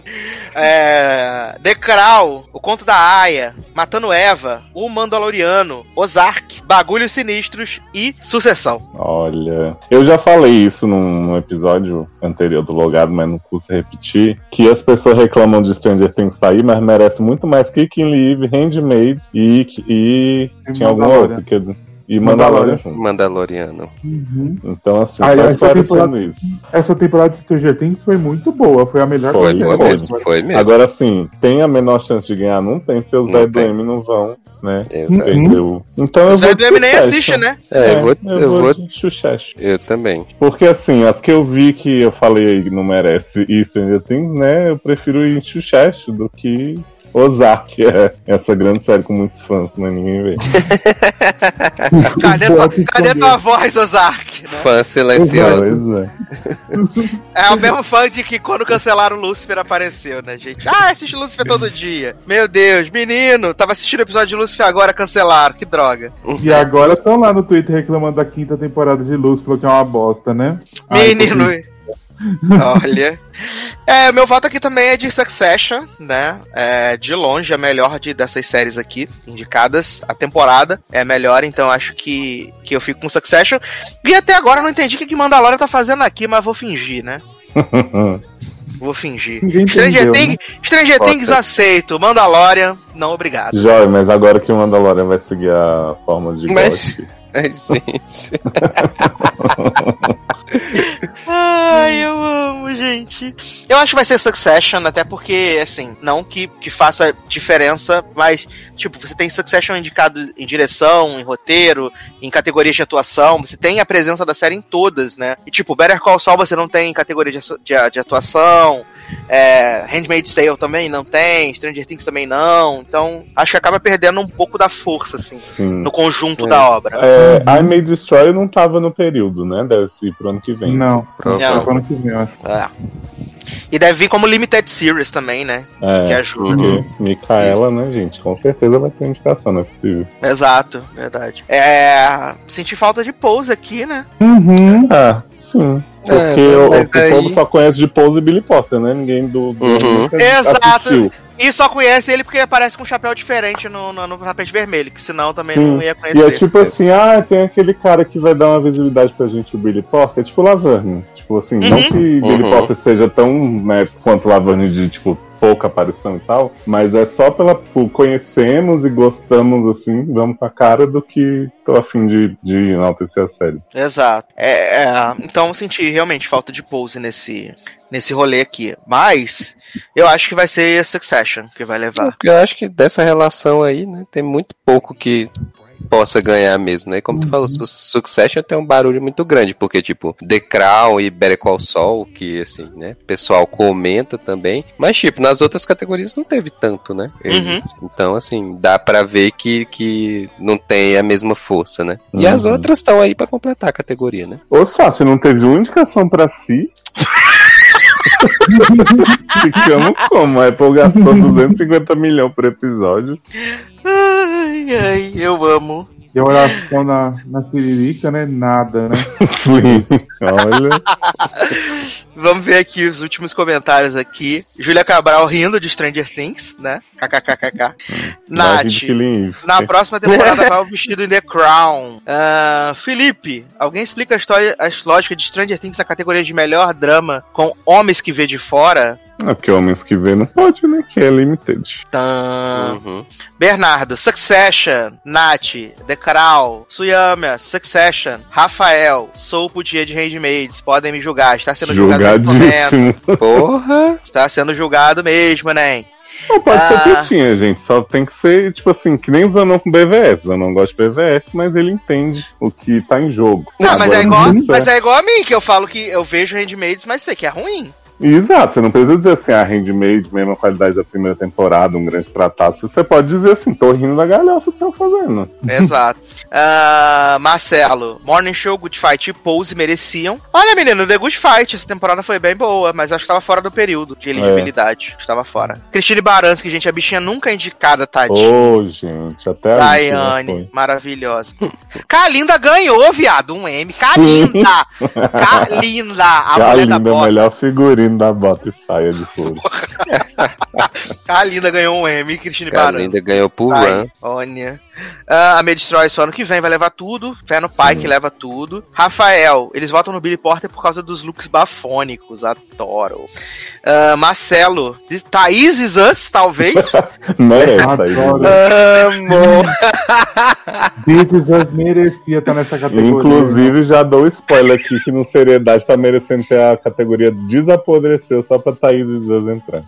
É... The Crown, O Conto da Aia, Matando Eva, O Mandaloriano, Ozark, Bagulhos Sinistros e Sucessão. Olha, eu já falei isso num, num episódio anterior do Logado, mas não custa repetir, que as pessoas reclamam de Stranger Things tá aí, mas merece muito mais Kicking Eve, Handmaid e, e, e tinha algum outro que... E Mandalorian. Mandaloriano. Uhum. Então, assim, Aí, só essa, esclarecendo temporada, isso. essa temporada de Stranger Things foi muito boa. Foi a melhor Foi, coisa. foi mesmo, foi mesmo. Agora, assim, tem a menor chance de ganhar? Não tem, porque os velhos do M não vão, né? Exato. Entendeu? Então, Os eu vou velhos do M nem Succession. assiste, né? É, eu vou. eu, Eu, vou, vou... de Succession. eu também. Porque, assim, as que eu vi que eu falei aí que não merece e Stranger Things, né? Eu prefiro ir em Succession do que Ozark, que é essa grande série com muitos fãs, mas ninguém vê. Cadê, tua, cadê tua voz, Ozark? Né? Fã silencioso. Pois é. É o mesmo fã de que quando cancelaram o Lucifer apareceu, né, gente? Ah, assiste Lucifer todo dia. Meu Deus, menino, tava assistindo o episódio de Lucifer agora, cancelaram, que droga. E agora estão lá no Twitter reclamando da quinta temporada de Luz, falou que é uma bosta, né? Menino. Olha. É, meu voto aqui também é de Succession, né? É, de longe a melhor de, dessas séries aqui, indicadas. A temporada é a melhor, então acho que, que eu fico com Succession. E até agora eu não entendi o que, que Mandalorian tá fazendo aqui, mas vou fingir, né? Vou fingir. Ninguém Stranger entendeu, Things, né? Stranger Things aceito. Mandalorian, não obrigado. Joy, mas agora que o Mandalorian vai seguir a forma de Mas- Ghost. Ai, gente. Ai, eu amo, gente. Eu acho que vai ser Succession, até porque, assim, não que, que faça diferença, mas, tipo, você tem Succession indicado em direção, em roteiro, em categorias de atuação, você tem a presença da série em todas, né? E, tipo, Better Call Saul você não tem categoria de, de, de atuação, é, Handmaid's Tale também não tem, Stranger Things também não, então acho que acaba perdendo um pouco da força, assim, Sim. no conjunto É. da obra. É, I May Destroy não tava no período, né? Deve ser pro ano que vem. Não, Pronto. Não. só pro ano que vem, eu acho. É. E deve vir como Limited Series também, né? É, Que ajuda. porque Micaela, né, gente? Com certeza vai ter indicação, não é possível. Exato, verdade. É. Senti falta de Pose aqui, né? Uhum. Ah, sim. É, Porque o, mas o aí- povo só conhece de Pose e Billy Potter, né? Ninguém do. do Uhum. nunca Exato. assistiu. E só conhece ele porque ele aparece com um chapéu diferente no, no, no tapete vermelho, que senão também Sim. não ia E é conhecer. tipo assim, ah, tem aquele cara que vai dar uma visibilidade pra gente, o Billy Potter, é tipo o Laverne. Tipo assim, não Uhum. que Billy Uhum. Potter seja tão, né, quanto Laverne de, tipo, pouca aparição e tal, mas é só pela, tipo, conhecemos e gostamos, assim, vamos com a cara do que tô a fim de, de enaltecer a série. Exato. É, é, então eu senti realmente falta de Pose nesse, nesse rolê aqui. Mas eu acho que vai ser a Succession que vai levar. Eu acho que dessa relação aí, né, tem muito pouco que possa ganhar mesmo, né? Como tu falou, Succession tem um barulho muito grande, porque, tipo, The Crown e Better Call Saul, que, assim, né, o pessoal comenta também, mas, tipo, nas outras categorias não teve tanto, né? Uhum. Então, assim, dá pra ver que, que não tem a mesma força, né? E Uhum. as outras estão aí pra completar a categoria, né? Ô, Sácio, não teve uma indicação pra si? Ficamos como? A Apple gastou duzentos e cinquenta milhões por episódio. Ai, ai, eu amo. Eu olhava só na, na Tiririca, né? Nada, né? Sim, olha. Vamos ver aqui os últimos comentários aqui. Júlia Cabral rindo de Stranger Things, né? KKKKK. Nath, na próxima temporada vai o vestido em The Crown. Uh, Felipe, alguém explica a história, a lógica de Stranger Things na categoria de melhor drama com homens que vê de fora? É porque homens que vê não pode, né? Que é limited. Tã... Uhum. Bernardo, Succession. Nath, The Crown. Suyama, Succession. Rafael, sou o dia de Handmaids. Podem me julgar. Está sendo julgado nesse momento. Porra! Está sendo julgado mesmo, né? Não, pode ah. ser putinha, gente. Só tem que ser, tipo assim, que nem o Zanon com B V S. O Zanon gosta de B V S, mas ele entende o que tá em jogo. Não, Agora, mas, é igual, não mas é igual a mim, que eu falo que eu vejo Handmaids, mas sei que é ruim. Exato, você não precisa dizer assim, a Handmaid, mesma qualidade da primeira temporada, um grande tratado. Você pode dizer assim, tô rindo da galhofa que estão fazendo. Exato. uh, Marcelo, Morning Show, Good Fight e Pose mereciam. Olha, menino, The Good Fight, essa temporada foi bem boa, mas acho que tava fora do período de elegibilidade. É. Estava fora. Cristine Baranski, gente, a bichinha nunca indicada, tadinha. Ô, oh, gente, até a Daiane, maravilhosa. Kalinda ganhou, viado, um M. Kalinda! Kalinda, a Kalinda, mulher da bota. Melhor figurino da bota e saia de couro. Kalinda ganhou um M, Cristine Baranski. Kalinda ganhou por Run. Olha. Uh, a Me Destroy só ano que vem vai levar tudo. Fé no pai que leva tudo. Rafael, eles votam no Billy Porter por causa dos looks bafônicos. Adoro. Uh, Marcelo, Thaís is Us, talvez. Merece, Amo. This is Us merecia estar nessa categoria. Inclusive, já dou spoiler aqui que no Seriedade tá merecendo ter a categoria Desapodreceu só pra Thaís is Us entrar.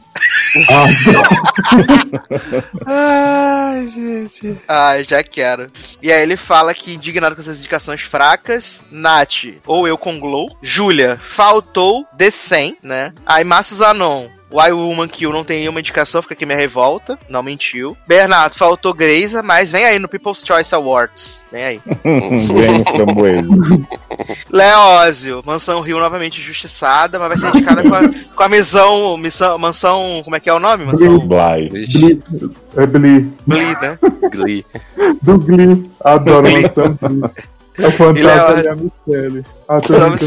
Ai, gente. Ai, já quero. E aí ele fala que, indignado com essas indicações fracas, Nath, ou eu com Glow, Júlia, faltou The cem, né? Aí Márcio Zanon, Why Woman Kill não tem nenhuma indicação, fica aqui minha revolta, não mentiu. Bernardo, faltou Greisa, mas vem aí no People's Choice Awards. Vem aí. Vem, framboesa. Leózio, Mansão Rio novamente injustiçada, mas vai ser indicada com a, com a missão, missão, mansão, como é que é o nome? Mansão Bly. Glee. É Glee. Glee, né? Glee. Do Glee. Adoro a mansão Glee. É o fantasma e a Michelle. Ah,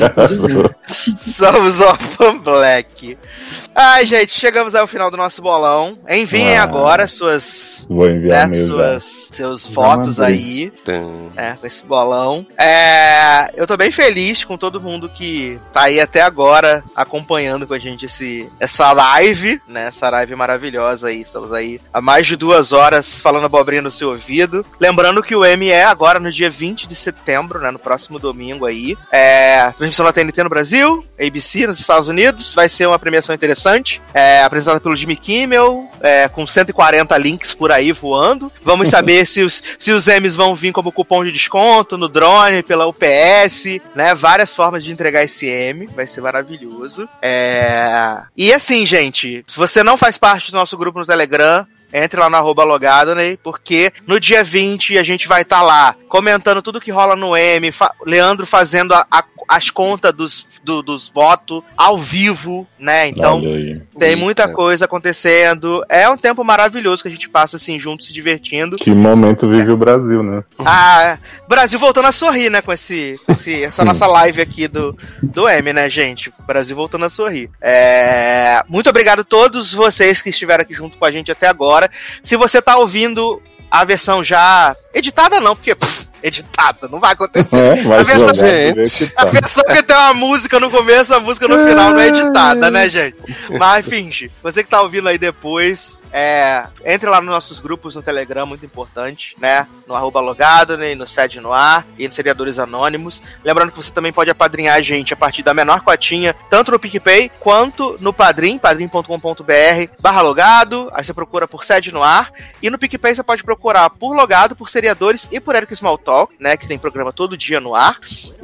somos, somos Orphan Black. Ai, gente, chegamos ao final do nosso bolão. Enviem ah, agora suas, vou enviar né, mesmo, suas seus votos aí, é, com esse bolão. É, eu tô bem feliz com todo mundo que tá aí até agora acompanhando com a gente esse, essa live, né? Essa live maravilhosa aí. Estamos aí há mais de duas horas falando abobrinha no seu ouvido. Lembrando que o M é agora no dia vinte de setembro, né? No próximo domingo aí. É, transmissão da T N T no Brasil, A B C nos Estados Unidos. Vai ser uma premiação interessante. É, apresentada pelo Jimmy Kimmel, é, com cento e quarenta links por aí voando. Vamos saber se os, se os M's vão vir como cupom de desconto no drone, pela U P S, né? Várias formas de entregar esse M. Vai ser maravilhoso. É... E assim, gente, se você não faz parte do nosso grupo no Telegram, entre lá no arroba logado, né? Porque no dia vinte a gente vai estar tá lá comentando tudo que rola no M, fa- Leandro fazendo a, a, as contas dos, do, dos votos ao vivo, né? Então tem muita coisa acontecendo. É um tempo maravilhoso que a gente passa assim juntos, se divertindo. Que momento vive é. o Brasil, né? Ah, Brasil voltando a sorrir, né? Com esse, esse, essa nossa live aqui do, do M, né, gente? Brasil voltando a sorrir. É... Muito obrigado a todos vocês que estiveram aqui junto com a gente até agora. Se você tá ouvindo a versão já editada, não, porque pff, editada. Não vai acontecer. É, vai a, versão, gente. a versão que tem uma música no começo, a música no final não é editada, né, gente? Mas finge. Você que tá ouvindo aí depois, é, entre lá nos nossos grupos no Telegram, muito importante, né? No arroba logado, né? No Sede no Ar e nos Seriadores Anônimos. Lembrando que você também pode apadrinhar a gente a partir da menor cotinha, tanto no PicPay quanto no Padrim, padrim ponto com ponto b r barra logado. Aí você procura por Sede no Ar. E no PicPay você pode procurar por Logado, por Seriadores e por Eric Small Talk, né? Que tem programa todo dia no ar.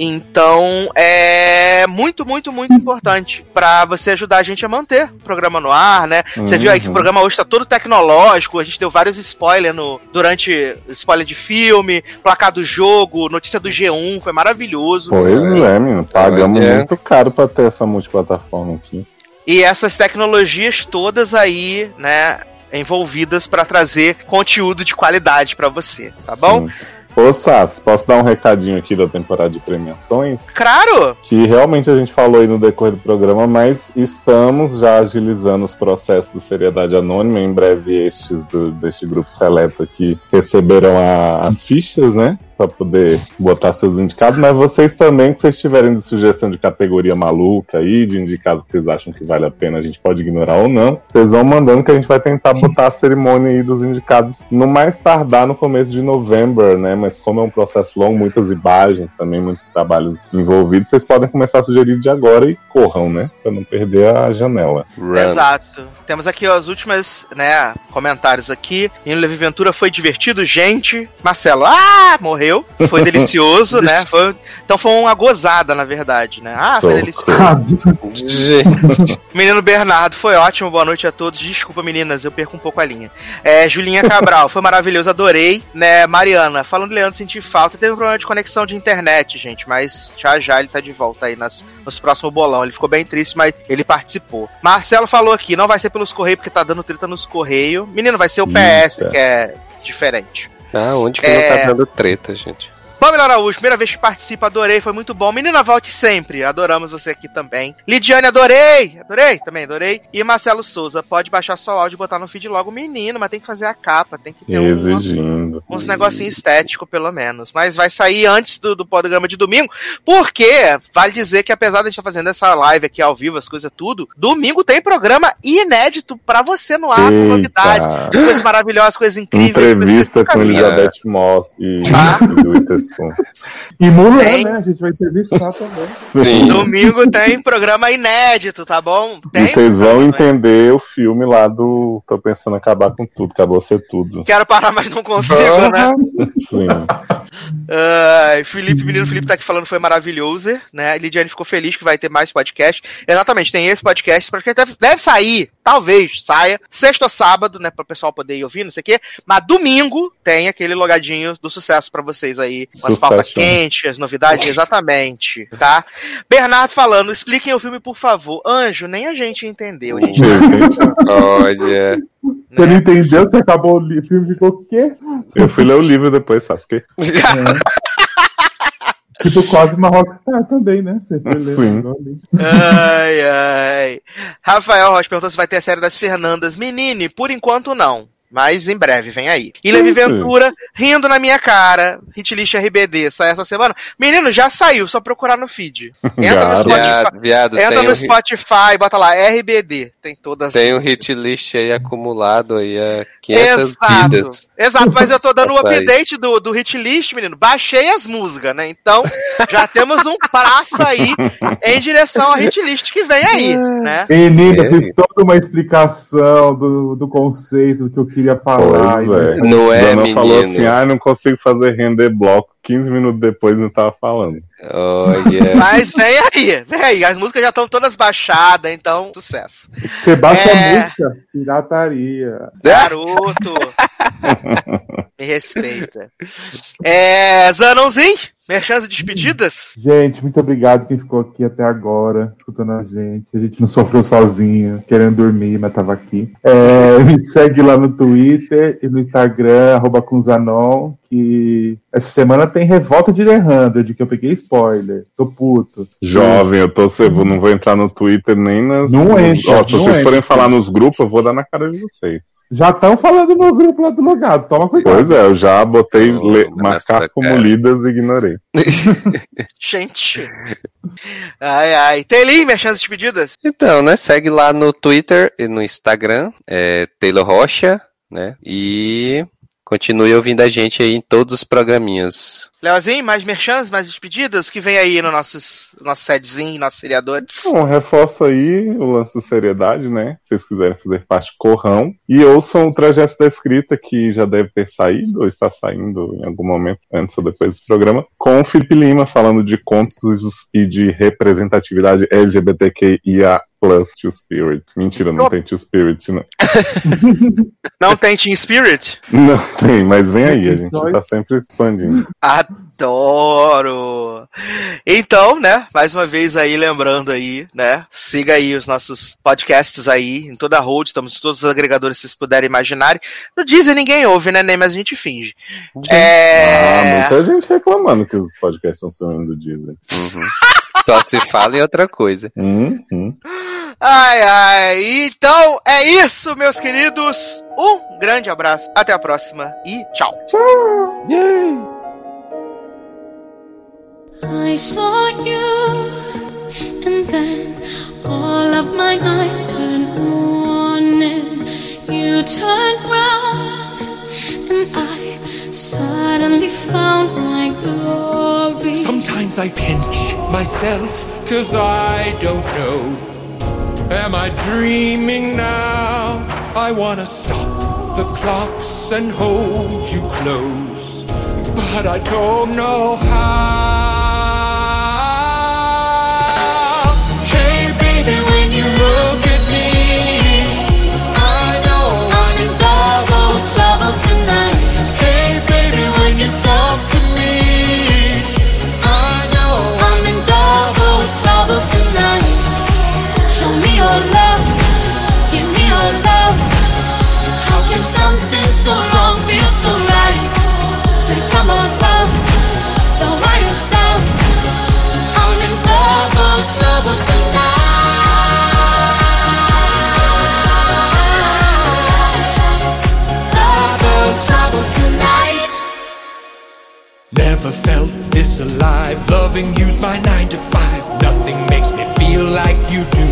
Então, é muito, muito, muito importante pra você ajudar a gente a manter o programa no ar, né? Você Uhum. viu aí que o programa hoje tá todo tecnológico, a gente deu vários spoilers no, durante spoiler de filme, placar do jogo, notícia do G um, foi maravilhoso. Pois é, menino. Pagamos Olha. muito caro pra ter essa multiplataforma aqui. E essas tecnologias todas aí, né, envolvidas pra trazer conteúdo de qualidade pra você, tá bom? Sim. Ô, Sass, posso dar um recadinho aqui da temporada de premiações? Claro! Que realmente a gente falou aí no decorrer do programa, mas estamos já agilizando os processos do Seriedade Anônima. Em breve estes do, deste grupo seleto aqui receberão a- as fichas, né? Pra poder botar seus indicados, mas vocês também, que vocês tiverem de sugestão de categoria maluca aí, de indicado que vocês acham que vale a pena, a gente pode ignorar ou não, vocês vão mandando que a gente vai tentar botar a cerimônia aí dos indicados no mais tardar no começo de novembro, né? Mas como é um processo longo, muitas imagens também, muitos trabalhos envolvidos, vocês podem começar a sugerir de agora e corram, né? Pra não perder a janela. Run. Exato. Temos aqui ó, as últimas, né, comentários aqui. Em Levi Ventura foi divertido, gente. Marcelo, ah, morreu. Foi delicioso, né? Foi- então foi uma gozada, na verdade, né? Ah, foi Socorro. delicioso. Gente, Menino Bernardo, foi ótimo, boa noite a todos. Desculpa, meninas, eu perco um pouco a linha. É, Julinha Cabral, foi maravilhoso, adorei. Né, Mariana, falando de Leandro, senti falta. Teve um problema de conexão de internet, gente, mas já já ele tá de volta aí nas, nos próximos bolão. Ele ficou bem triste, mas ele participou. Marcelo falou aqui, não vai ser pelos Correios, porque tá dando treta nos Correios. Menino, vai ser o P S, Eita. que é diferente. ah, onde que É. não tá dando treta, gente? Pamela Araújo, primeira vez que participa, adorei, foi muito bom. Menina, volte sempre, adoramos você aqui também. Lidiane, adorei, adorei, também adorei. E Marcelo Souza, pode baixar só o áudio e botar no feed logo. Menino, mas tem que fazer a capa, tem que ter um, Exigindo. uns negocinhos estéticos, pelo menos. Mas vai sair antes do, do programa de domingo, porque vale dizer que apesar de a gente estar fazendo essa live aqui ao vivo, as coisas tudo, domingo tem programa inédito pra você no ar, com Eita. novidades, coisas maravilhosas, coisas incríveis. Entrevista coisas que com você nunca viu. Elizabeth Moss e, Ah. e Witherspoon. E Mulan, Tem. né? A gente vai entrevistar também. Sim. Domingo tem programa inédito, tá bom? Tem E vocês vão programa, entender o filme lá do Tô Pensando em Acabar com Tudo, Acabou Ser Tudo. Quero parar, mas não consigo, né? Sim. Ai, Felipe, menino Felipe tá aqui falando foi maravilhoso, né? Lidiane ficou feliz que vai ter mais podcast. Exatamente, tem esse podcast. Esse podcast deve, deve sair, talvez saia, sexta ou sábado, né? Para o pessoal poder ir ouvir, não sei o quê. Mas domingo tem aquele logadinho do sucesso pra vocês aí. Com as Sucesso. pautas quentes, as novidades, exatamente, tá? Bernardo falando, expliquem o filme, por favor. Anjo, nem a gente entendeu. A gente Olha. Você não né? entendeu? Você acabou o li- filme, ficou o quê? Eu fui ler o livro depois, Sasuke. Tipo, quase uma rockstar também, né? Você foi ler Sim. igual ali. Ai, ai. Rafael Rocha perguntou se vai ter a série das Fernandas. Menine, por enquanto não. Mas em breve, vem aí. E Levi Gente. Ventura, rindo na minha cara. Hitlist R B D, sai essa semana. Menino, já saiu, só procurar no feed. Entra no Gato. Spotify. Viado, viado Entra tem, no um, Spotify, bota lá R B D. Tem todas. tem um hit list aí acumulado aí a quinhentas Exato. vidas. Exato, mas eu tô dando o Vai sair. update do, do hit list, menino. Baixei as músicas, né? Então, já temos um praça aí em direção à hit list que vem aí, né? Menina, É. fiz toda uma explicação do, do conceito do que eu queria falar. Pois é. Não é, Dona falou menino. assim, ah, não consigo fazer render bloco. quinze minutos depois não tava falando. Olha. Mas vem aí, vem aí. As músicas já estão todas baixadas, então, sucesso. Você baixa É. a música, pirataria. Garoto! Me respeita. É, Zanãozinho, merchans e despedidas? Gente, muito obrigado quem ficou aqui até agora, escutando a gente. A gente não sofreu sozinho, querendo dormir, mas tava aqui. É, me segue lá no Twitter e no Instagram, arroba Kunzanon, que essa semana tem Revolta de The Hundred, que eu peguei spoiler. Tô puto. Jovem, eu tô eu não vou entrar no Twitter nem nas. Não nos- entra, Ó, se não vocês entra. forem falar nos grupos, eu vou dar na cara de vocês. Já estão falando no grupo lá do Logado, toma cuidado. Pois é, eu já botei Oh, le- nossa, marcar como cara. lidas e ignorei. Gente. Ai, ai. Telim, minhas chances de pedidas? Então, né? Segue lá no Twitter e no Instagram, é Taylor Rocha, né? E continue ouvindo a gente aí em todos os programinhas. Leozinho, mais merchans, mais despedidas? O que vem aí no nossos, nosso setzinho, nossos seriadores? Bom, reforço aí o lance da seriedade, né? Se vocês quiserem fazer parte, corrão. E ouçam o Trajeto da Escrita, que já deve ter saído, ou está saindo em algum momento, antes ou depois do programa, com o Felipe Lima, falando de contos e de representatividade L G B T Q I A plus Two Spirit. Mentira, não Oh. tem Two Spirit, não. Não tem Team Spirit? Não tem, mas vem aí, a gente tá sempre expandindo. Adoro! Então, né, mais uma vez aí, lembrando aí, né, siga aí os nossos podcasts aí, em toda a road, estamos em todos os agregadores que vocês puderem imaginar. No Deezer ninguém ouve, né, nem, mas a gente finge. Ah, É... muita gente reclamando que os podcasts estão sumindo do Deezer. Uhum. Só se fala em outra coisa. Hum, hum. Ai, ai, então é isso, meus queridos. Um grande abraço, até a próxima e tchau. I saw you, and then all of my eyes turned on, and you turned round, and I suddenly found my glory. Sometimes I pinch myself, cause I don't know. Am I dreaming now? I wanna stop the clocks and hold you close, but I don't know how. Hey baby, when you look at me, I know I'm in double trouble tonight. Hey baby, when you talk to me, I know I'm in double trouble tonight. Show me your love, give me your love. How can something so wrong feel so right? Straight from above, the wire stuff. I'm in double trouble tonight. Double trouble tonight. Never felt this alive. Loving you's my nine to five. Nothing makes me feel like you do.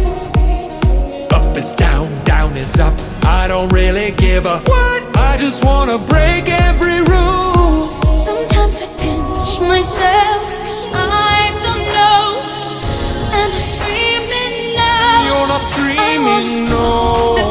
Up is down, down is up. I don't really give a what. I just wanna break every rule. Sometimes I pinch myself, cause I don't know. Am I dreaming now? You're not I wanna dreaming, stop no. the